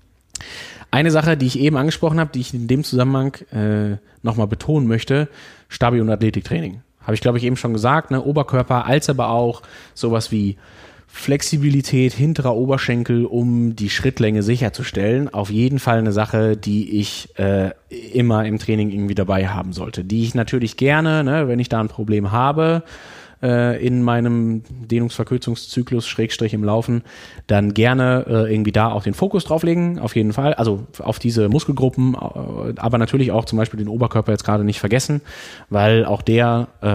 Eine Sache, die ich eben angesprochen habe, die ich in dem Zusammenhang nochmal betonen möchte, Stabi- und Athletiktraining. Habe ich, glaube ich, eben schon gesagt, ne? Oberkörper, als aber auch sowas wie Flexibilität hinterer Oberschenkel, um die Schrittlänge sicherzustellen. Auf jeden Fall eine Sache, die ich immer im Training irgendwie dabei haben sollte. Die ich natürlich gerne, ne, wenn ich da ein Problem habe, in meinem Dehnungsverkürzungszyklus Schrägstrich im Laufen, dann gerne irgendwie da auch den Fokus drauflegen, auf jeden Fall, also auf diese Muskelgruppen, aber natürlich auch zum Beispiel den Oberkörper jetzt gerade nicht vergessen, weil auch der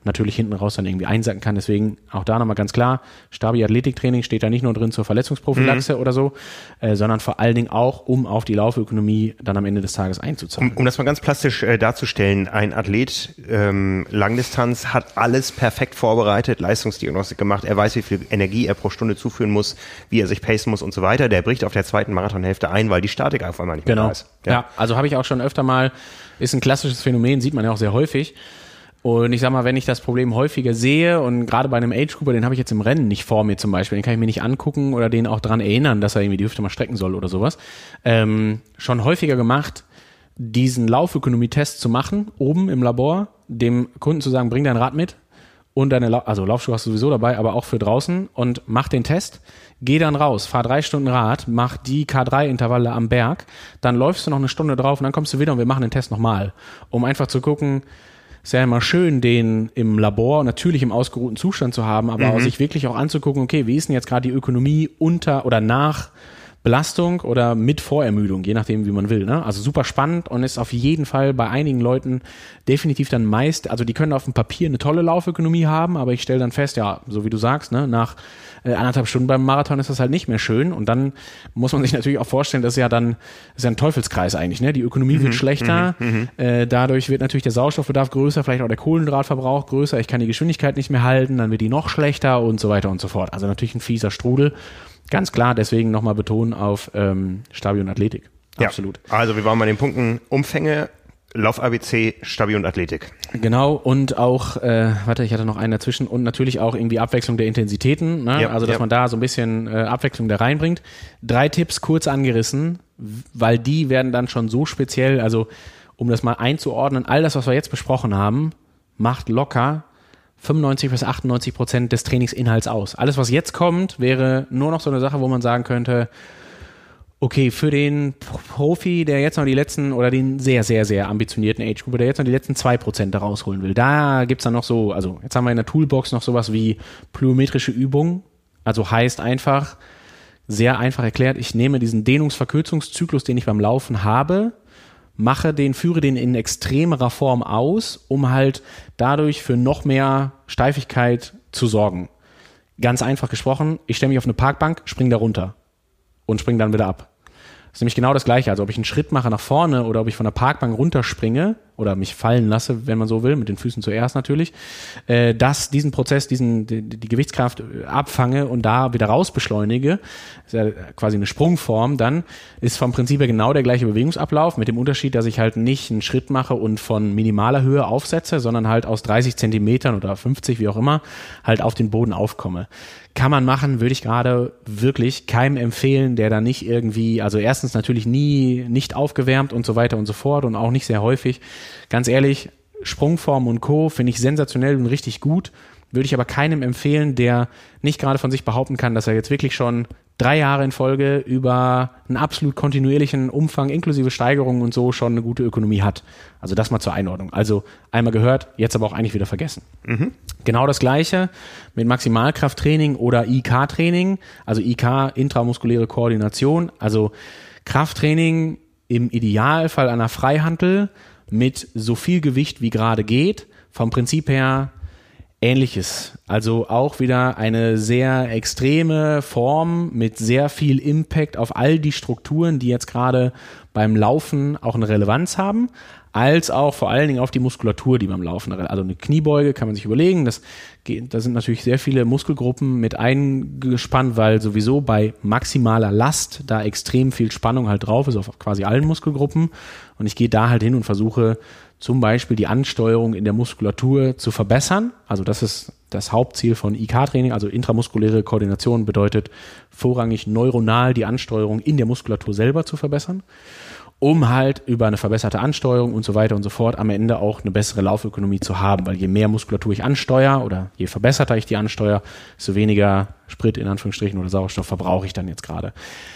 natürlich hinten raus dann irgendwie einsacken kann. Deswegen auch da nochmal ganz klar, Stabi-Athletiktraining steht da nicht nur drin zur Verletzungsprophylaxe oder so, sondern vor allen Dingen auch, um auf die Laufökonomie dann am Ende des Tages einzuzahlen. Um das mal ganz plastisch darzustellen, ein Athlet Langdistanz hat alles perfekt vorbereitet, Leistungsdiagnostik gemacht, er weiß, wie viel Energie er pro Stunde zuführen muss, wie er sich pacen muss und so weiter. Der bricht auf der zweiten Marathonhälfte ein, weil die Statik auf einmal nicht mehr da ist. Ja, also habe ich auch schon öfter mal, ist ein klassisches Phänomen, sieht man ja auch sehr häufig. Und ich sag mal, wenn ich das Problem häufiger sehe und gerade bei einem Age-Grouper, den habe ich jetzt im Rennen nicht vor mir zum Beispiel, den kann ich mir nicht angucken oder den auch dran erinnern, dass er irgendwie die Hüfte mal strecken soll oder sowas, schon häufiger gemacht, diesen Laufökonomie-Test zu machen, oben im Labor, dem Kunden zu sagen, bring dein Rad mit und deine Laufschuhe hast du sowieso dabei, aber auch für draußen und mach den Test, geh dann raus, fahr 3 Stunden Rad, mach die K3-Intervalle am Berg, dann läufst du noch eine Stunde drauf und dann kommst du wieder und wir machen den Test nochmal, um einfach zu gucken, ist ja immer schön, den im Labor natürlich im ausgeruhten Zustand zu haben, aber auch sich wirklich auch anzugucken, okay, wie ist denn jetzt gerade die Ökonomie unter oder nach Belastung oder mit Vorermüdung, je nachdem, wie man will. Ne? Also super spannend und ist auf jeden Fall bei einigen Leuten definitiv dann meist, also die können auf dem Papier eine tolle Laufökonomie haben, aber ich stelle dann fest, ja, so wie du sagst, ne, nach 1,5 Stunden beim Marathon ist das halt nicht mehr schön und dann muss man sich natürlich auch vorstellen, das ist ja ein Teufelskreis eigentlich, ne? Die Ökonomie wird schlechter, dadurch wird natürlich der Sauerstoffbedarf größer, vielleicht auch der Kohlenhydratverbrauch größer, ich kann die Geschwindigkeit nicht mehr halten, dann wird die noch schlechter und so weiter und so fort. Also natürlich ein fieser Strudel. Ganz klar, deswegen nochmal betonen auf Stabi und Athletik. Absolut. Ja, also wir waren bei den Punkten Umfänge, Lauf-ABC, Stabi und Athletik. Genau, und auch, ich hatte noch einen dazwischen, und natürlich auch irgendwie Abwechslung der Intensitäten, ne? Ja, also dass man da so ein bisschen Abwechslung da reinbringt. 3 Tipps kurz angerissen, weil die werden dann schon so speziell, also um das mal einzuordnen, all das, was wir jetzt besprochen haben, macht locker 95-98% des Trainingsinhalts aus. Alles, was jetzt kommt, wäre nur noch so eine Sache, wo man sagen könnte, okay, für den Profi, der jetzt noch die letzten, oder den sehr, sehr, sehr ambitionierten Age-Grouper, der jetzt noch die letzten 2% da rausholen will, da gibt's dann noch so, also jetzt haben wir in der Toolbox noch sowas wie plyometrische Übungen, also heißt einfach, sehr einfach erklärt, ich nehme diesen Dehnungsverkürzungszyklus, den ich beim Laufen habe, führe den in extremerer Form aus, um halt dadurch für noch mehr Steifigkeit zu sorgen. Ganz einfach gesprochen, ich stelle mich auf eine Parkbank, spring da runter und spring dann wieder ab. Das ist nämlich genau das Gleiche. Also ob ich einen Schritt mache nach vorne oder ob ich von der Parkbank runterspringe oder mich fallen lasse, wenn man so will, mit den Füßen zuerst natürlich, diesen Prozess, die Gewichtskraft abfange und da wieder raus beschleunige, ist ja quasi eine Sprungform, dann ist vom Prinzip her genau der gleiche Bewegungsablauf, mit dem Unterschied, dass ich halt nicht einen Schritt mache und von minimaler Höhe aufsetze, sondern halt aus 30 Zentimetern oder 50, wie auch immer, halt auf den Boden aufkomme. Kann man machen, würde ich gerade wirklich keinem empfehlen, der da nicht irgendwie, also erstens natürlich nicht aufgewärmt und so weiter und so fort und auch nicht sehr häufig. Ganz ehrlich, Sprungform und Co. finde ich sensationell und richtig gut, würde ich aber keinem empfehlen, der nicht gerade von sich behaupten kann, dass er jetzt wirklich schon 3 Jahre in Folge über einen absolut kontinuierlichen Umfang inklusive Steigerungen und so schon eine gute Ökonomie hat. Also das mal zur Einordnung. Also einmal gehört, jetzt aber auch eigentlich wieder vergessen. Genau das Gleiche mit Maximalkrafttraining oder IK-Training, also IK, intramuskuläre Koordination, also Krafttraining im Idealfall an der Freihantel mit so viel Gewicht wie gerade geht, vom Prinzip her Ähnliches. Also auch wieder eine sehr extreme Form mit sehr viel Impact auf all die Strukturen, die jetzt gerade beim Laufen auch eine Relevanz haben, als auch vor allen Dingen auf die Muskulatur, die beim Laufen, also eine Kniebeuge kann man sich überlegen, da sind natürlich sehr viele Muskelgruppen mit eingespannt, weil sowieso bei maximaler Last da extrem viel Spannung halt drauf ist auf quasi allen Muskelgruppen und ich gehe da halt hin und versuche zum Beispiel die Ansteuerung in der Muskulatur zu verbessern. Also das ist das Hauptziel von IK-Training, also intramuskuläre Koordination bedeutet vorrangig neuronal die Ansteuerung in der Muskulatur selber zu verbessern, um halt über eine verbesserte Ansteuerung und so weiter und so fort am Ende auch eine bessere Laufökonomie zu haben, weil je mehr Muskulatur ich ansteuere oder je verbesserter ich die ansteuere, desto weniger Sprit in Anführungsstrichen oder Sauerstoff verbrauche ich dann jetzt gerade.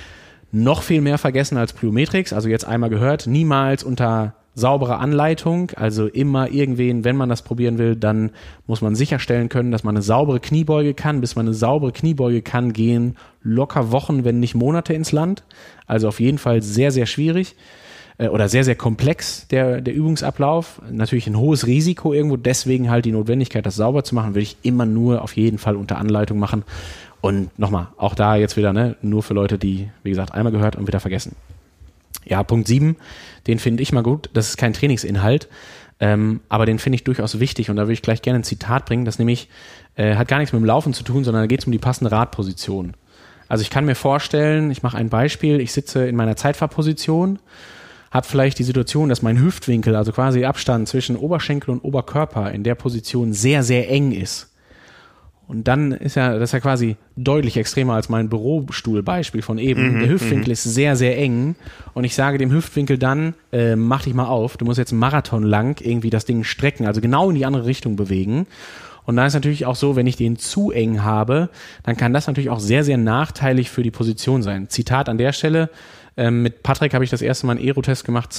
Noch viel mehr vergessen als Plyometrics, also jetzt einmal gehört, niemals unter saubere Anleitung, also immer irgendwen, wenn man das probieren will, dann muss man sicherstellen können, dass man eine saubere Kniebeuge kann. Bis man eine saubere Kniebeuge kann, gehen locker Wochen, wenn nicht Monate ins Land. Also auf jeden Fall sehr, sehr schwierig. oder sehr, sehr komplex, der Übungsablauf. Natürlich ein hohes Risiko irgendwo, deswegen halt die Notwendigkeit, das sauber zu machen, würde ich immer nur auf jeden Fall unter Anleitung machen. Und nochmal, auch da jetzt wieder, ne, nur für Leute, die, wie gesagt, einmal gehört und wieder vergessen. Ja, Punkt 7, den finde ich mal gut, das ist kein Trainingsinhalt, aber den finde ich durchaus wichtig und da würde ich gleich gerne ein Zitat bringen, das nämlich hat gar nichts mit dem Laufen zu tun, sondern da geht es um die passende Radposition. Also ich kann mir vorstellen, ich mache ein Beispiel, ich sitze in meiner Zeitfahrposition, habe vielleicht die Situation, dass mein Hüftwinkel, also quasi Abstand zwischen Oberschenkel und Oberkörper in der Position sehr, sehr eng ist. Und dann ist das ja quasi deutlich extremer als mein Bürostuhlbeispiel von eben. Der Hüftwinkel ist sehr, sehr eng und ich sage dem Hüftwinkel dann, mach dich mal auf, du musst jetzt einen Marathon lang irgendwie das Ding strecken, also genau in die andere Richtung bewegen. Und dann ist natürlich auch so, wenn ich den zu eng habe, dann kann das natürlich auch sehr, sehr nachteilig für die Position sein. Zitat an der Stelle, mit Patrick habe ich das erste Mal einen Aerotest gemacht,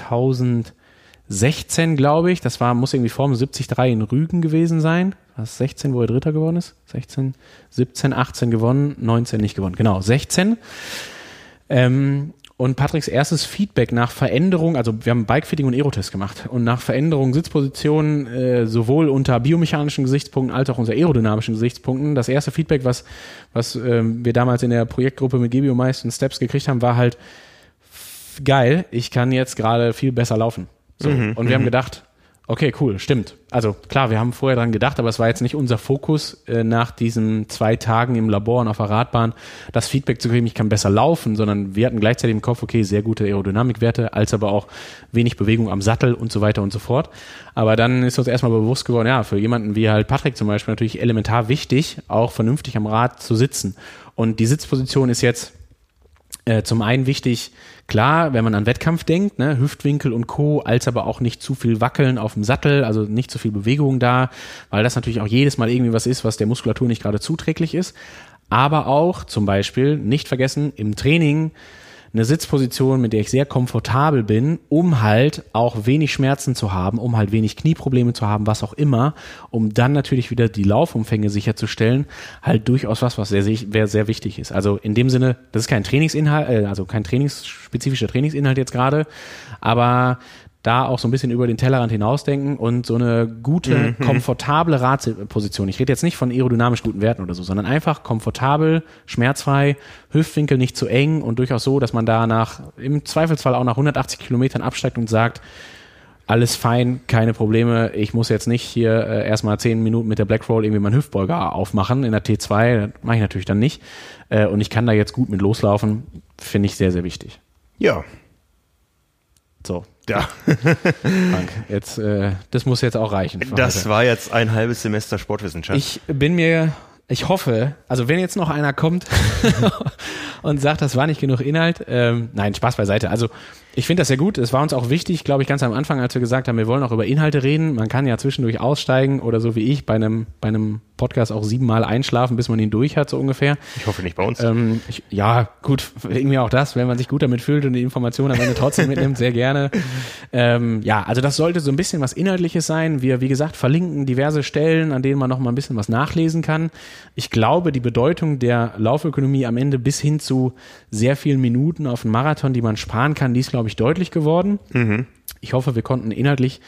2016, glaube ich. Das muss irgendwie vor dem 73 in Rügen gewesen sein. Was, 16, wo er Dritter geworden ist? 16, 17, 18 gewonnen, 19 nicht gewonnen. Genau, 16. Und Patricks erstes Feedback nach Veränderung, also wir haben Bikefitting und Aerotest gemacht und nach Veränderung Sitzposition sowohl unter biomechanischen Gesichtspunkten als auch unter aerodynamischen Gesichtspunkten. Das erste Feedback, was wir damals in der Projektgruppe mit Gebio Meist und Steps gekriegt haben, war halt geil, ich kann jetzt gerade viel besser laufen. So. Und wir haben gedacht, okay, cool, stimmt. Also klar, wir haben vorher dran gedacht, aber es war jetzt nicht unser Fokus, nach diesen 2 Tagen im Labor und auf der Radbahn das Feedback zu kriegen, ich kann besser laufen, sondern wir hatten gleichzeitig im Kopf, okay, sehr gute Aerodynamikwerte, als aber auch wenig Bewegung am Sattel und so weiter und so fort. Aber dann ist uns erstmal bewusst geworden, ja, für jemanden wie halt Patrick zum Beispiel natürlich elementar wichtig, auch vernünftig am Rad zu sitzen. Und die Sitzposition ist jetzt zum einen wichtig, klar, wenn man an Wettkampf denkt, ne, Hüftwinkel und Co., als aber auch nicht zu viel Wackeln auf dem Sattel, also nicht zu viel Bewegung da, weil das natürlich auch jedes Mal irgendwie was ist, was der Muskulatur nicht gerade zuträglich ist. Aber auch zum Beispiel, nicht vergessen, im Training eine Sitzposition, mit der ich sehr komfortabel bin, um halt auch wenig Schmerzen zu haben, um halt wenig Knieprobleme zu haben, was auch immer, um dann natürlich wieder die Laufumfänge sicherzustellen, halt durchaus was sehr, sehr wichtig ist. Also in dem Sinne, das ist kein Trainingsinhalt, also kein trainingsspezifischer Trainingsinhalt jetzt gerade, aber da auch so ein bisschen über den Tellerrand hinausdenken und so eine gute, komfortable Radposition. Ich rede jetzt nicht von aerodynamisch guten Werten oder so, sondern einfach komfortabel, schmerzfrei, Hüftwinkel nicht zu eng und durchaus so, dass man da im Zweifelsfall auch nach 180 Kilometern absteigt und sagt, alles fein, keine Probleme, ich muss jetzt nicht hier erstmal 10 Minuten mit der Blackroll irgendwie meinen Hüftbeuger aufmachen in der T2, das mache ich natürlich dann nicht. Und ich kann da jetzt gut mit loslaufen, finde ich sehr, sehr wichtig. Ja. So. Ja. Frank, jetzt, das muss jetzt auch reichen. Das war jetzt ein halbes Semester Sportwissenschaft. Ich hoffe, also wenn jetzt noch einer kommt und sagt, das war nicht genug Inhalt, nein, Spaß beiseite. Also ich finde das sehr gut. Es war uns auch wichtig, glaube ich, ganz am Anfang, als wir gesagt haben, wir wollen auch über Inhalte reden. Man kann ja zwischendurch aussteigen oder so wie ich bei einem Podcast auch 7-mal einschlafen, bis man ihn durch hat, so ungefähr. Ich hoffe nicht bei uns. Ja, gut, irgendwie auch das, wenn man sich gut damit fühlt und die Informationen am Ende trotzdem mitnimmt, sehr gerne. Ja, also das sollte so ein bisschen was Inhaltliches sein. Wir, wie gesagt, verlinken diverse Stellen, an denen man noch mal ein bisschen was nachlesen kann. Ich glaube, die Bedeutung der Laufökonomie am Ende bis hin zu sehr vielen Minuten auf einen Marathon, die man sparen kann, die ist, glaube ich, deutlich geworden. Ich hoffe, wir konnten inhaltlich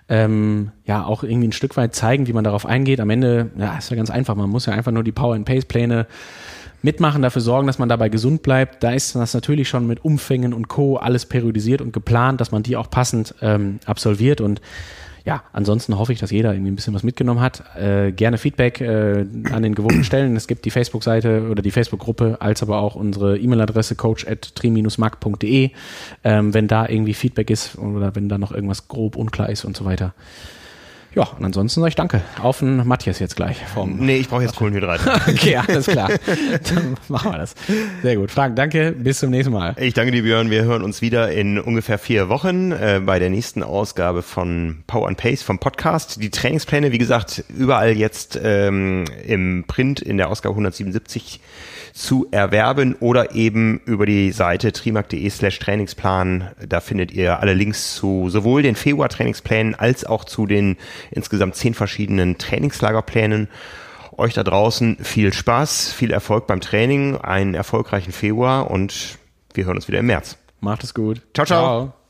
ja auch irgendwie ein Stück weit zeigen, wie man darauf eingeht. Am Ende, ja, ist ja ganz einfach. Man muss ja einfach nur die Power-and-Pace-Pläne mitmachen, dafür sorgen, dass man dabei gesund bleibt. Da ist das natürlich schon mit Umfängen und Co. alles periodisiert und geplant, dass man die auch passend absolviert. Und ja, ansonsten hoffe ich, dass jeder irgendwie ein bisschen was mitgenommen hat. Gerne Feedback an den gewohnten Stellen. Es gibt die Facebook-Seite oder die Facebook-Gruppe, als aber auch unsere E-Mail-Adresse coach@tri-mag.de. Wenn da irgendwie Feedback ist oder wenn da noch irgendwas grob unklar ist und so weiter. Ja, und ansonsten sage ich danke. Auf den Matthias jetzt gleich. Nee, ich brauche jetzt Kohlenhydrate. Okay, alles klar. Dann machen wir das. Sehr gut. Frank, danke. Bis zum nächsten Mal. Ich danke dir, Björn. Wir hören uns wieder in ungefähr 4 Wochen bei der nächsten Ausgabe von Power and Pace vom Podcast. Die Trainingspläne, wie gesagt, überall jetzt im Print in der Ausgabe 177 zu erwerben oder eben über die Seite trimark.de/Trainingsplan. Da findet ihr alle Links zu sowohl den Februar-Trainingsplänen als auch zu den insgesamt 10 verschiedenen Trainingslagerplänen. Euch da draußen viel Spaß, viel Erfolg beim Training, einen erfolgreichen Februar und wir hören uns wieder im März. Macht es gut. Ciao, ciao.